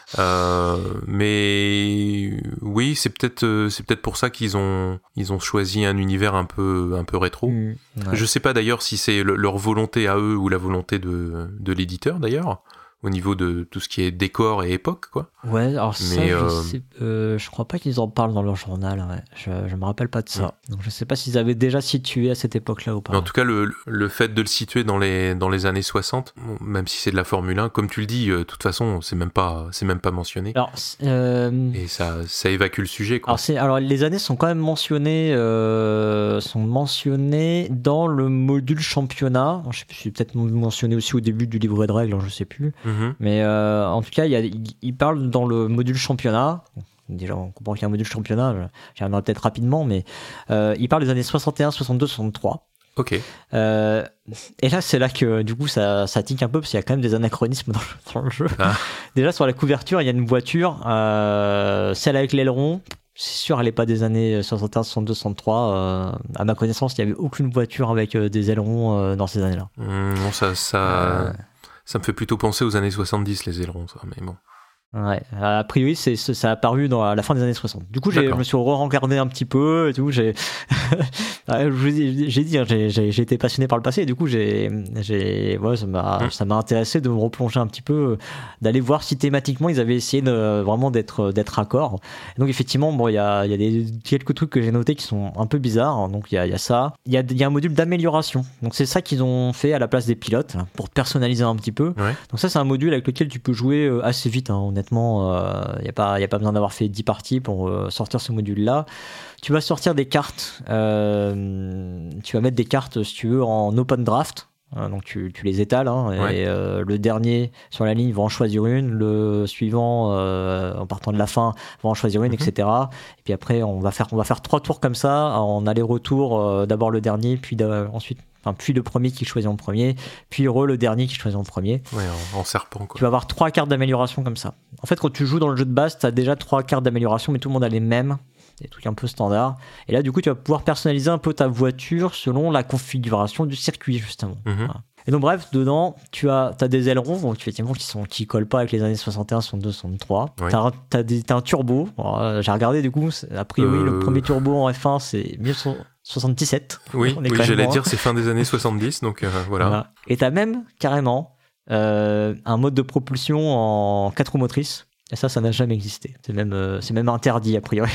Euh, mais oui, c'est peut-être, euh, c'est peut-être pour ça qu'ils ont, ils ont choisi un univers un peu, un peu rétro. Mm, ouais. Je sais pas d'ailleurs si c'est le- leur volonté à eux ou la volonté de, de l'éditeur d'ailleurs, au niveau de tout ce qui est décor et époque, quoi. Ouais, alors ça, Mais, je, euh, sais, euh, je crois pas qu'ils en parlent dans leur journal. Ouais. Je, je me rappelle pas de ça. Donc je sais pas s'ils avaient déjà situé à cette époque-là ou pas. Mais en tout cas, le, le fait de le situer dans les, dans les années soixante, bon, même si c'est de la Formule un, comme tu le dis, euh, de toute façon, c'est même pas, c'est même pas mentionné. Alors, c'est, euh, Et ça, ça évacue le sujet, quoi. alors, c'est, alors les années sont quand même mentionnées, euh, sont mentionnées dans le module championnat. Alors, je sais plus, c'est peut-être mentionné aussi au début du livret de règles, hein, je sais plus. Mhm. Mais euh, en tout cas, il, y a, il, il parle dans le module championnat. Déjà, on comprend qu'il y a un module championnat. je- J'y reviendrai peut-être rapidement, mais euh, il parle des années soixante et un, soixante-deux, soixante-trois. Ok. Euh, et là, c'est là que du coup, ça, ça tique un peu parce qu'il y a quand même des anachronismes dans le, dans le jeu. Ah. Déjà, sur la couverture, il y a une voiture, euh, celle avec l'aileron. C'est sûr, elle n'est pas des années soixante et un, soixante-deux, soixante-trois. Euh, à ma connaissance, il n'y avait aucune voiture avec euh, des ailerons euh, dans ces années-là. Hum, non, ça, ça, Euh, ça me fait plutôt penser aux années soixante-dix, les ailerons, ça, mais bon. Ouais, a priori, c'est, ça a apparu dans la fin des années soixante. Du coup, j'ai, je me suis re-regardé un petit peu et tout. J'ai, j'ai dit, hein, j'ai, j'ai, j'ai été passionné par le passé et du coup, j'ai, j'ai, ouais, ça m'a, mmh. ça m'a intéressé de me replonger un petit peu, d'aller voir si thématiquement ils avaient essayé de, vraiment d'être, d'être raccord. Donc, effectivement, bon, il y a, il y a des, quelques trucs que j'ai notés qui sont un peu bizarres. Donc, il y a, il y a ça. Il y a, il y a un module d'amélioration. Donc, c'est ça qu'ils ont fait à la place des pilotes pour personnaliser un petit peu. Ouais. Donc, ça, c'est un module avec lequel tu peux jouer assez vite, hein. Honnêtement, il euh, n'y a pas, y a pas besoin d'avoir fait dix parties pour euh, sortir ce module-là. Tu vas sortir des cartes. Euh, tu vas mettre des cartes, si tu veux, en open draft. Euh, donc tu, tu les étales. Hein, ouais. Et euh, le dernier sur la ligne va en choisir une. Le suivant, euh, en partant de la fin, va en choisir une, mm-hmm. et cetera. Et puis après, on va faire, on va faire trois tours comme ça, en aller-retour. Euh, d'abord le dernier, puis ensuite. Enfin, puis le premier qui choisit en premier, puis re le dernier qui choisit en premier. Ouais, en, en serpent, quoi. Tu vas avoir trois cartes d'amélioration comme ça. En fait, quand tu joues dans le jeu de base, tu as déjà trois cartes d'amélioration, mais tout le monde a les mêmes, des trucs un peu standards. Et là, du coup, tu vas pouvoir personnaliser un peu ta voiture selon la configuration du circuit, justement. Mm-hmm. Voilà. Et donc, bref, dedans, tu as, as des ailerons, donc, effectivement, qui ne qui collent pas avec les années soixante et un, soixante-deux, soixante-trois. Oui. Tu as, t'as des, t'as un turbo. Alors, euh, j'ai regardé, du coup, a priori, euh... le premier turbo en F un, c'est mille neuf cent soixante-dix-sept. Oui, oui j'allais loin. dire c'est fin des années soixante-dix, donc euh, voilà. voilà. Et t'as même carrément euh, un mode de propulsion en quatre roues motrices. Et ça, ça n'a jamais existé. C'est même, euh, c'est même interdit a priori.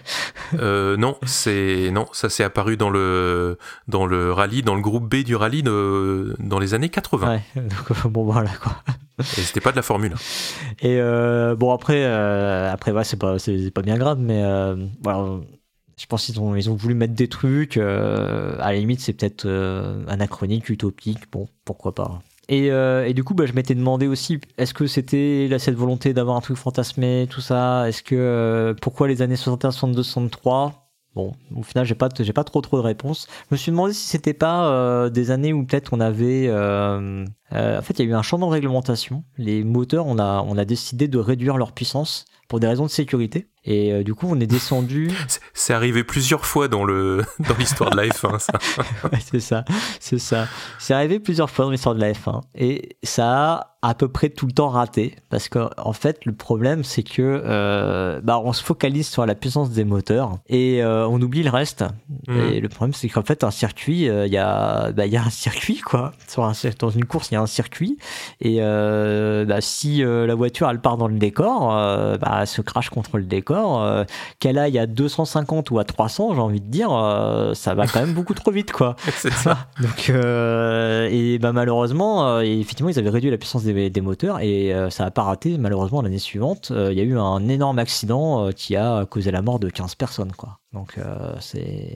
euh, non, c'est non, ça s'est apparu dans le dans le rallye, dans le groupe B du rallye de, dans les années quatre-vingts. Ouais, donc bon voilà quoi. Et c'était pas de la Formule. Et euh, bon après, euh, après ouais, c'est pas c'est, c'est pas bien grave, mais euh, voilà. Je pense qu'ils ont, ils ont voulu mettre des trucs. Euh, à la limite, c'est peut-être euh, anachronique, utopique. Bon, pourquoi pas. Et, euh, et du coup, bah, je m'étais demandé aussi, est-ce que c'était là, cette volonté d'avoir un truc fantasmé, tout ça. Est-ce que euh, pourquoi les années soixante et un, soixante-deux, soixante-trois? Bon, au final, j'ai pas, j'ai pas trop trop de réponses. Je me suis demandé si c'était pas euh, des années où peut-être on avait. Euh, euh, en fait, il y a eu un changement de réglementation. Les moteurs, on a, on a décidé de réduire leur puissance pour des raisons de sécurité. Et euh, du coup, on est descendu. C'est, c'est arrivé plusieurs fois dans le dans l'histoire de la F un, ça. Ouais, c'est ça, c'est ça. C'est arrivé plusieurs fois dans l'histoire de la F un et ça a à peu près tout le temps raté parce que en fait, le problème c'est que euh, bah on se focalise sur la puissance des moteurs et euh, on oublie le reste. Mmh. Et le problème c'est qu'en fait, un circuit, il euh, y a bah il y a un circuit quoi. Sur un, dans une course, il y a un circuit et euh, bah, si euh, la voiture elle part dans le décor, euh, bah elle se crache contre le décor. Euh, qu'elle aille à deux cent cinquante ou à trois cents, j'ai envie de dire, euh, ça va quand même beaucoup trop vite, quoi. C'est ça. Donc, euh, et bah, malheureusement, euh, et effectivement, ils avaient réduit la puissance des, des moteurs et euh, ça n'a pas raté. Malheureusement, l'année suivante, il euh, y a eu un énorme accident euh, qui a causé la mort de quinze personnes, quoi. Donc, euh, c'est,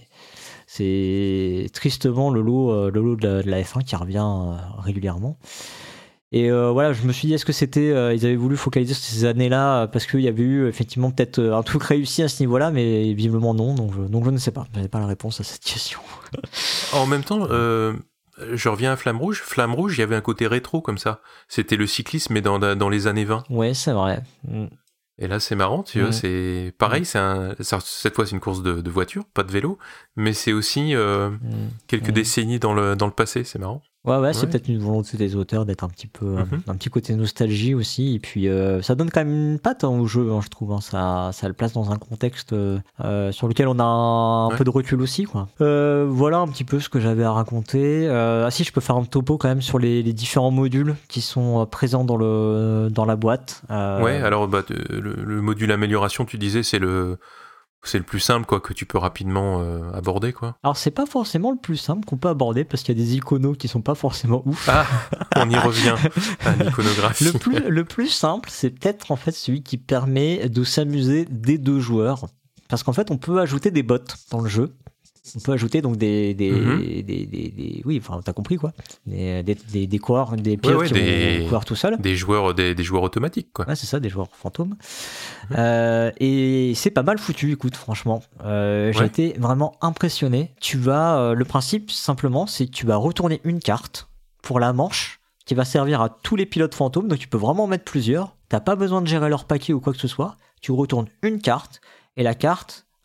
c'est tristement le lot, euh, le lot de la, de la F un qui revient euh, régulièrement. Et euh, voilà, je me suis dit, est-ce que c'était, euh, ils avaient voulu focaliser sur ces années-là parce qu'il y avait eu effectivement peut-être un truc réussi à ce niveau-là, mais visiblement non, donc je, donc je ne sais pas, je n'ai pas la réponse à cette question. En même temps, euh, je reviens à Flamme Rouge. Flamme Rouge, il y avait un côté rétro comme ça. C'était le cyclisme, mais dans, dans les années vingt. Ouais, c'est vrai. Mm. Et là, c'est marrant, tu vois, mmh. c'est pareil, c'est un, cette fois, c'est une course de, de voiture, pas de vélo, mais c'est aussi euh, mmh. quelques mmh. décennies dans le, dans le passé, c'est marrant. Ouais, ouais, c'est ouais. peut-être une volonté des auteurs d'être un petit peu, mmh. un, un petit côté nostalgie aussi, et puis euh, ça donne quand même une patte hein, au jeu, hein, je trouve, hein, ça, ça le place dans un contexte euh, sur lequel on a un, un ouais. peu de recul aussi, quoi. Euh, voilà un petit peu ce que j'avais à raconter. Euh, ah si, je peux faire un topo quand même sur les, les différents modules qui sont présents dans, le, dans la boîte. Euh, ouais, alors bah, le, le module amélioration, tu disais, c'est le... C'est le plus simple quoi, que tu peux rapidement euh, aborder quoi. Alors c'est pas forcément le plus simple qu'on peut aborder parce qu'il y a des iconos qui sont pas forcément ouf. Ah, on y revient à l'iconographie. Le plus, le plus simple c'est peut-être en fait celui qui permet de s'amuser des deux joueurs parce qu'en fait on peut ajouter des bots dans le jeu. On peut ajouter donc des des, mm-hmm. des, des, des, des oui enfin t'as compris quoi des des des, des coureurs des pilotes ouais, ouais, qui des, vont courir tout seuls des joueurs des, des joueurs automatiques quoi ouais c'est ça des joueurs fantômes mm-hmm. euh, et c'est pas mal foutu écoute franchement euh, j'ai ouais. été vraiment impressionné tu vas euh, le principe simplement c'est que tu vas retourner une carte pour la manche qui va servir à tous les pilotes fantômes donc tu peux vraiment en mettre plusieurs t'as pas besoin de gérer leur paquet ou quoi que ce soit tu retournes une carte et la carte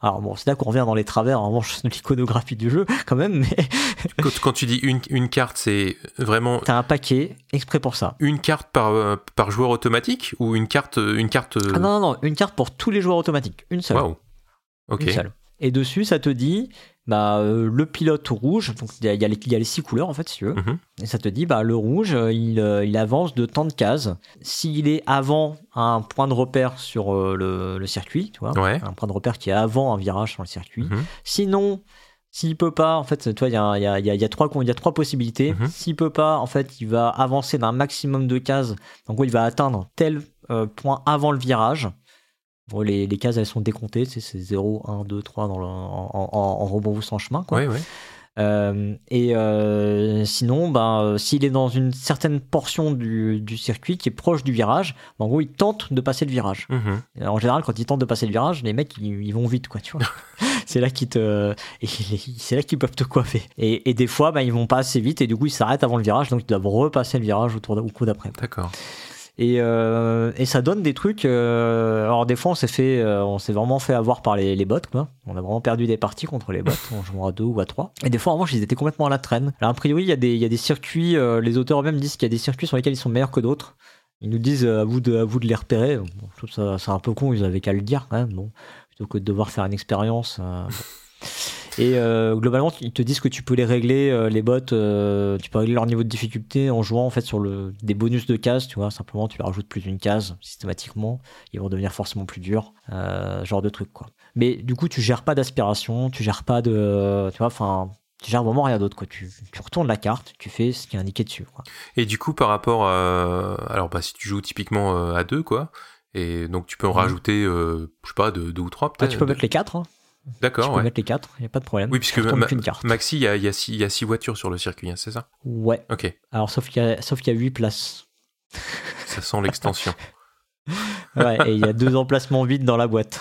Alors bon, c'est là qu'on revient dans les travers, en revanche, de l'iconographie du jeu, quand même, mais... quand, quand tu dis une, une carte, c'est vraiment... T'as un paquet exprès pour ça. Une carte par, euh, par joueur automatique ou une carte... Une carte... Ah non, non, non, une carte pour tous les joueurs automatiques, une seule. Waouh. Ok. Une seule. Et dessus, ça te dit, bah, euh, le pilote rouge, donc il y, y, y a les six couleurs, en fait, si tu veux, Mm-hmm. et ça te dit, bah, le rouge, il, euh, il avance de tant de cases. S'il est avant un point de repère sur euh, le, le circuit, tu vois, Ouais. un point de repère qui est avant un virage sur le circuit. Mm-hmm. Sinon, s'il peut pas, en fait, tu vois, il y a, y, a, y, a, y, a trois, y a trois possibilités. Mm-hmm. S'il peut pas, en fait, il va avancer d'un maximum de cases. En gros, il va atteindre tel euh, point avant le virage. Bon, les, les cases, elles sont décomptées, tu sais, c'est zéro, un, deux, trois dans le, en, en, en rebroussant chemin, quoi. Ouais, ouais. Euh, et euh, sinon, ben, s'il est dans une certaine portion du, du circuit qui est proche du virage, ben, en gros, il tente de passer le virage. Mm-hmm. En général, quand ils tentent de passer le virage, les mecs, ils, ils vont vite, quoi, tu vois. c'est là qu'ils te, et c'est là qu'ils peuvent te coiffer. Et, et des fois, ben, ils vont pas assez vite et du coup, ils s'arrêtent avant le virage, donc ils doivent repasser le virage au, tour, au coup d'après. D'accord. Et, euh, et ça donne des trucs. Euh, alors des fois, on s'est fait, euh, on s'est vraiment fait avoir par les, les bots, quoi. On a vraiment perdu des parties contre les bots en jouant à deux ou à trois. Et des fois, en revanche, ils étaient complètement à la traîne. Alors a priori, il y a des, il y a des circuits. Euh, les auteurs eux-mêmes disent qu'il y a des circuits sur lesquels ils sont meilleurs que d'autres. Ils nous disent euh, à vous de, à vous de les repérer. Bon, je trouve ça, c'est un peu con. Ils avaient qu'à le dire quand même. Bon, plutôt que de devoir faire une expérience. Euh, bon. Et euh, globalement, ils te disent que tu peux les régler, euh, les bots, euh, tu peux régler leur niveau de difficulté en jouant en fait sur le, des bonus de cases, tu vois, simplement tu leur rajoutes plus d'une case systématiquement, ils vont devenir forcément plus durs, euh, genre de truc quoi. Mais du coup, tu gères pas d'aspiration, tu gères pas de, tu vois, enfin, tu gères vraiment rien d'autre quoi. Tu, tu retournes la carte, tu fais ce qui est indiqué dessus quoi. Et du coup, par rapport à, alors bah si tu joues typiquement euh, à deux quoi, et donc tu peux en Mmh. rajouter, euh, je sais pas, deux, deux ou trois peut-être. Ah, tu peux de... mettre les quatre. Hein. D'accord, tu peux ouais. mettre les quatre, il n'y a pas de problème. Oui, puisque ma- ma- carte. Maxi, il y a, y, a six, y a six voitures sur le circuit, hein, c'est ça? Ouais. Ok. Alors, sauf qu'il y a, sauf qu'il y a huit places. Ça sent l'extension. Ouais, et il y a deux emplacements vides dans la boîte.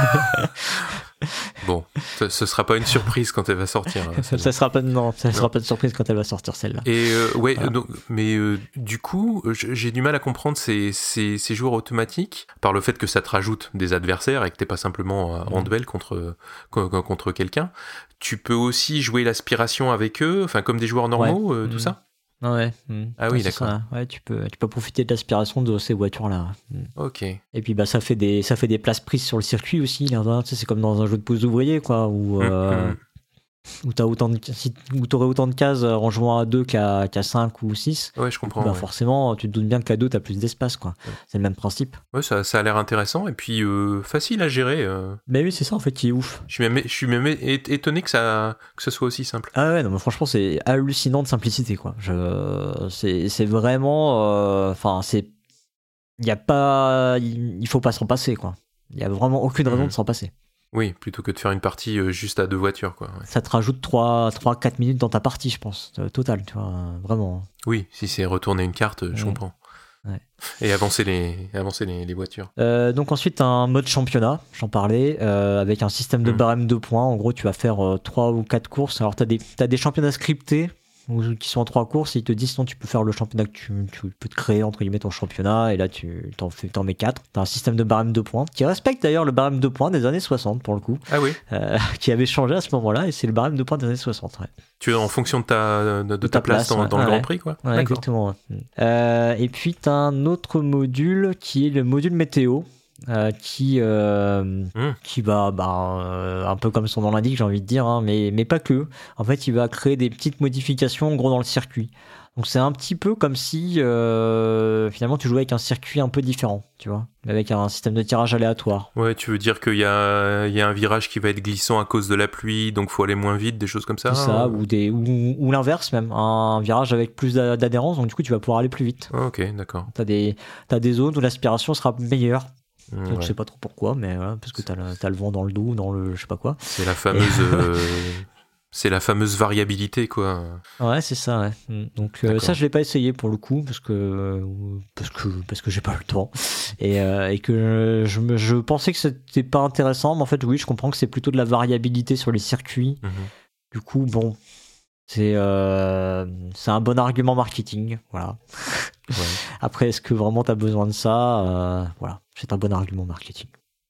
Bon, ce, ce sera pas une surprise quand elle va sortir. Hein, ça sera pas, non, ça sera pas de surprise quand elle va sortir celle-là. Et euh, ouais, Voilà. donc, mais euh, du coup, j'ai du mal à comprendre ces, ces, ces joueurs automatiques par le fait que ça te rajoute des adversaires et que t'es pas simplement euh, en duel contre contre, contre quelqu'un. Tu peux aussi jouer l'aspiration avec eux, enfin comme des joueurs normaux, Ouais. euh, tout mmh. ça. Ouais. Mmh. Ah ouais, oui, c'est d'accord. ça. Ouais, tu peux, tu peux profiter de l'aspiration de ces voitures-là. Mmh. Ok. Et puis bah ça fait des, ça fait des places prises sur le circuit aussi. Là, tu sais, c'est comme dans un jeu de pose d'ouvrier, quoi, où euh, Mmh. où t'as autant de, si, où t'aurais autant de cases en jouant à deux qu'à qu'à cinq ou six. Ouais, je comprends. Bah ouais. forcément, tu te doutes bien qu'à deux t'as plus d'espace, quoi. Ouais. C'est le même principe. Ouais, ça, ça a l'air intéressant et puis euh, facile à gérer. Euh. Mais oui, c'est ça en fait qui est ouf. Je suis même, je suis même é- étonné que ça, que ce soit aussi simple. Ah ouais, non, mais franchement, c'est hallucinant de simplicité, quoi. Je, c'est, c'est vraiment, enfin, euh, c'est, il y a pas, il faut pas s'en passer, quoi. Il y a vraiment aucune raison Mmh. de s'en passer. Oui, plutôt que de faire une partie euh, juste à deux voitures, quoi. Ouais. Ça te rajoute trois quatre minutes dans ta partie, je pense, euh, total, tu vois, euh, vraiment. Oui, si c'est retourner une carte, euh, je Ouais. comprends. Ouais. Et avancer les, avancer les, les voitures. Euh, donc ensuite un mode championnat, j'en parlais, euh, avec un système de Mm. barème de points. En gros, tu vas faire euh, trois ou quatre courses. Alors t'as des t'as des championnats scriptés ou qui sont en trois courses. Et ils te disent sinon tu peux faire le championnat que tu, tu peux te créer entre guillemets ton championnat. Et là tu t'en fais t'en mets quatre. T'as un système de barème de points qui respecte d'ailleurs le barème de points des années soixante pour le coup, Ah oui. euh, qui avait changé à ce moment-là. Et c'est le barème de points des années soixante. Ouais. Tu es en fonction de ta, de, de ta, ta place, place, dans, ouais. dans le Ouais. Grand Prix, quoi. Ouais, D'accord. exactement. Euh, et puis, tu as un autre module qui est le module météo, euh, qui, euh, Mm. qui va, bah, euh, un peu comme son nom l'indique, j'ai envie de dire, hein, mais, mais pas que. En fait, il va créer des petites modifications, en gros, dans le circuit. Donc, c'est un petit peu comme si, euh, finalement, tu jouais avec un circuit un peu différent, tu vois, avec un système de tirage aléatoire. Ouais, tu veux dire qu'il y a, il y a un virage qui va être glissant à cause de la pluie, donc faut aller moins vite, des choses comme ça. C'est ça, hein. ou, des, ou, ou l'inverse même, un virage avec plus d'a- d'adhérence, donc du coup, tu vas pouvoir aller plus vite. Ah, ok, d'accord. T'as des, t'as des zones où l'aspiration sera meilleure. Mm, Je ouais. sais pas trop pourquoi, mais voilà, parce que t'as le, t'as le vent dans le dos, dans le je sais pas quoi. C'est la fameuse, euh, c'est la fameuse variabilité, quoi. Ouais, c'est ça. Ouais. Mm. Donc euh, D'accord. ça, je l'ai pas essayé pour le coup parce que euh, parce que parce que j'ai pas le temps et, euh, et que je me je pensais que c'était pas intéressant, mais en fait oui, je comprends que c'est plutôt de la variabilité sur les circuits. Mhm. Du coup, bon, c'est euh, c'est un bon argument marketing, voilà. Ouais. Après, est-ce que vraiment t'as besoin de ça? Euh, Voilà, c'est un bon argument marketing.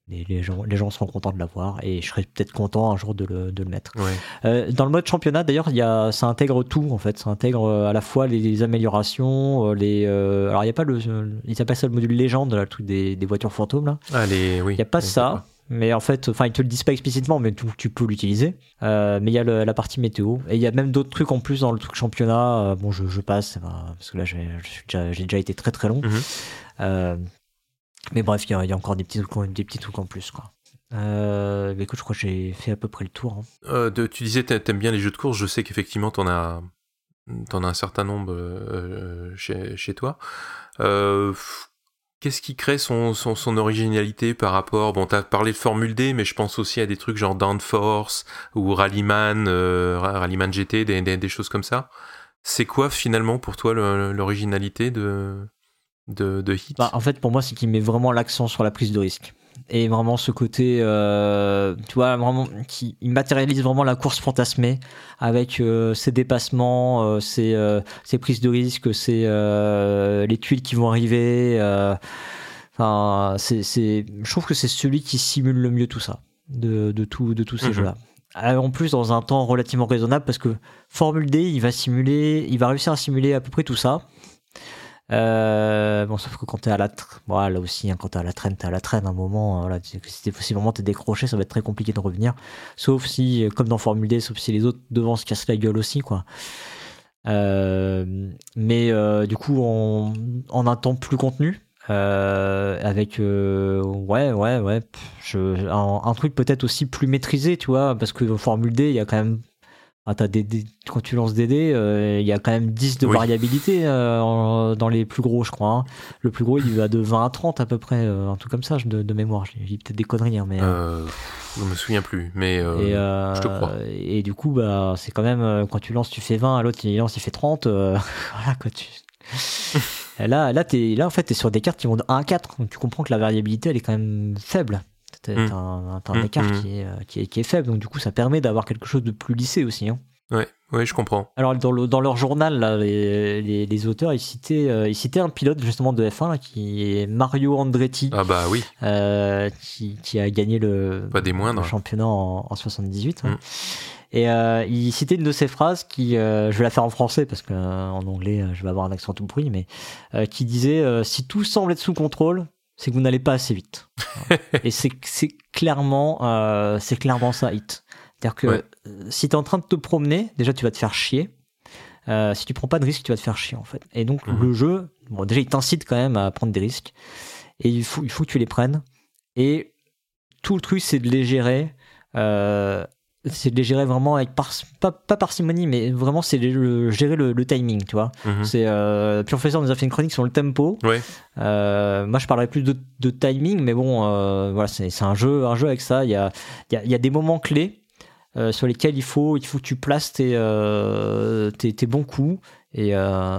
les, les, gens, les gens seront contents de l'avoir et je serai peut-être content un jour de le, de le mettre. Ouais. Euh, dans le mode championnat, d'ailleurs, il y a, ça intègre tout, en fait. Ça intègre à la fois les, les améliorations, les... Euh, alors, il n'y a pas le... Ils appellent ça le module légende, là, le truc des, des voitures fantômes, là. Ah, les... oui. Il n'y a pas oui, ça. Mais en fait, enfin, ils te le disent pas explicitement, mais tu, tu peux l'utiliser. Euh, mais il y a le, la partie météo. Et il y a même d'autres trucs en plus dans le truc championnat. Euh, bon, je, je passe, bah, parce que là, j'ai, déjà, j'ai déjà été très très long. Mm-hmm. Euh, mais bref, il y, y a encore des petits trucs, des petits trucs en plus, quoi. Euh, mais écoute, je crois que j'ai fait à peu près le tour. Hein. Euh, de, tu disais t'aimes bien les jeux de course. Je sais qu'effectivement, t'en as, t'en as un certain nombre euh, chez, chez toi. Euh, Qu'est-ce qui crée son, son, son originalité par rapport... Bon, t'as parlé de Formule D, mais je pense aussi à des trucs genre Downforce ou Rallyman, euh, Rallyman G T, des, des, des choses comme ça. C'est quoi finalement pour toi le, l'originalité de, de, de Heat ? Bah, en fait, pour moi, c'est qu'il met vraiment l'accent sur la prise de risque. Et vraiment ce côté, euh, tu vois, vraiment, qui il matérialise vraiment la course fantasmée avec euh, ses dépassements, euh, ses, euh, ses prises de risque, ses, euh, les tuiles qui vont arriver. Euh, enfin, c'est, c'est, je trouve que c'est celui qui simule le mieux tout ça, de, de, tout, de tous ces mmh. jeux-là. En plus, dans un temps relativement raisonnable, parce que Formule D, il va simuler, il va réussir à simuler à peu près tout ça. Euh, bon, sauf que quand t'es à la traîne, bon, là aussi, hein, quand t'es à la traîne, t'es à la traîne. À un moment, voilà, si, si vraiment t'es décroché, ça va être très compliqué de revenir. Sauf si, comme dans Formule D, sauf si les autres devant se cassent la gueule aussi, quoi. Euh, mais euh, du coup, en, en un temps plus contenu, euh, avec euh, ouais, ouais, ouais, je, un, un truc peut-être aussi plus maîtrisé, tu vois, parce que dans Formule D, il y a quand même. Ah, t'as des, des, quand tu lances des dés, il euh, y a quand même dix de oui. variabilité euh, en, dans les plus gros, je crois. Hein. Le plus gros, il va de vingt à trente à peu près, euh, un truc comme ça de, de mémoire. J'ai, j'ai peut-être des conneries, hein, mais. Euh, je me souviens plus, mais euh, et, euh, je te crois. Et du coup, bah, c'est quand même, quand tu lances, tu fais vingt, à l'autre, il lance, il fait trente. Euh, voilà, quoi. Tu... là, là, t'es, là, en fait, t'es sur des cartes qui vont de un à quatre. Donc, tu comprends que la variabilité, elle est quand même faible. T'as, mmh. t'as un, t'as un écart mmh. qui, est, qui, est, qui est faible, donc du coup ça permet d'avoir quelque chose de plus lissé aussi. Hein. Ouais, ouais, je comprends. Alors dans, le, dans leur journal, là, les, les, les auteurs ils citaient, euh, ils citaient un pilote justement de F un là, qui est Mario Andretti. Ah bah oui. Euh, qui, qui a gagné le, Pas des moindres. le championnat en, en soixante-dix-huit. Ouais. Mmh. Et euh, il citait une de ses phrases qui, euh, je vais la faire en français parce qu'en euh, anglais je vais avoir un accent tout pourri, mais euh, qui disait euh, si tout semble être sous contrôle, c'est que vous n'allez pas assez vite. Et c'est, c'est, clairement, euh, c'est clairement ça, Heat. C'est-à-dire que ouais. si tu es en train de te promener, déjà tu vas te faire chier. Euh, si tu prends pas de risques, tu vas te faire chier en fait. Et donc mmh. le jeu, bon, déjà il t'incite quand même à prendre des risques. Et il faut, il faut que tu les prennes. Et tout le truc, c'est de les gérer. Euh, c'est de les gérer vraiment avec par, pas, pas parcimonie, mais vraiment c'est de le, gérer le, le timing, tu vois. Mm-hmm. C'est euh, Pure Professeur nous a fait une chronique sur le tempo. Ouais. Euh, moi je parlerais plus de, de timing, mais bon, euh, voilà, c'est, c'est un jeu, un jeu avec ça. Il y a, il y a, il y a des moments clés euh, sur lesquels il faut, il faut que tu places tes, euh, tes, tes bons coups, et,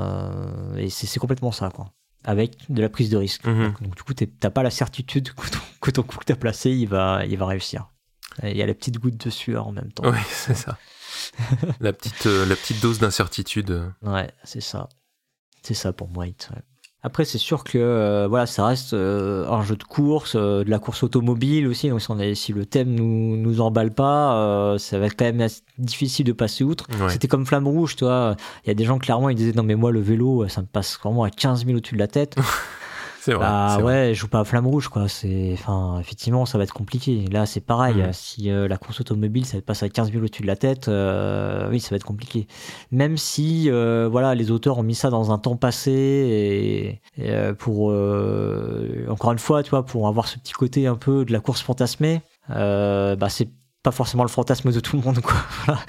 euh, et c'est, c'est complètement ça, quoi. Avec de la prise de risque. Mm-hmm. Donc, donc du coup, t'as pas la certitude que ton, que ton coup que t'as placé, il va, il va réussir. Il y a la petite goutte de sueur en même temps. Oui, c'est ça. la, petite, euh, la petite dose d'incertitude. Ouais, c'est ça. C'est ça pour moi. Ouais. Après, c'est sûr que euh, voilà, ça reste euh, un jeu de course, euh, de la course automobile aussi. Donc, si, on est, si le thème nous nous emballe pas, euh, ça va être quand même difficile de passer outre. Ouais. C'était comme Flamme Rouge, tu vois. Il y a des gens, clairement, ils disaient non, mais moi, le vélo, ça me passe vraiment à quinze mille au-dessus de la tête. C'est vrai. Bah c'est ouais, vrai. je joue pas à Flamme Rouge, quoi. C'est, enfin, effectivement, ça va être compliqué. Là, c'est pareil. Mmh. Si euh, la course automobile, ça passe à quinze mille au-dessus de la tête, euh, oui, ça va être compliqué. Même si, euh, voilà, les auteurs ont mis ça dans un temps passé et, et euh, pour, euh, encore une fois, tu vois, pour avoir ce petit côté un peu de la course fantasmée, euh, bah c'est pas forcément le fantasme de tout le monde, quoi. Voilà.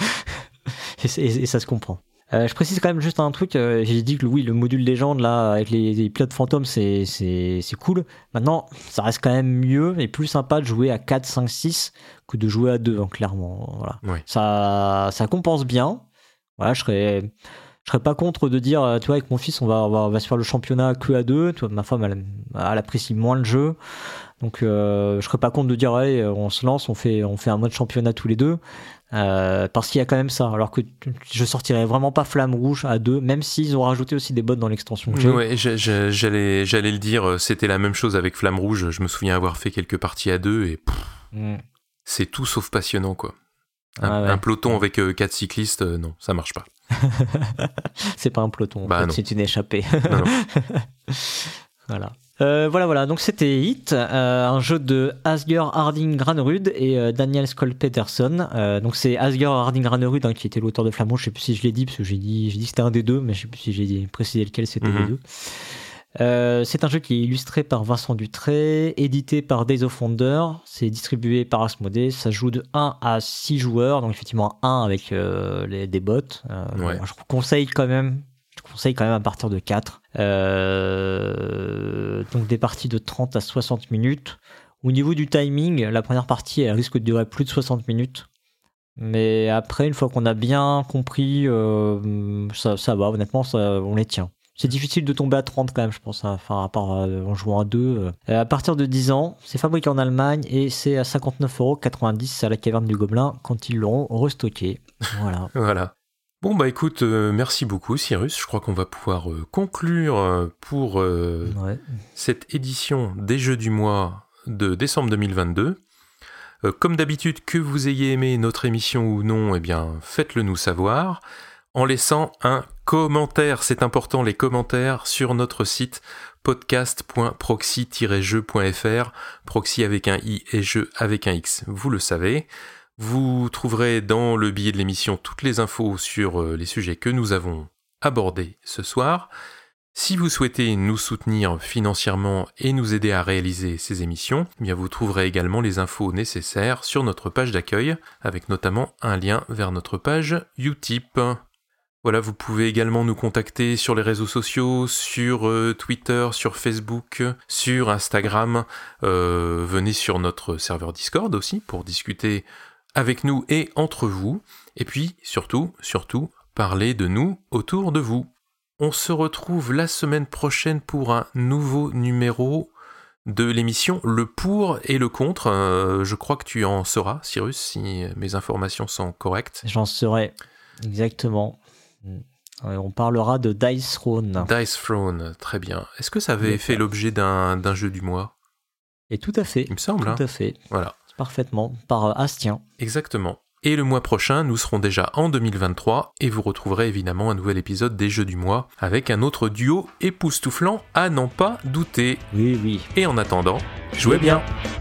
et, et, et ça se comprend. Euh, je précise quand même juste un truc, euh, j'ai dit que oui, le module légende là avec les, les pilotes fantômes c'est, c'est, c'est cool. Maintenant, ça reste quand même mieux et plus sympa de jouer à quatre, cinq, six que de jouer à deux, hein, clairement. Voilà. Ouais. Ça, ça compense bien. Voilà, je serais, Je serais pas contre de dire, tu vois, avec mon fils, on va, on va, on va se faire le championnat que à deux. Tu vois, ma femme, elle, elle apprécie moins le jeu. Donc, euh, je serais pas contre de dire, allez, on se lance, on fait, on fait un mode championnat tous les deux. Euh, parce qu'il y a quand même ça. Alors que je sortirais vraiment pas Flamme Rouge à deux, même s'ils ont rajouté aussi des bots dans l'extension. Ouais, j'allais, j'allais le dire, c'était la même chose avec Flamme Rouge. Je me souviens avoir fait quelques parties à deux et pff, mm. c'est tout sauf passionnant, quoi. Un, ah ouais. un peloton avec euh, quatre cyclistes, euh, non, ça marche pas. C'est pas un peloton, bah en fait, c'est une échappée. Non, non. Voilà. Euh, voilà, voilà. Donc c'était Hit, euh, un jeu de Asger Harding Granerud et euh, Daniel Skjold-Petersen. Euh, donc c'est Asger Harding Granerud hein, qui était l'auteur de Flamme Rouge. Je sais plus si je l'ai dit parce que j'ai dit, j'ai dit que c'était un des deux, mais je sais plus si j'ai dit, précisé lequel c'était mm-hmm. les deux. Euh, c'est un jeu qui est illustré par Vincent Dutré, édité par Days of Wonder, c'est distribué par Asmodée, ça joue de un à six joueurs, donc effectivement un avec euh, les, des bots. Euh, ouais. bon, je vous conseille quand même, je conseille quand même à partir de quatre. Euh, donc des parties de trente à soixante minutes. Au niveau du timing, la première partie elle risque de durer plus de soixante minutes. Mais après, une fois qu'on a bien compris, euh, ça, ça va, honnêtement, ça, on les tient. C'est difficile de tomber à trente quand même, je pense, enfin, à part euh, en jouant à deux. Euh, à partir de dix ans, c'est fabriqué en Allemagne et c'est à cinquante-neuf euros quatre-vingt-dix à la Caverne du Gobelin quand ils l'auront restocké. Voilà. Voilà. Bon bah écoute, euh, merci beaucoup Cyrus, je crois qu'on va pouvoir euh, conclure euh, pour euh, ouais. cette édition des Jeux du mois de décembre deux mille vingt-deux. Euh, comme d'habitude, que vous ayez aimé notre émission ou non, eh bien faites-le nous savoir en laissant un commentaire, c'est important les commentaires sur notre site podcast point proxy tiret jeu point f r, proxy avec un i et jeu avec un x, vous le savez. Vous trouverez dans le billet de l'émission toutes les infos sur les sujets que nous avons abordés ce soir. Si vous souhaitez nous soutenir financièrement et nous aider à réaliser ces émissions, eh bien vous trouverez également les infos nécessaires sur notre page d'accueil, avec notamment un lien vers notre page Utip. Voilà, vous pouvez également nous contacter sur les réseaux sociaux, sur euh, Twitter, sur Facebook, sur Instagram. Euh, venez sur notre serveur Discord aussi pour discuter avec nous et entre vous. Et puis, surtout, surtout, parlez de nous autour de vous. On se retrouve la semaine prochaine pour un nouveau numéro de l'émission Le Pour et le Contre. Euh, je crois que tu en sauras, Cyrus, si mes informations sont correctes. J'en saurai, exactement. On parlera de Dice Throne. Dice Throne, très bien. Est-ce que ça avait fait l'objet d'un, d'un jeu du mois ? Et tout à fait. Il me semble. Tout hein. à fait. Voilà. Parfaitement. Par Astien. Exactement. Et le mois prochain, nous serons déjà en deux mille vingt-trois et vous retrouverez évidemment un nouvel épisode des Jeux du mois avec un autre duo époustouflant à n'en pas douter. Oui, oui. Et en attendant, jouez bien.